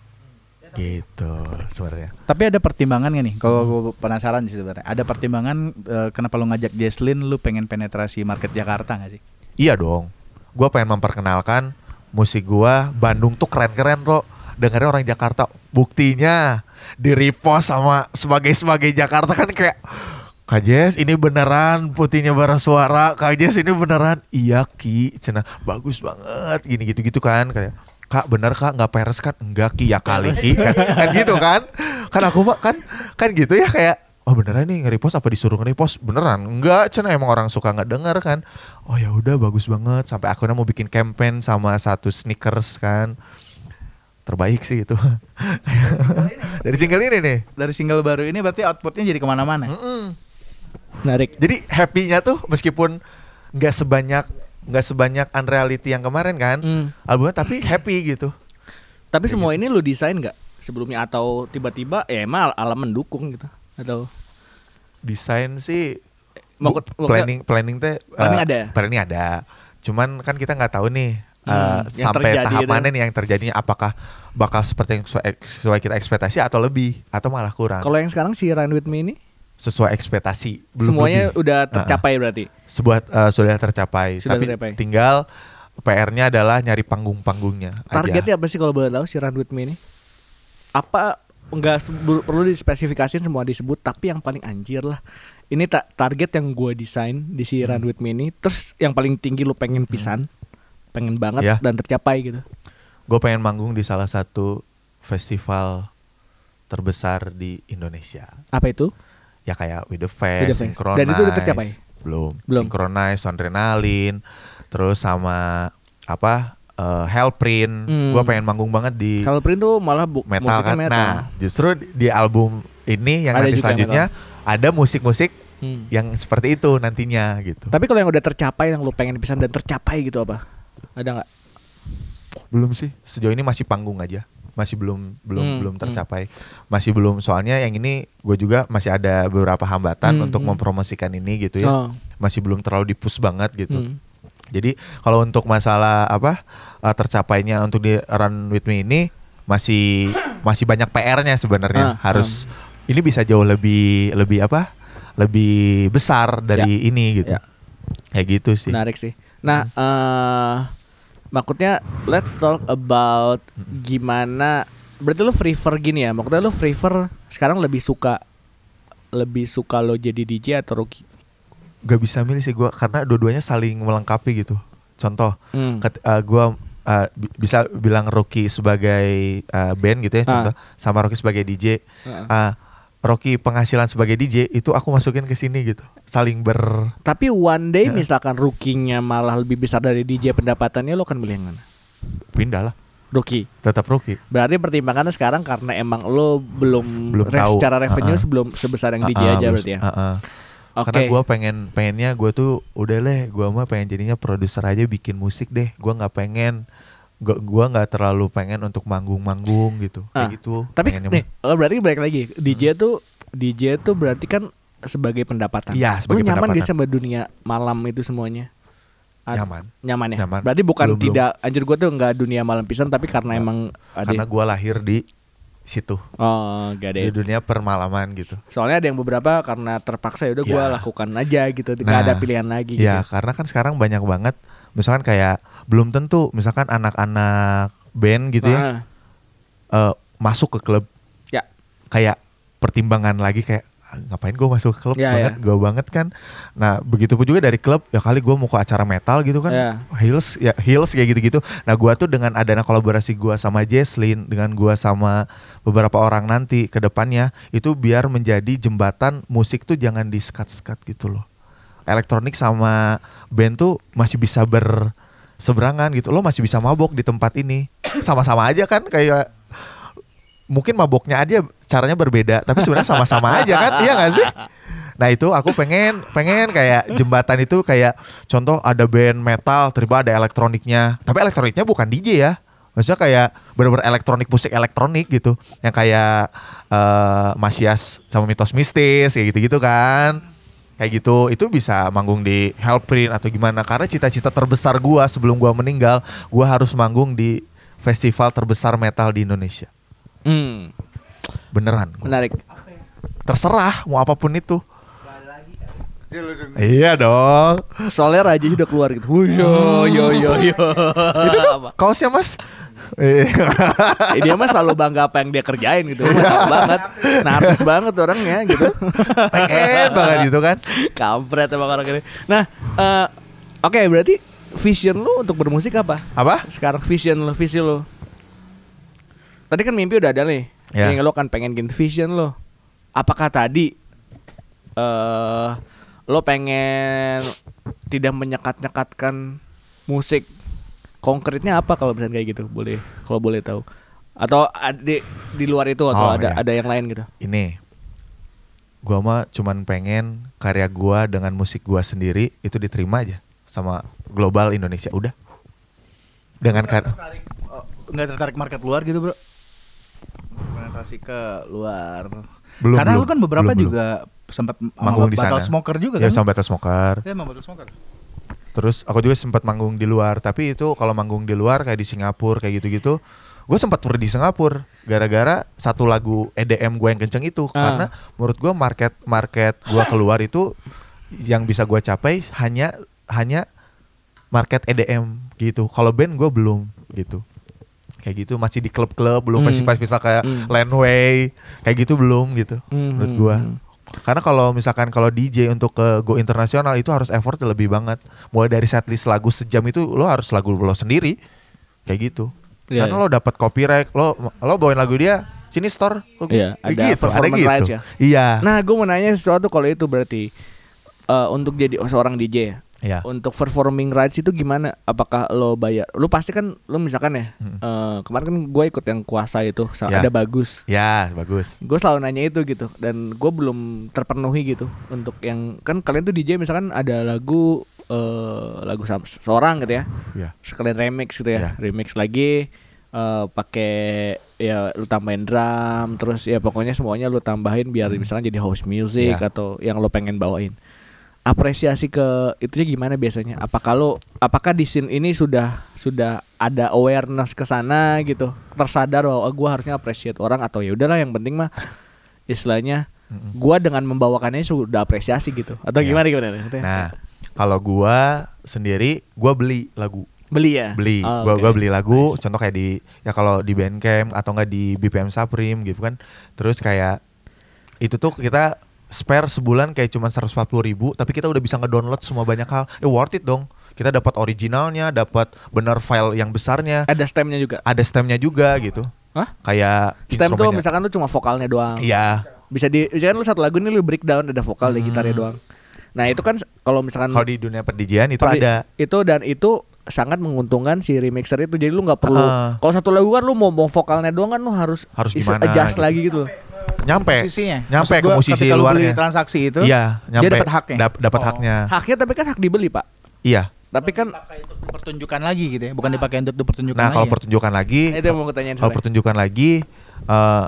Gitu sebenarnya. Tapi ada pertimbangan gak nih? Kalau gue penasaran sih sebenarnya. Ada pertimbangan uh, kenapa lo ngajak Jesslyn, lu pengen penetrasi market Jakarta gak sih? Iya dong. Gue pengen memperkenalkan musik gue. Bandung tuh keren-keren bro. Dengerin orang Jakarta. Buktinya di repost sama sebagai-sebagai Jakarta kan kayak Kak Jess ini beneran putihnya bara suara. Kak Jess ini beneran. Iya Ki, cina bagus banget. Gini gitu-gitu kan kayak Kak bener Kak nggak peres kan? Enggak Ki ya kali Ki kan, kan gitu kan? Kan aku Pak kan kan gitu ya kayak oh beneran nih nge-repost apa disuruh nge-repost? Beneran? Enggak, Cen emang orang suka nggak denger kan. Oh ya udah bagus banget. Sampai akhirnya mau bikin campaign sama satu sneakers kan. Terbaik sih itu. Dari single ini nih. Dari single baru ini berarti outputnya jadi kemana-mana. Mm-mm. Menarik. Jadi happy-nya tuh meskipun nggak sebanyak nggak sebanyak Unreality yang kemarin kan, Hmm. albumnya tapi happy gitu. Tapi semua ini lu desain nggak sebelumnya atau tiba-tiba ya emang alam mendukung gitu atau Desain sih Mau- bu- mau- planning planning teh Planning eh, ada? planning ada. Cuman kan kita nggak tahu nih Hmm, eh, yang sampai terjadi tahap itu. mana nih yang terjadinya, apakah bakal seperti yang sesuai, sesuai kita ekspektasi atau lebih atau malah kurang. kalau yang sekarang si Run With Me ini Sesuai ekspektasi belum semuanya lebih. udah tercapai berarti. Sebuah eh, sudah tercapai, Sudah tapi tercapai. tinggal P R-nya adalah nyari panggung-panggungnya aja. Targetnya apa sih kalau boleh tahu si Run With Me ini? Apa enggak perlu dispesifikasiin semua disebut tapi yang paling anjir lah. Ini ta- target yang gue desain di si Run With Me ini, terus yang paling tinggi lu pengen pisan, pengen banget Ya. dan tercapai gitu. Gue pengen manggung di salah satu festival terbesar di Indonesia. Apa itu? Ya kayak With The With The Fest, Fest. Synchronize. Dan itu udah tercapai? Belum. Belum. Synchronize, Adrenaline, terus sama apa? Uh, Hellprint. Hmm. Gue pengen manggung banget di Kalau print tuh malah bu- metal musiknya kan. metal. Nah, justru di album ini yang Ada nanti juga selanjutnya ada musik-musik Hmm. yang seperti itu nantinya gitu. Tapi kalau yang udah tercapai yang lu pengen pisan dan tercapai gitu apa? Ada nggak? Belum sih. Sejauh ini masih panggung aja. Masih belum belum Hmm, belum hmm. tercapai. Masih belum, soalnya yang ini gue juga masih ada beberapa hambatan Hmm, untuk hmm. mempromosikan ini gitu ya. Oh. Masih belum terlalu di-push banget gitu. Hmm. Jadi kalau untuk masalah apa uh, tercapainya untuk di Run With Me ini masih masih banyak P R-nya sebenarnya. Ah, Harus ini bisa jauh lebih lebih apa? Lebih besar dari ini gitu. Ya. Kayak gitu sih. Menarik sih. Nah, eh maksudnya let's talk about gimana. Berarti lu prefer gini ya? Maksudnya lu prefer sekarang lebih suka lebih suka lo jadi D J atau Rookie? Gak bisa milih sih gue, karena dua-duanya saling melengkapi gitu. Contoh, Hmm. ket, uh, gue uh, bi- bisa bilang Rocky sebagai uh, band gitu ya, Ah. contoh, sama Rocky sebagai D J. Heeh. Uh, Rocky penghasilan sebagai D J itu aku masukin ke sini gitu, saling ber. Tapi one day Ya. misalkan Rookie-nya malah lebih besar dari D J pendapatannya, lo akan milih yang mana? Pindah lah, Rookie. tetap Rocky. Berarti pertimbangannya sekarang karena emang lo belum, Belum re- tahu. secara revenue Uh-uh. sebelum sebesar yang D J Uh-uh, aja belum- berarti ya. uh-uh. Oke. Karena gue pengen pengennya gue tuh udah leh, gue mah pengen jadinya produser aja, bikin musik deh. Gue nggak pengen, gue gua nggak terlalu pengen untuk manggung-manggung gitu, Ah, kayak gitu. Tapi pengennya nih, mah. oh, berarti balik lagi D J tuh D J tuh berarti kan sebagai pendapatan. Iya, sebagai Lu nyaman gak pendapatan. sama dunia malam itu semuanya? Ad- Nyaman. Nyaman ya. Nyaman. Berarti bukan Belum, belum. tidak anjir gue tuh nggak dunia malam pisan tapi karena Nggak. emang ada. Karena gue lahir di situ, Oh, gak di ada. dunia permalaman gitu. Soalnya ada yang beberapa karena terpaksa ya udah gue Ya. lakukan aja gitu. Gak Nah, ada pilihan lagi Ya gitu. karena kan sekarang banyak banget, misalkan kayak belum tentu, misalkan anak-anak band gitu ya Ah, eh, masuk ke klub, Ya. kayak pertimbangan lagi kayak "Ah, ngapain gue masuk ke klub Ya, banget, gue banget kan. Nah begitu pun juga dari klub, ya kali gue mau ke acara metal gitu kan, Ya. heels ya heels kayak gitu-gitu. Nah gue tuh dengan adanya kolaborasi gue sama Jesslyn, dengan gue sama beberapa orang nanti ke depannya, itu biar menjadi jembatan musik tuh jangan di-sekat-sekat gitu loh. Elektronik sama band tuh masih bisa berseberangan gitu. Lo masih bisa mabok di tempat ini. Sama-sama aja kan, kayak mungkin maboknya aja caranya berbeda, tapi sebenarnya sama-sama aja kan, iya gak sih? Nah itu aku pengen pengen kayak jembatan itu, kayak contoh ada band metal, tiba ada elektroniknya, tapi elektroniknya bukan D J ya, maksudnya kayak bener-bener elektronik, musik elektronik gitu, yang kayak uh, Masias sama Mitos Mistis kayak gitu-gitu kan. Kayak gitu, itu bisa manggung di Hellprint atau gimana. Karena cita-cita terbesar gua sebelum gua meninggal, gua harus manggung di festival terbesar metal di Indonesia. Hmm, Beneran gua. menarik. Terserah mau apapun itu. Iya dong. Soalnya Raji udah keluar gitu. Wuh, yo yo yo yo. Itu tuh kaosnya Mas. Eh, Eh, dia mah selalu bangga apa yang dia kerjain gitu. Mantap banget. Narsis banget orangnya gitu. pengen banget gitu kan. Kampret emang orang ini. Nah, eh, oke berarti vision lu untuk bermusik apa? Apa? Sekarang vision lu, visi lu. Tadi kan mimpi udah ada nih. Ya. Yang lo kan pengen gini vision lo. Apakah tadi uh, lo pengen tidak menyekat-nyekatkan musik, konkretnya apa kalau misalnya kayak gitu? Boleh, kalau boleh tahu. Atau di di luar itu atau Oh, ada iya. ada yang lain gitu? Ini gua mah cuman pengen karya gua dengan musik gua sendiri itu diterima aja sama global Indonesia, udah. Dengan kar tertarik, oh, nggak tertarik market luar gitu bro? Penetrasi ke luar. Belum, Karena belum, lu kan beberapa belum, juga sempat manggung di Battle sana. Smoker juga Ya kan? sama Battle Smoker. Ya sama Battle Smoker. Terus aku juga sempat manggung di luar, tapi itu kalau manggung di luar kayak di Singapura kayak gitu-gitu, gue sempat tour di Singapura gara-gara satu lagu E D M gue yang kenceng itu. Ah. Karena menurut gue market market gue keluar itu yang bisa gue capai hanya hanya market E D M gitu. Kalau band gue belum gitu. Kayak gitu masih di klub-klub, belum Hmm. festival-festival kayak Hmm. Landway kayak gitu belum gitu. Hmm, Menurut hmm, gue. hmm. Karena kalau misalkan kalau D J untuk ke go internasional itu harus effort lebih banget. Mulai dari setlist lagu sejam itu lo harus lagu lo sendiri. Kayak gitu. Iya, Karena iya. lo dapat copyright, lo lo bawain lagu dia, sini store. Lo- Iya, kayak ada gitu, performance gitu. rights ya. Iya. Nah, gue mau nanya sesuatu kalau itu berarti uh, untuk jadi seorang D J ya. Iya. Untuk performing rights itu gimana? Apakah lo bayar? Lo pasti kan lo misalkan ya, Hmm. uh, kemarin kan gue ikut yang kuasa itu, sa- Ya. ada bagus. Ya, bagus. Gue selalu nanya itu gitu, dan gue belum terpenuhi gitu untuk yang kan kalian tuh D J misalkan ada lagu uh, lagu sam- seorang gitu ya, Iya. sekalian remix gitu ya, Ya. remix lagi. Uh, pakai ya lu tambahin drum, terus ya pokoknya semuanya lu tambahin biar misalnya jadi house music Ya. atau yang lo pengen bawain. Apresiasi ke itunya gimana biasanya? Apakah lo apakah di scene ini sudah sudah ada awareness ke sana gitu, tersadar bahwa oh, gua harusnya appreciate orang, atau ya udahlah yang penting mah istilahnya gua dengan membawakannya sudah apresiasi gitu, atau Ya. gimana gimana? Nah, kalau gua sendiri gua beli lagu. Beli ya? Beli, Oh, gua oke. gua beli lagu, contoh kayak di ya kalau di Bandcamp atau enggak di B P M Supreme gitu kan. Terus kayak itu tuh kita spare sebulan kayak cuma seratus empat puluh ribu, tapi kita udah bisa ngedownload semua banyak hal. Eh worth it dong. Kita dapat originalnya, dapat bener file yang besarnya, Ada stemnya juga. ada stemnya juga gitu. Hah? Kayak Stem tuh instrumennya. misalkan lu cuma vokalnya doang. Iya. Bisa di misalkan lu satu lagu nih lu breakdown ada vokal dan gitarnya doang. Nah, itu kan kalau misalkan Kalau di dunia per D J-an itu per- ada. itu dan itu sangat menguntungkan si remixer itu. Jadi lu nggak perlu Ah. kalau satu lagu kan lu mau mau vokalnya doang kan lu harus Harus is- gimana adjust gitu. lagi gitu loh. Nyampe. Musisinya. Nyampe Maksud ke gua, musisi ketika lu beli luarnya. transaksi itu, Iya, nyampe. dia dapat haknya. Dap- dapat Oh. haknya. Haknya tapi kan hak dibeli, Pak. Iya. Tapi kan dipakai untuk dipertunjukkan lagi gitu ya, bukan dipakai untuk dipertunjukkan Nah, lagi. kalau ya? pertunjukan lagi, itu yang mau gue tanyain kalau sebenarnya. pertunjukan lagi eh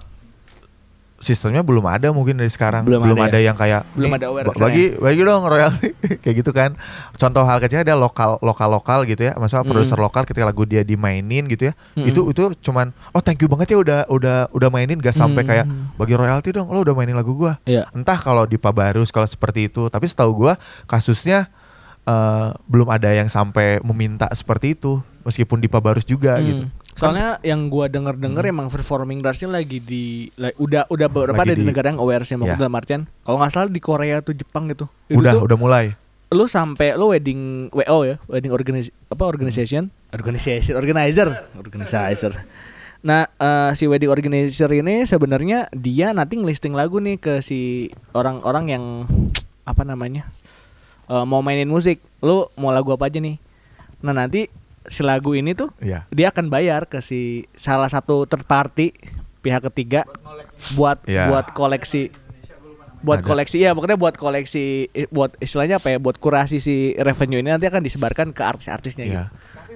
sistemnya belum ada mungkin dari sekarang. Belum Belum, ada ada, ya? yang kayak Belum "Nih, ada aware ba- kesana bagi bagi dong royalti kayak gitu kan. Contoh hal kecil ada lokal lokal lokal gitu ya. Maksudnya Mm. produser lokal ketika lagu dia dimainin gitu ya. Mm. Itu itu cuman oh thank you banget ya udah udah udah mainin gak sampai Mm. kayak bagi royalti dong lo udah mainin lagu gua. Iya. Entah kalau di Pabarus kalau seperti itu, tapi setahu gua kasusnya eh, belum ada yang sampai meminta seperti itu meskipun di Pabarus juga Hmm. gitu. Soalnya yang gua denger-denger emang performing arts-nya lagi di la- udah udah beberapa Lagi ada di di- negara yang aware sih, Ya. dalam artian kalau nggak salah di Korea tuh Jepang gitu. Itu Udah tuh udah mulai. lu sampai lu wedding W O ya, wedding organiz apa organization, organization organizer, organizer. Nah, eh, si wedding organizer ini sebenarnya dia nanti ngelisting lagu nih ke si orang-orang yang apa namanya eh, mau mainin musik. Lu mau lagu apa aja nih? Nah, nanti si lagu ini tuh Iya. dia akan bayar ke si salah satu third party pihak ketiga buat Iya. buat koleksi buat Ada. koleksi ya pokoknya buat koleksi eh, buat istilahnya apa ya buat kurasi si revenue ini nanti akan disebarkan ke artis-artisnya gitu. Iya.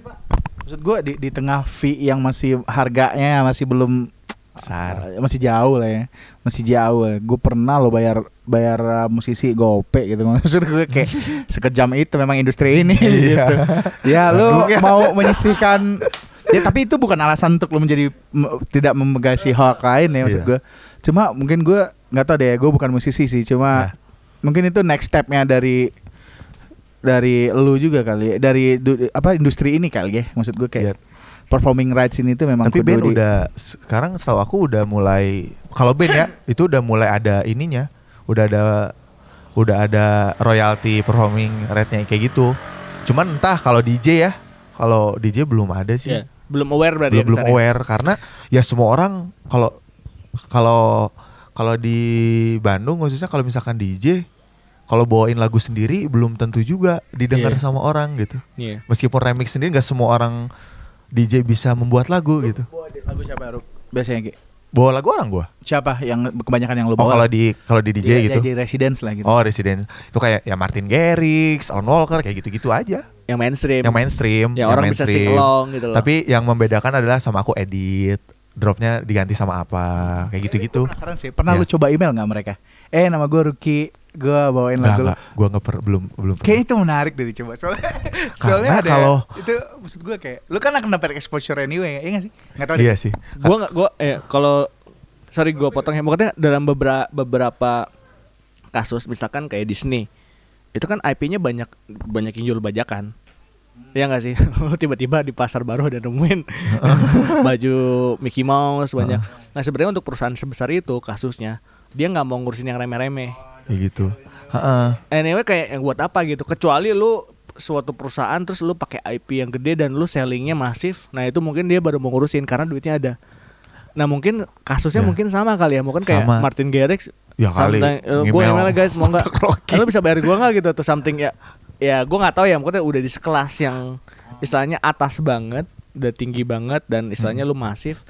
Maksud gue di di tengah fee yang masih harganya masih belum Besar. eh, masih jauh lah ya, masih jauh. Gue pernah lo bayar bayar uh, musisi gope gitu. Maksud gue kayak sekejam itu memang industri ini Iya. gitu. Ya lo Aduh. mau menyisihkan ya, tapi itu bukan alasan untuk lo menjadi m- tidak memegasi hak lain ya maksud Iya. gue. Cuma mungkin gue nggak tahu deh, gue bukan musisi sih. Cuma Ya. mungkin itu next stepnya dari dari lu juga kali ya, dari du- apa industri ini kali ya. Maksud gue kayak Iya. performing rights ini tuh memang Tapi kudu band di- udah sekarang setahu aku udah mulai kalau band ya itu udah mulai ada ininya, udah ada udah ada royalty performing rate-nya kayak gitu. Cuman entah kalau D J ya, kalau D J belum ada sih. Ya, belum aware berarti belum ya belum kesannya. aware karena ya semua orang kalau kalau kalau di Bandung khususnya kalau misalkan D J kalau bawain lagu sendiri belum tentu juga didengar Iya. sama orang gitu. Iya. Meskipun remix sendiri nggak semua orang D J bisa membuat lagu gitu. Lagu siapa Ruk? Biasanya Ki? Bawa lagu orang gua. Siapa yang kebanyakan yang lu Oh bawa? kalau di kalau di D J Iya, gitu. Di residence lah gitu. Oh Resident itu kayak ya Martin Garrix, Alan Walker kayak gitu-gitu aja. Yang mainstream. Yang mainstream. Yang orang bisa sing along gitu loh. Tapi yang membedakan adalah sama aku edit, dropnya diganti sama apa, kayak gitu-gitu. Penasaran sih, pernah Iya. lu coba email nggak mereka? Eh nama gue Ruki, gue bawain Enggak, lagu lu. enggak, gua nggak per, belum belum. Kayak itu menarik deh dicoba soalnya. soalnya ada kalau- itu maksud gue kayak lu kan akan dapat exposure anyway, iya nggak sih? Nggak tahu Iya deh. sih. Gua nggak gua eh kalau sorry gua potong ya, maksudnya dalam beberapa beberapa kasus misalkan kayak Disney itu kan I P-nya banyak banyak yang jual bajakan. Ya nggak sih, lu tiba-tiba di pasar baru ada nemuin baju Mickey Mouse banyak. Nah sebenarnya untuk perusahaan sebesar itu kasusnya dia nggak mau ngurusin yang remeh-remeh. Kayak gitu. Heeh. Anyway kayak yang buat apa gitu, kecuali lu suatu perusahaan terus lu pakai I P yang gede dan lu sellingnya masif. Nah itu mungkin dia baru mau ngurusin karena duitnya ada. Nah mungkin kasusnya Ya. mungkin sama kali ya, mungkin kayak Sama. Martin Garrix. Ya kali, Gue email. email guys mau nggak? Untuk Rocky. Lu bisa bayar gue nggak gitu atau something ya? Ya gue nggak tahu ya, mungkin udah di sekelas yang istilahnya atas banget, udah tinggi banget dan istilahnya Hmm. lu masif.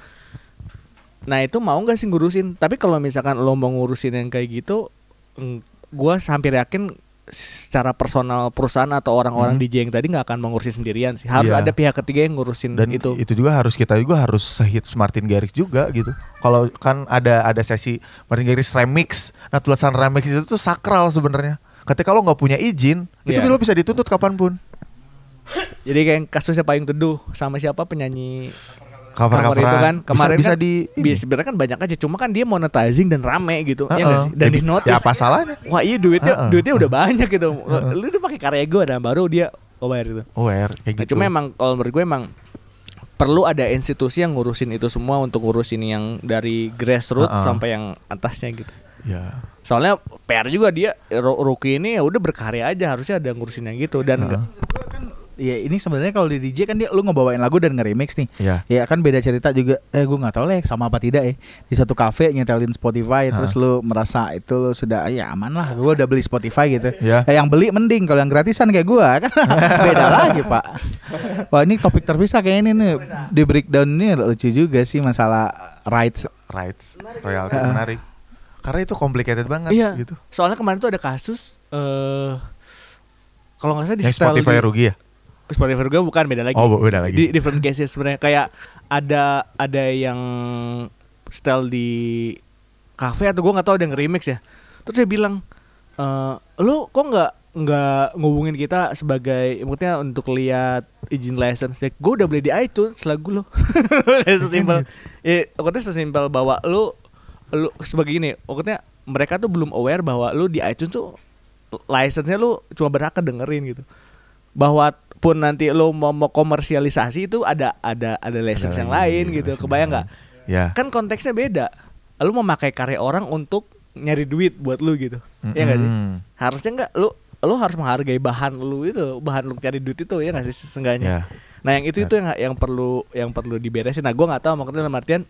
Nah itu mau nggak sih ngurusin? Tapi kalau misalkan lo mau ngurusin yang kayak gitu, gue hampir yakin secara personal perusahaan atau orang-orang Hmm. D J yang tadi nggak akan mengurusin sendirian sih. Harus Iya. ada pihak ketiga yang ngurusin Dan itu. itu. juga harus kita juga harus sehits Martin Garrix juga gitu. Kalau kan ada ada sesi Martin Garrix remix. Nah tulisan remix itu tuh sakral sebenarnya. Ketika lo nggak punya izin, itu Iya. lo bisa dituntut kapanpun. Jadi kayak kasusnya Payung Teduh sama siapa penyanyi Cover-coveran cover itu kan kemarin bisa, bisa kan di bi- sebenarnya kan banyak aja, cuma kan dia monetizing dan rame gitu. Ya nggak Heeh. sih? Dan Ya, di notice. ya apa salahnya? Wah iya duitnya Heeh. duitnya udah banyak gitu. Lu tuh pakai karya gue dan baru dia oh, bayar itu. Aware kayak Nah, gitu. cuma emang kalau menurut gue emang perlu ada institusi yang ngurusin itu semua untuk ngurusin yang dari grassroots Heeh. sampai yang atasnya gitu. Ya. Soalnya P R juga dia Ro- Rookie ini ya udah berkarya aja, harusnya ada ngurusin yang gitu dan enggak. Iya ini sebenarnya kalau di D J kan dia lu ngebawain lagu dan nge-remix nih. Iya. Ya kan beda cerita juga. Eh gue nggak tahu lah ya, sama apa tidak ya. Di satu kafe nyetelin Spotify terus lu merasa itu lu sudah ya aman lah. Gue udah beli Spotify gitu. Iya. Eh, yang beli mending, kalau yang gratisan kayak gue kan beda lagi pak. Wah ini topik terpisah kayak ini nih. Di breakdown ini lucu juga sih masalah rights. Rights, royalty menarik. Karena itu complicated banget Iya. gitu. Soalnya kemarin tuh ada kasus eh kalau nggak salah di Yang setel Spotify di- rugi ya? Spotify gue bukan, beda lagi. Oh, beda lagi. Di different cases sebenarnya, kayak ada ada yang style di cafe atau gue nggak tahu ada yang remix ya. Terus dia bilang, e, lu kok nggak nggak ngubungin kita sebagai maksudnya untuk lihat izin license? Ya, gue udah beli di iTunes lagu lo. Sesimpel, ya, maksudnya sesimpel bahwa lu lu sebagai gini, maksudnya mereka tuh belum aware bahwa lu di iTunes tuh license-nya lu cuma berhak dengerin gitu. Bahwa pun nanti lo mau, mau komersialisasi itu ada ada ada license Ada yang lagi, lain gitu, license kebayang yang nggak? Ya. Kan konteksnya beda. Lo mau pakai karya orang untuk nyari duit buat lo gitu, ya nggak sih? Mm-mm. Harusnya nggak lo lo harus menghargai bahan lo itu, bahan lo cari duit itu ya nggak sih seenggaknya. Ya. Nah yang itu itu yang yang perlu yang perlu diberesin. Nah gue nggak tahu maksudnya dalam artian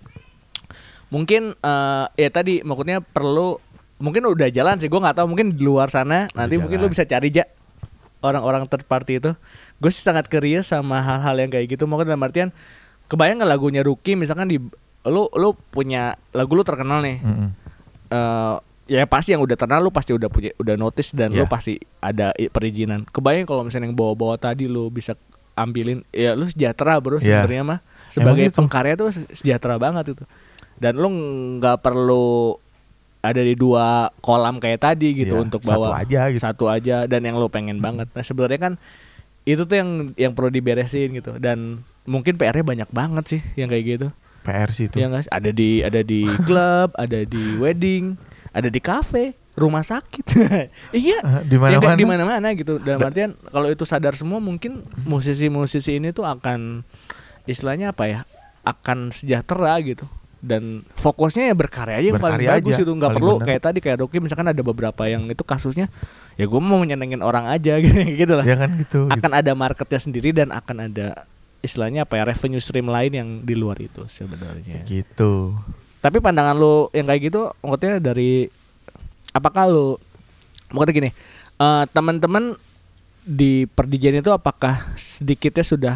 mungkin eh, ya tadi maksudnya perlu mungkin udah jalan sih, gue nggak tahu mungkin di luar sana nanti Udah mungkin jalan. lo bisa cari ja orang-orang third party itu. Gue sih sangat curious sama hal-hal yang kayak gitu. Mungkin dalam artian kebayang nggak lagunya Rookie misalkan di lu lu punya lagu lu terkenal nih. Mm-mm. Eh, ya pasti yang udah terkenal lu pasti udah punya udah notice dan lu Yeah. pasti ada i- perizinan. Kebayang kalau misalnya yang bawa-bawa tadi lu bisa ambilin, ya lu sejahtera bro Yeah. sebenarnya mah sebagai gitu. pengkarya tuh se- sejahtera banget itu. Dan lu nggak perlu ada di dua kolam kayak tadi gitu Iya, untuk satu bawa aja gitu. satu aja dan yang lu pengen banget. Nah sebenarnya kan itu tuh yang yang perlu diberesin gitu, dan mungkin P R-nya banyak banget sih yang kayak gitu. P R sih itu. Ya nggak sih? Ada di ada di klub, ada di wedding, ada di kafe, rumah sakit. Iya. Ah, di mana-mana. Di mana-mana gitu. Dalam artian kalau itu sadar semua mungkin musisi-musisi ini tuh akan istilahnya apa ya? Akan sejahtera gitu. Dan fokusnya ya berkarya aja yang paling Berkarya bagus aja, itu, nggak paling perlu bener. kayak tadi kayak Rocky misalkan ada beberapa yang itu kasusnya ya gue mau menyenengin orang aja gitu lah. Ya kan gitu. Akan ada marketnya sendiri dan akan ada istilahnya apa ya, revenue stream lain yang di luar itu sebenarnya. Gitu. Tapi pandangan lu yang kayak gitu maksudnya dari apakah lu maksudnya gini, Uh, teman-teman di perdijian itu apakah sedikitnya sudah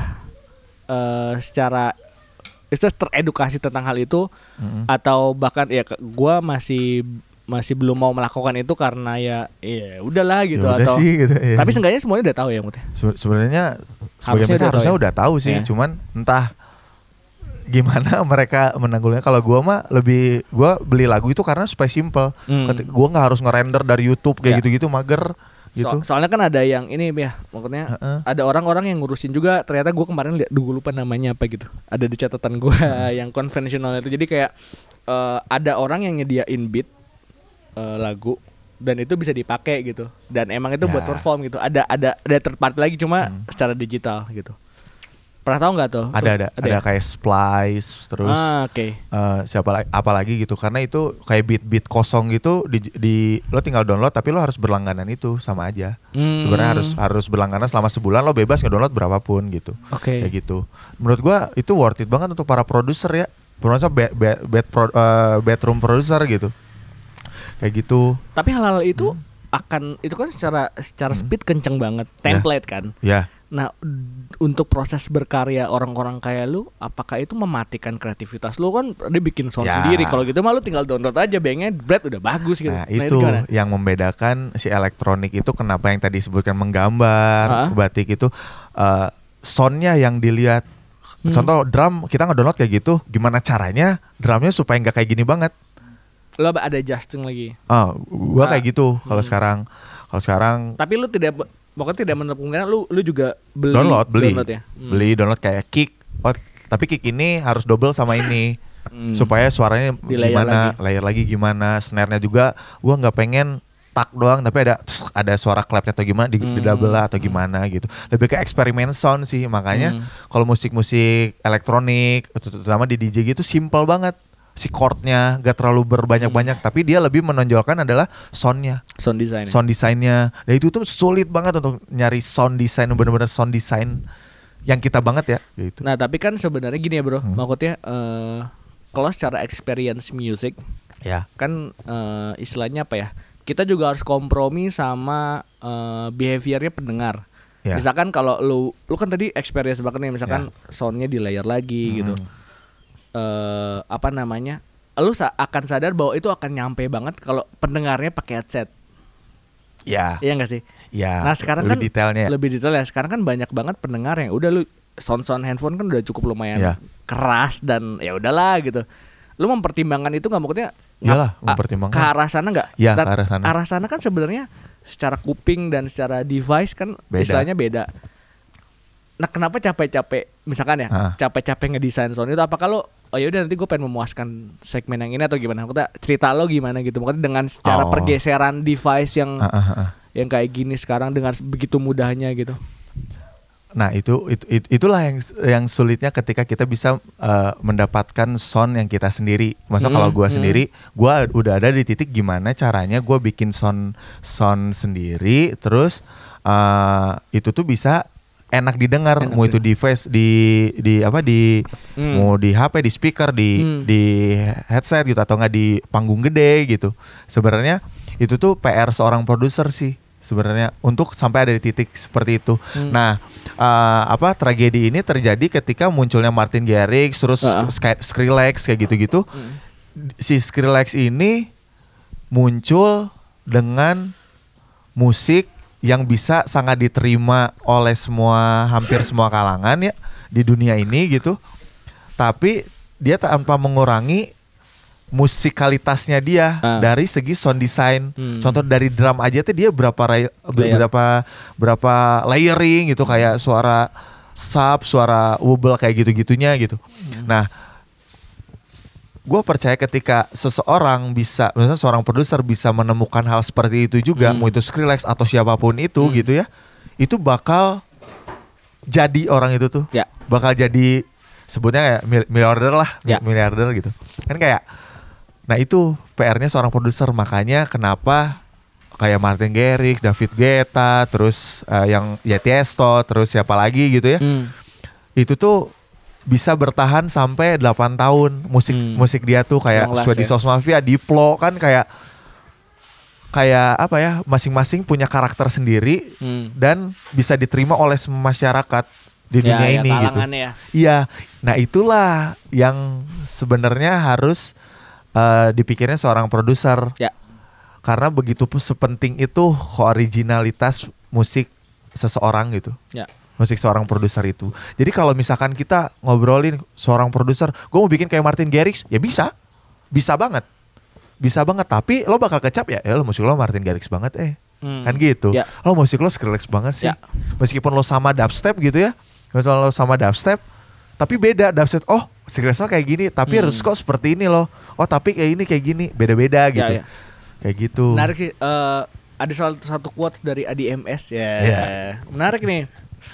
uh, secara itu teredukasi tentang hal itu mm-hmm. atau bahkan ya gue masih masih belum mau melakukan itu karena ya ya udahlah gitu ya atau sih, gitu, ya. Tapi seenggaknya semuanya udah tahu ya Mut. Se- sebenarnya harusnya, udah, harusnya tahu, ya? udah tahu sih, yeah. Cuman entah gimana mereka menanggulannya. Kalau gue mah lebih gue beli lagu itu karena supaya simple. Hmm. Gue nggak harus ngerender dari YouTube kayak yeah. gitu-gitu mager. Gitu. So, soalnya kan ada yang ini ya, maksudnya uh-uh. ada orang-orang yang ngurusin juga. Ternyata gue kemarin lihat, gue lupa namanya apa gitu. Ada di catatan gue uh. yang konvensional itu. Jadi kayak uh, ada orang yang nyediain beat uh, lagu dan itu bisa dipakai gitu. Dan emang itu ya. buat perform gitu. Ada ada ada third party lagi cuma hmm. secara digital gitu. Pernah tahu nggak tuh? Ada ada ada, ada ya? Kayak Splice terus ah, okay. uh, siapa lagi apa lagi gitu karena itu kayak beat-beat kosong gitu di, di lo tinggal download tapi lo harus berlangganan itu sama aja. Hmm. Sebenarnya harus harus berlangganan selama sebulan lo bebas nge-download berapapun gitu. Okay. Kayak gitu. Menurut gua itu worth it banget untuk para produser ya. Termasuk bed, bed, bed pro, uh, bedroom producer gitu. Kayak gitu. Tapi hal-hal itu hmm. akan itu kan secara secara hmm. speed kenceng banget, template yeah. kan. Iya. Yeah. Nah, untuk proses berkarya orang-orang kayak lu, apakah itu mematikan kreativitas lu? Kan dia bikin sound ya. sendiri. Kalau gitu mah lu tinggal download aja, bangnya bread udah bagus gitu. Nah, nah itu, itu yang membedakan si elektronik itu kenapa yang tadi disebutkan menggambar, uh-huh. batik itu uh, soundnya yang dilihat. Hmm. Contoh drum, kita ngedownload kayak gitu, gimana caranya drumnya supaya nggak kayak gini banget? Lo ada adjusting lagi. Oh, gua nah. kayak gitu kalau hmm. sekarang. Kalau sekarang. Tapi lu tidak pokoknya tidak menutup kemungkinan lu lu juga beli download beli download ya? hmm. beli download kayak kick, oh, tapi kick ini harus double sama ini hmm. supaya suaranya di gimana layer lagi. layer lagi gimana, snare-nya juga gua nggak pengen tak doang tapi ada ada suara clap-nya atau gimana di, hmm. di double atau gimana gitu, lebih ke eksperimen sound sih. Makanya hmm. kalau musik-musik elektronik terutama di D J gitu simple banget. Si chordnya gak terlalu berbanyak-banyak, hmm. tapi dia lebih menonjolkan adalah soundnya, sound design, sound desainnya. Dan itu tuh sulit banget untuk nyari sound design, benar-benar sound design yang kita banget ya. Gitu. Nah tapi kan sebenarnya gini ya bro, hmm. maksudnya uh, kalau secara experience music, ya kan uh, istilahnya apa ya? Kita juga harus kompromi sama uh, behaviornya pendengar. Ya. Misalkan kalau lu, lu kan tadi experience banget nih, misalkan ya. soundnya di layer lagi hmm. gitu. Uh, apa namanya, lu sa- akan sadar bahwa itu akan nyampe banget kalau pendengarnya pakai headset. Ya. Iya nggak sih? Ya. Nah sekarang lebih kan detailnya. lebih detail ya. Sekarang kan banyak banget pendengar yang udah lu sound-sound handphone kan udah cukup lumayan ya. keras dan ya udahlah gitu. Lu mempertimbangkan itu nggak, maksudnya? Iyalah, mempertimbangkan. Ke arah sana nggak? Iya, ke arah sana. Arah sana kan sebenarnya secara kuping dan secara device kan beda. Istilahnya beda. Nah kenapa capek-capek misalkan ya ha. capek-capek ngedesain sound itu? Apa kalau oh ya udah nanti gue pengen memuaskan segmen yang ini atau gimana? Kita cerita lo gimana gitu? Makanya dengan secara oh. pergeseran device yang ha, ha, ha. yang kayak gini sekarang dengan begitu mudahnya gitu. Nah itu, itu, itu itulah yang yang sulitnya ketika kita bisa uh, mendapatkan sound yang kita sendiri. Maksudnya hmm, kalau gue hmm. sendiri, gue udah ada di titik gimana caranya gue bikin sound sound sendiri, terus uh, itu tuh bisa enak didengar, enak mau itu device di di apa di hmm. mau di H P, di speaker, di hmm. di headset gitu atau enggak di panggung gede gitu. Sebenarnya itu tuh P R seorang produser sih sebenarnya untuk sampai ada di titik seperti itu. Hmm. Nah, uh, apa tragedi ini terjadi ketika munculnya Martin Garrix terus uh-uh. Skrillex kayak gitu-gitu. Hmm. Si Skrillex ini muncul dengan musik yang bisa sangat diterima oleh semua, hampir semua kalangan ya di dunia ini gitu. Tapi dia tanpa mengurangi musikalitasnya dia uh. dari segi sound design. Hmm. Contoh dari drum aja tuh dia berapa ray, berapa berapa layering gitu, kayak suara sub, suara wobble kayak gitu-gitunya gitu. Hmm. Nah, gue percaya ketika seseorang bisa, misalnya seorang produser bisa menemukan hal seperti itu juga, hmm. mau itu Skrillex atau siapapun itu hmm. gitu ya, itu bakal jadi orang itu tuh, ya. bakal jadi sebutnya kayak miliarder lah, ya. miliarder gitu, kan kayak, nah itu P R-nya seorang produser. Makanya kenapa kayak Martin Garrix, David Guetta, terus uh, yang ya Tiesto, terus siapa lagi gitu ya, hmm. itu tuh bisa bertahan sampai delapan tahun musik hmm. musik dia tuh kayak Swedish House Mafia, Diplo kan kayak kayak apa ya, masing-masing punya karakter sendiri Hmm. dan bisa diterima oleh semua masyarakat di Ya, dunia ya, ini gitu. kalangannya ya. Iya. Nah, itulah yang sebenarnya harus uh, dipikirnya seorang produser. Ya. Karena begitu pun sepenting itu originalitas musik seseorang gitu. Ya. Musik seorang produser itu. Jadi kalau misalkan kita ngobrolin seorang produser, gue mau bikin kayak Martin Garrix, ya bisa. Bisa banget. Bisa banget, tapi lo bakal kecap ya, ya lo musik lo Martin Garrix banget eh. Hmm. Kan gitu. Ya. Lo musik lo Skrillex banget sih. Ya. Meskipun lo sama dubstep gitu ya. Misalnya lo sama dubstep, tapi beda dubstep. Oh, Skrillex lo kayak gini, tapi Hmm. harus kok seperti ini loh. Oh, tapi kayak ini kayak gini, beda-beda gitu. Ya, ya. Kayak gitu. Menarik sih. eh, ada salah satu quotes dari A D M S ya. Iya. Menarik nih.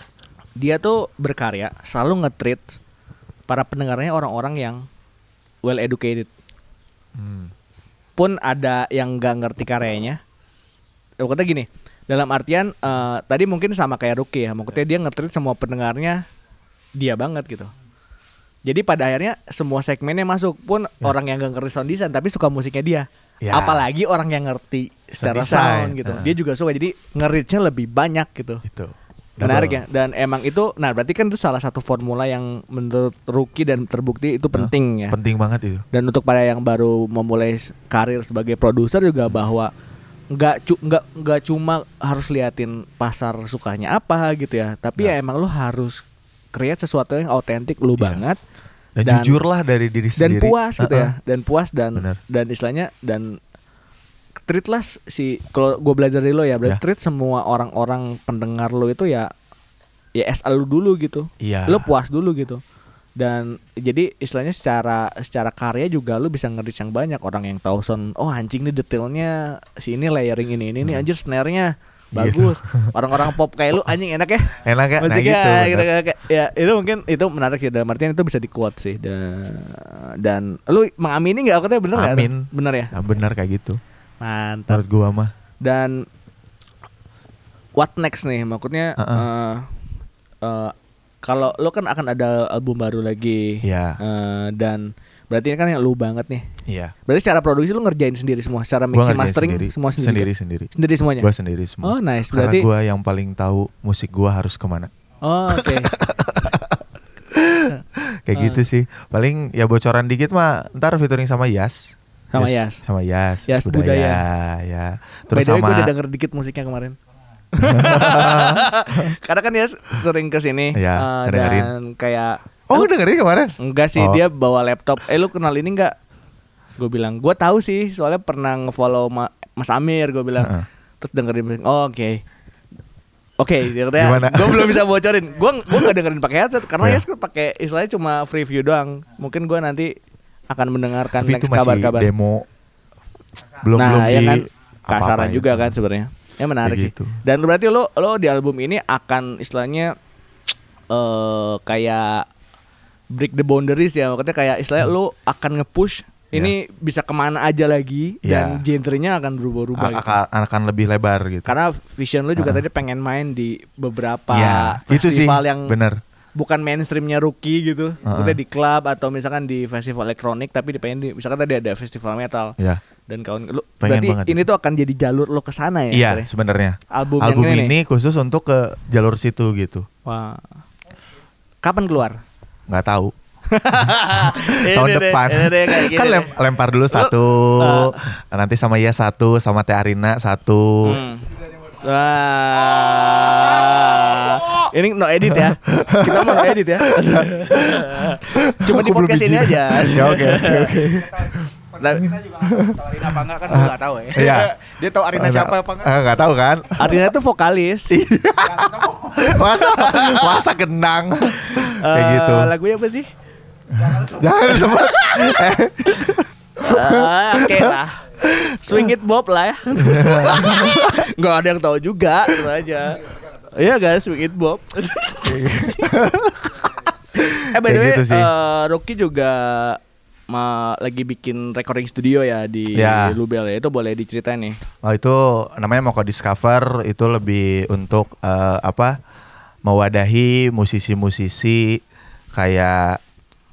Dia tuh berkarya selalu nge-treat para pendengarnya orang-orang yang well educated. Hmm. Pun ada yang nggak ngerti karyanya. Maksudnya gini, dalam artian eh, tadi mungkin sama kayak Ruki ya. Maksudnya dia nge-treat semua pendengarnya dia banget gitu. Jadi pada akhirnya semua segmennya masuk. Pun Ya. orang yang gak ngerti sound design tapi suka musiknya dia. Ya. Apalagi orang yang ngerti secara Sound design. sound gitu. Uh. Dia juga suka, jadi nge-reach-nya lebih banyak gitu. Itu. Menarik ya. Dan emang itu, nah berarti kan itu salah satu formula yang menurut Ruki dan terbukti itu penting ya. Penting banget itu. Dan untuk pada yang baru memulai karir sebagai produser juga bahwa nggak cu- nggak nggak cuma harus liatin pasar sukanya apa gitu ya, tapi ya emang lu harus create sesuatu yang autentik lu Iya. banget Dan, Dan- jujur lah dari diri dan sendiri. puas gitu Uh-uh. ya, dan puas dan Bener. dan istilahnya dan treat lah si, kalau gue belajar dari lo ya, berarti Ya. treat semua orang-orang pendengar lo itu ya ya es lu dulu gitu. Iya. Lo puas dulu gitu. Dan jadi istilahnya secara secara karya juga lu bisa nge-reach yang banyak. Orang yang tahu sound, oh anjing nih detailnya si ini layering ini ini nih anjir snare-nya bagus. Orang-orang pop kayak lu anjing enak ya. Enak ya? Nah Musiknya gitu. gitu, bener. kayak- ya itu mungkin itu menarik sih, dalam artian itu bisa di quote sih. Dan dan lu mengamini nggak katanya bener nggak? Amin. Bener ya. Nah, benar kayak gitu. Mantap. Menurut gua mah. Dan what next nih? Maksudnya Uh-uh. eh, eh, kalau lo kan akan ada album baru lagi. Iya. Eh, dan berarti ini kan yang lu banget nih. Iya. Berarti secara produksi lu ngerjain sendiri semua, secara Gua mixing ngerjain mastering sendiri. semua sendiri. Sendiri kan? sendiri. Sendiri semuanya. Gua sendiri semua. Oh, nice. Karena Berarti gua yang paling tahu musik gua harus kemana. oh, oke. Kayak Uh. gitu sih. Paling ya bocoran dikit mah ntar featuring sama Yas. Sama Yas. Sama Yas. Yas budaya. Budaya. Ya. By Terus the way, sama gue udah denger dikit musiknya kemarin. Karena kan dia sering kesini Iya, eh, ngedengerin. dan kayak Oh, lu dengerin kemarin? enggak sih, Oh. dia bawa laptop. Eh lu kenal ini enggak? Gue bilang, gue tahu sih, soalnya pernah nge-follow Ma- Mas Amir. Gue bilang, Heeh. terus dengerin musik. Oh, oke. Oke, dia Gimana? katanya, gue belum bisa bocorin. Gue gue nggak dengerin pakai headset karena Ya. ya pakai istilahnya cuma free view doang. Mungkin gue nanti akan mendengarkan Tapi next itu masih kabar-kabar. demo. Belum Nah, belum ya di kan apa-apa kasaran ya. juga kan sebenarnya. Ya menarik Kayak sih. gitu. Dan berarti lo lo di album ini akan istilahnya eh kayak break the boundaries ya. Maksudnya kayak istilahnya lo akan nge-push ini bisa kemana aja lagi dan Ya. genrenya akan berubah-ubah A- gitu. akan, akan lebih lebar gitu. Karena vision lo juga Ah. tadi pengen main di beberapa Ya, itu sih festival yang bener. bukan mainstreamnya Rookie gitu. Uh-uh. Maksudnya di klub atau misalkan di festival elektronik, tapi di pengen di misalkan tadi ada festival metal. Ya. Dan kawan lu Pengen berarti banget. ini tuh akan jadi jalur lo ke sana ya? Iya, akhirnya? sebenarnya. Album, Album yang ini khusus untuk ke jalur situ gitu. Wah. Kapan keluar? Nggak tahu. Ini Tahun deh, depan. ini deh, kayak gini Kan deh. lem- lempar dulu satu. Nanti sama Iya satu, sama Teh Arina satu. Hmm. Wah. Ini no edit ya. Kita mau no edit ya. Cuma di Aku belum podcast ini izin. aja. Ya, oke, oke, oke. Nah, Kita juga nggak tahu tahu Arina apa enggak kan gua nggak tahu ya. Iya. Dia tahu Arina siapa apa enggak? Eh, nggak tahu kan? Arina tuh vokalis. masa, masa gendang. Kayak Eh, gitu. Lagunya apa sih? Jangan disebut. Eh, Ah, Oke lah. Swing It Bob lah ya. Nggak ada yang tahu juga, itu aja. Iya guys, Swing It Bob. eh by the Kayak way, gitu sih. eh, Rocky juga ma- lagi bikin recording studio ya di Ya. Lubel ya. Itu boleh diceritain nih. Oh, itu namanya Moko Discover, itu lebih untuk eh, apa? Mewadahi musisi-musisi kayak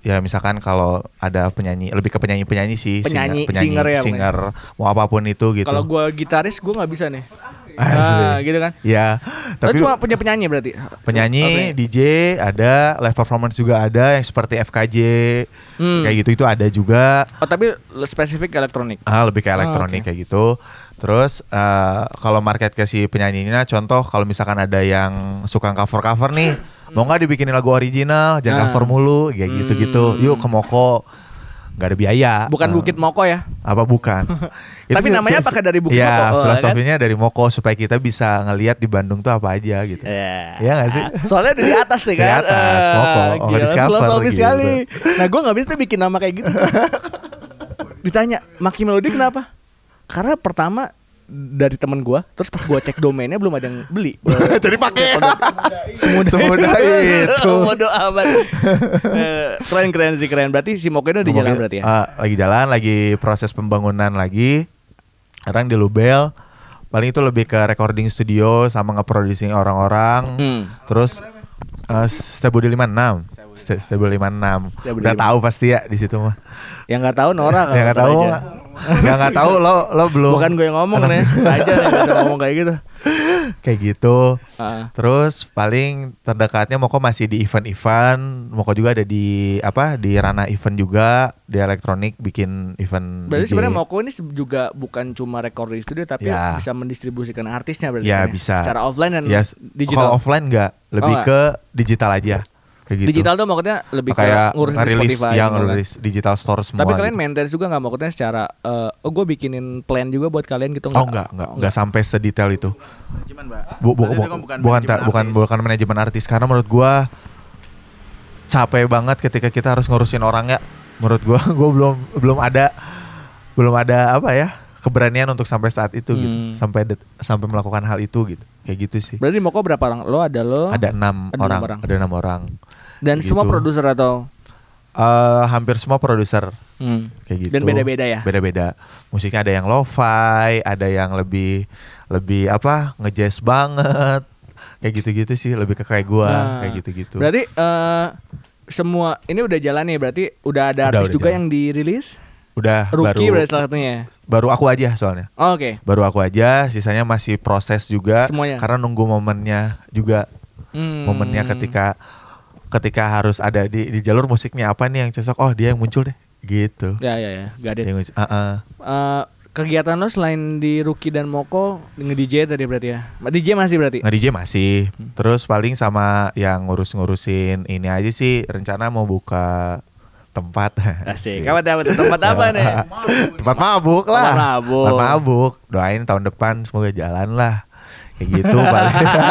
ya misalkan kalau ada penyanyi, lebih ke penyanyi-penyanyi sih, Penyanyi, singer, penyanyi, singer ya, singer mau apapun itu gitu. Kalau gue gitaris gue nggak bisa nih. Asli. Nah, gitu kan. Ya, Tapi tapi cuma punya penyanyi berarti. penyanyi, Oke. D J ada, live performance juga ada yang seperti F K J Hmm. kayak gitu itu ada juga. Oh tapi spesifik elektronik. Ah, lebih kayak elektronik oke. kayak gitu. Terus eh, kalau market ke si penyanyinya, contoh kalau misalkan ada yang suka cover-cover nih, mau nggak dibikinin lagu original, jangan Ah. cover mulu, kayak gitu-gitu. Hmm. Yuk ke Moko, nggak ada biaya. Bukan Eh, Bukit Moko ya. Apa bukan? Tapi Itu namanya fil- pakai dari Bukit Iya, Moko, oh, filosofinya dari Moko supaya kita bisa ngelihat di Bandung tuh apa aja gitu. Iya. Iya nggak sih? Soalnya di atas nih Di kan. atas, Eh, Moko, gila, Discover filosofi gitu. sekali. Nah gue nggak bisa bikin nama kayak gitu. Ditanya Maki Melody kenapa? Karena pertama dari temen gue, terus pas gue cek domainnya belum ada yang beli. Jadi pakai. Semudah, Semudah itu. Bodoh amat. Eh, keren keren sih keren. Berarti si Moko itu di jalan berarti ya. Ah, lagi jalan, lagi proses pembangunan lagi. Sekarang di Lubel. Paling itu lebih ke recording studio sama nge-producing orang-orang. Hmm. Terus uh, Stable lima puluh enam. Ste- Stable lima puluh enam. Stable Udah lima puluh enam. tahu pasti ya di situ mah. Yang nggak tahu Nora Yang nggak tahu, aja. yang nggak tahu lo lo belum. Bukan gue yang ngomong nih, aja yang bisa ngomong kayak gitu. Kayak gitu. Ah. Terus paling terdekatnya Moko masih di event-event. Moko juga ada di apa di ranah event juga, di elektronik bikin event. Berarti D J. sebenarnya Moko ini se- juga bukan cuma recording studio tapi Ya. bisa mendistribusikan artisnya berarti. Ya kan bisa. Secara offline dan Ya, digital. Kalau offline enggak, lebih Oh, ke digital aja. Kayak gitu. Digital tuh maksudnya lebih kayak ke ngurus di ngerilis Spotify. yang gitu kan. ngerilis digital store semua. Tapi kalian gitu. maintain juga nggak maksudnya secara eh, oh gue bikinin plan juga buat kalian gitu Oh enggak, enggak, enggak sampai sedetail itu. Manajemen, Mbak. Bu, bu, Berarti bu- itu kan bukan manajemen ta- bukan artis. bukan manajemen artis karena menurut gua capek banget ketika kita harus ngurusin orang ya. Menurut gua gua belum belum ada belum ada apa ya? Keberanian untuk sampai saat itu gitu. Hmm. Sampai det- sampai melakukan hal itu gitu. Kayak gitu sih. Berarti Moko berapa orang? Lo ada lo? Ada enam Ada orang, enam orang. ada enam orang. Dan gitu. semua produser atau? Eh, hampir semua produser Hmm. kayak gitu. Dan beda-beda ya? Beda-beda. Musiknya ada yang lo-fi, ada yang lebih lebih apa? Nge-jazz banget. Kayak gitu-gitu sih, lebih ke kayak gua, Nah, kayak gitu-gitu. Berarti eh, semua ini udah jalan nih. Berarti udah ada Udah, artis udah juga jalan. yang dirilis. Udah Rookie baru berarti salah satunya. baru aku aja soalnya. Oh, Oke. Baru aku aja, sisanya masih proses juga Semuanya? karena nunggu momennya juga. Hmm. Momennya ketika ketika harus ada di di jalur musiknya apa nih yang cocok. Oh, dia yang muncul deh. Gitu. Ya ya ya. Gak ada. Dia yang muncul. Uh-uh. Eh, kegiatan lo selain di Rookie dan Moko nge-D J tadi berarti ya? D J masih berarti? Nge-D J masih. Terus paling sama yang ngurus-ngurusin ini aja sih, rencana mau buka tempat. Asik. Kapan dapat tempat apa nih? Tempat mabuk lah. Tempat mabuk. Tempat mabuk. Doain tahun depan semoga jalan lah. Kayak gitu paling.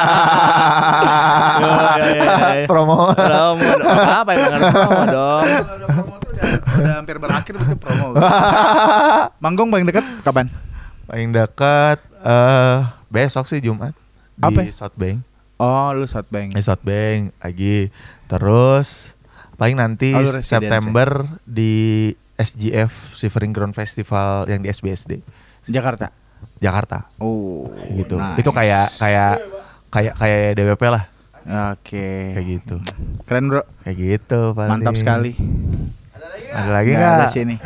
Ya, ya, ya, ya. Promo. Promo apa apa yang harus promo dong? Udah promo tuh udah, udah hampir berakhir begitu promo. Manggung paling dekat kapan? Paling dekat eh besok sih Jumat di Apa? South Bank. Oh, lu Southbank. Di South Bank lagi. Terus paling nanti Oh, lu residence September di S G F Shivering Ground Festival yang di S B S D Jakarta. Jakarta. Oh, Gitu. nice. Itu kayak kayak kayak kayak D W P lah. Oke. Kayak gitu. Keren, Bro. Kayak gitu paling. Mantap sekali. Ada lagi Nggak nggak? ada sini.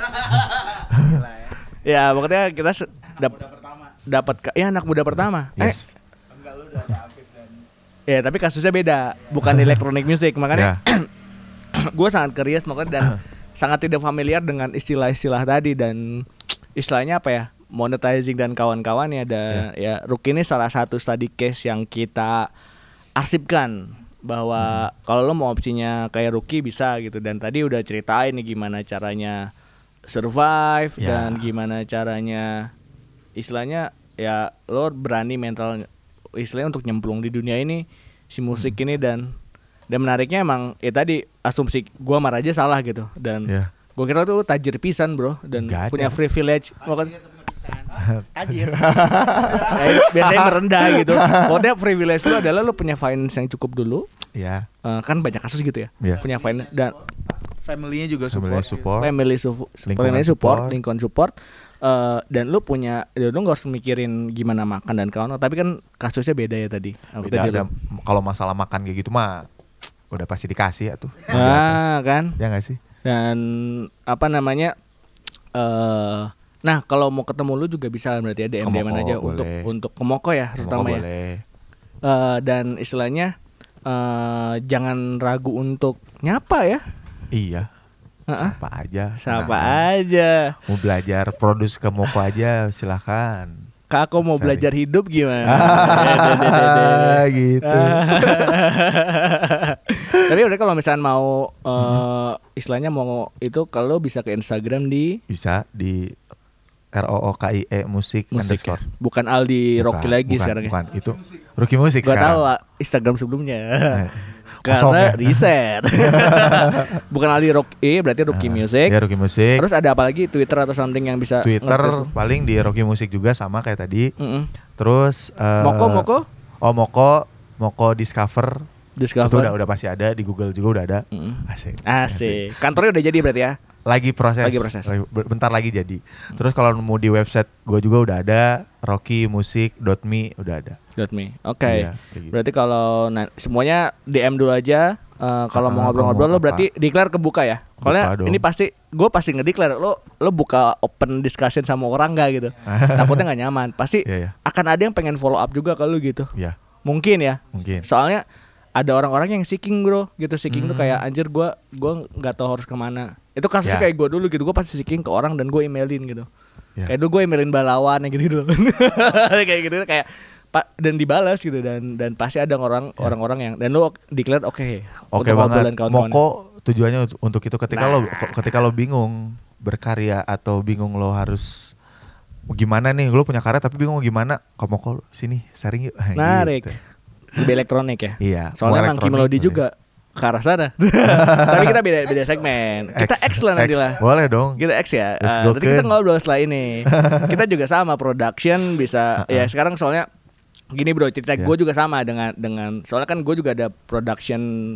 Ya pokoknya kita se- dap- dapat ka- ya anak muda pertama. Yes. Eh, ya tapi kasusnya beda, bukan electronic music makanya Ya. gue sangat curious makanya dan sangat tidak familiar dengan istilah-istilah tadi dan istilahnya apa ya monetizing dan kawan-kawannya ada ya Rookie ini salah satu study case yang kita arsipkan bahwa kalau lo mau opsinya kayak Rookie bisa gitu dan tadi udah ceritain nih gimana caranya survive Ya. dan gimana caranya istilahnya ya lo berani mental istilahnya untuk nyemplung di dunia ini si musik Hmm. ini dan dan menariknya emang ya tadi asumsi gua sama Raja salah gitu dan Ya. gua kira tuh tajir pisan bro dan Nggak ada. punya privilege makanya Tajir. ya, itu biasanya merendah gitu. Pokoknya privilege lu adalah lu punya finance yang cukup dulu. Ya. Eh, kan banyak kasus gitu ya. Iya. Punya finance dan Family-nya juga Family support. support. family su- Lingkungan family support, support. lingkungan support. Eh, dan lu punya, ya lu nggak harus mikirin gimana makan dan kawan. Tapi kan kasusnya beda ya tadi. Aku Beda tadi ada lu. kalau masalah makan kayak gitu mah udah pasti dikasih ya tuh. Ah kan. Ya nggak sih? Dan apa namanya? Eh, nah kalau mau ketemu lu juga bisa berarti ya D M D M aja untuk untuk ke Moko ya terutama ya. Uh, dan istilahnya uh, jangan ragu untuk nyapa ya. Iya. Uh-uh. Sapa aja. Sapa nah, aja. Mau belajar produce ke Moko aja silahkan. Kak aku mau Sari. belajar hidup gimana? Ah, gitu. Tapi udah kalau misalnya mau uh, istilahnya mau itu kalau bisa ke Instagram di bisa di R O O K I E musik musik underscore. Ya? Bukan Aldi Rocky lagi bukan, sekarang bukan. ya. Itu Rocky Musik Gua sekarang. Gua tahu Instagram sebelumnya. ya? Karena riset. Bukan Aldi Rocky, berarti Rocky uh, Music. Ya Rocky Music. Terus ada apa lagi Twitter atau something yang bisa Twitter paling di Rocky Music juga sama kayak tadi. Mm-hmm. Terus uh, Moko Moko? Oh Moko Moko Discover. Discover. Itu udah udah pasti ada di Google juga udah ada. Mm-hmm. Asik. Asik. Kantornya udah jadi berarti ya? Lagi proses. Lagi proses. Bentar lagi jadi. Hmm. Terus kalau mau di website gue juga udah ada rocky music dot me udah ada. .me. Oke. Okay. Iya, gitu. Berarti kalau nah, semuanya D M dulu aja. Uh, kalau uh, mau ngobrol-ngobrol lo berarti declare kebuka ya. Soalnya ini pasti gue pasti ngedeclare lo lo buka open discussion sama orang enggak gitu. Takutnya enggak nyaman. Pasti yeah, yeah. akan ada yang pengen follow up juga kalau gitu. Iya. Yeah. Mungkin ya. Mungkin. Soalnya ada orang-orang yang seeking bro gitu. Seeking hmm. tuh kayak anjir gue gue nggak tahu harus kemana. Itu kasusnya yeah. kayak gue dulu gitu. Gue pasti seeking ke orang dan gue emailin gitu. Yeah. Kayak dulu gue emailin Balawan gitu gitu. Kayak gitu kayak Pak dan dibalas gitu dan dan pasti ada orang yeah. orang-orang yang dan lo declare oke okay, oke okay banget. Moko tujuannya untuk itu ketika nah. lo ketika lo bingung berkarya atau bingung lo harus gimana nih lo punya karya tapi bingung gimana ke Moko sini sharing yuk. Menarik. Gitu. Lebih elektronik ya. Iya. Soalnya Monkey Melody juga ke arah sana. Tapi kita beda beda segmen. Kita X, X lah nanti lah. Boleh dong. Kita X ya. Uh, nanti kita ngobrol setelah ini. Kita juga sama production bisa uh-uh. ya sekarang soalnya gini bro, cerita yeah. gue juga sama dengan dengan soalnya kan gue juga ada production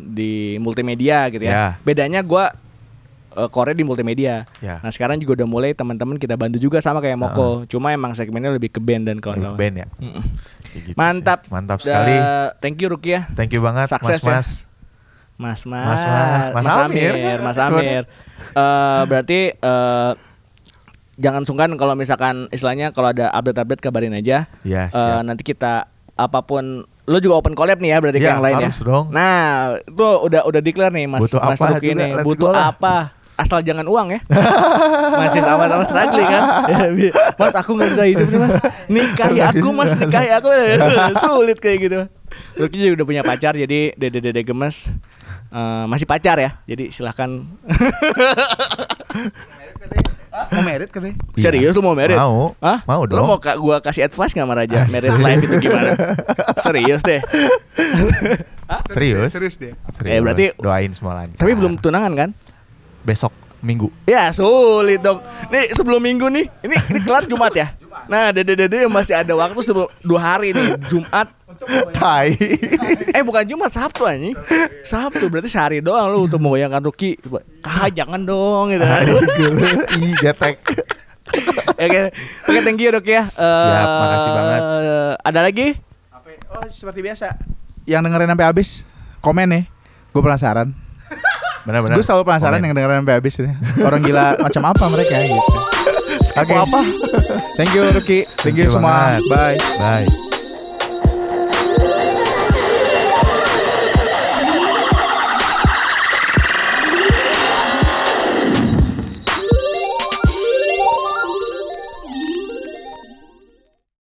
di multimedia gitu ya. Yeah. Bedanya gue uh, core di multimedia. Yeah. Nah sekarang juga udah mulai teman-teman kita bantu juga sama kayak Moko. Uh-uh. Cuma emang segmennya lebih ke band dan kawan-kawan. Band ya. Gitu mantap. Sih. Mantap sekali. Uh, thank you Ruki ya. Thank you banget. Sukses mas, mas. ya. Mas Mas. Mas Mas. Mas, mas Amir. Amir. Mas Amir. uh, berarti. Uh, Jangan sungkan kalau misalkan istilahnya kalau ada update-update kabarin aja. Ya, uh, nanti kita apapun lo juga open collab nih ya berarti ya, yang lainnya. Dong. Nah, itu udah udah declare nih Mas butuh Mas Ruki ini. Butuh apa? Asal jangan uang ya. Masih sama-sama struggling kan. Mas aku enggak bisa hidup nih Mas. Nikahi aku Mas, nikahi aku. Sulit kayak gitu. Ruki juga udah punya pacar jadi Dede-dede gemes uh, masih pacar ya. Jadi silahkan. Mau merit kan deh? Serius lu mau merit? Mau. Hah? Mau dong. Lu mau ka- gua kasih advice enggak sama Raja? Merit life itu gimana? Serius deh. Serius? Serius deh. Eh berarti doain semua lancar. Tapi belum tunangan kan? Besok Minggu. Ya sulit dong. Nih sebelum Minggu nih. Ini ini kelar Jumat ya? Nah, dede-dede masih ada waktu sebelum dua hari nih. Jumat. Tai. Eh bukan Jumat, Sabtu anjing. Sabtu berarti sehari doang lu untuk membayangkan Ruki. Ah jangan dong gitu. Ih, getek. Oke. Oke, thank you Ruki ya. Uh, Siap, makasih banget. Ada lagi? Oh, seperti biasa. Yang dengerin sampai habis komen nih. Gue penasaran. Benar-benar. Gue selalu penasaran komen. Yang dengerin sampai habis nih. Orang gila macam apa mereka gitu. Oke. Okay. Apa? Thank you Ruki. Thank, Thank you, you semua. Banget. Bye. Bye.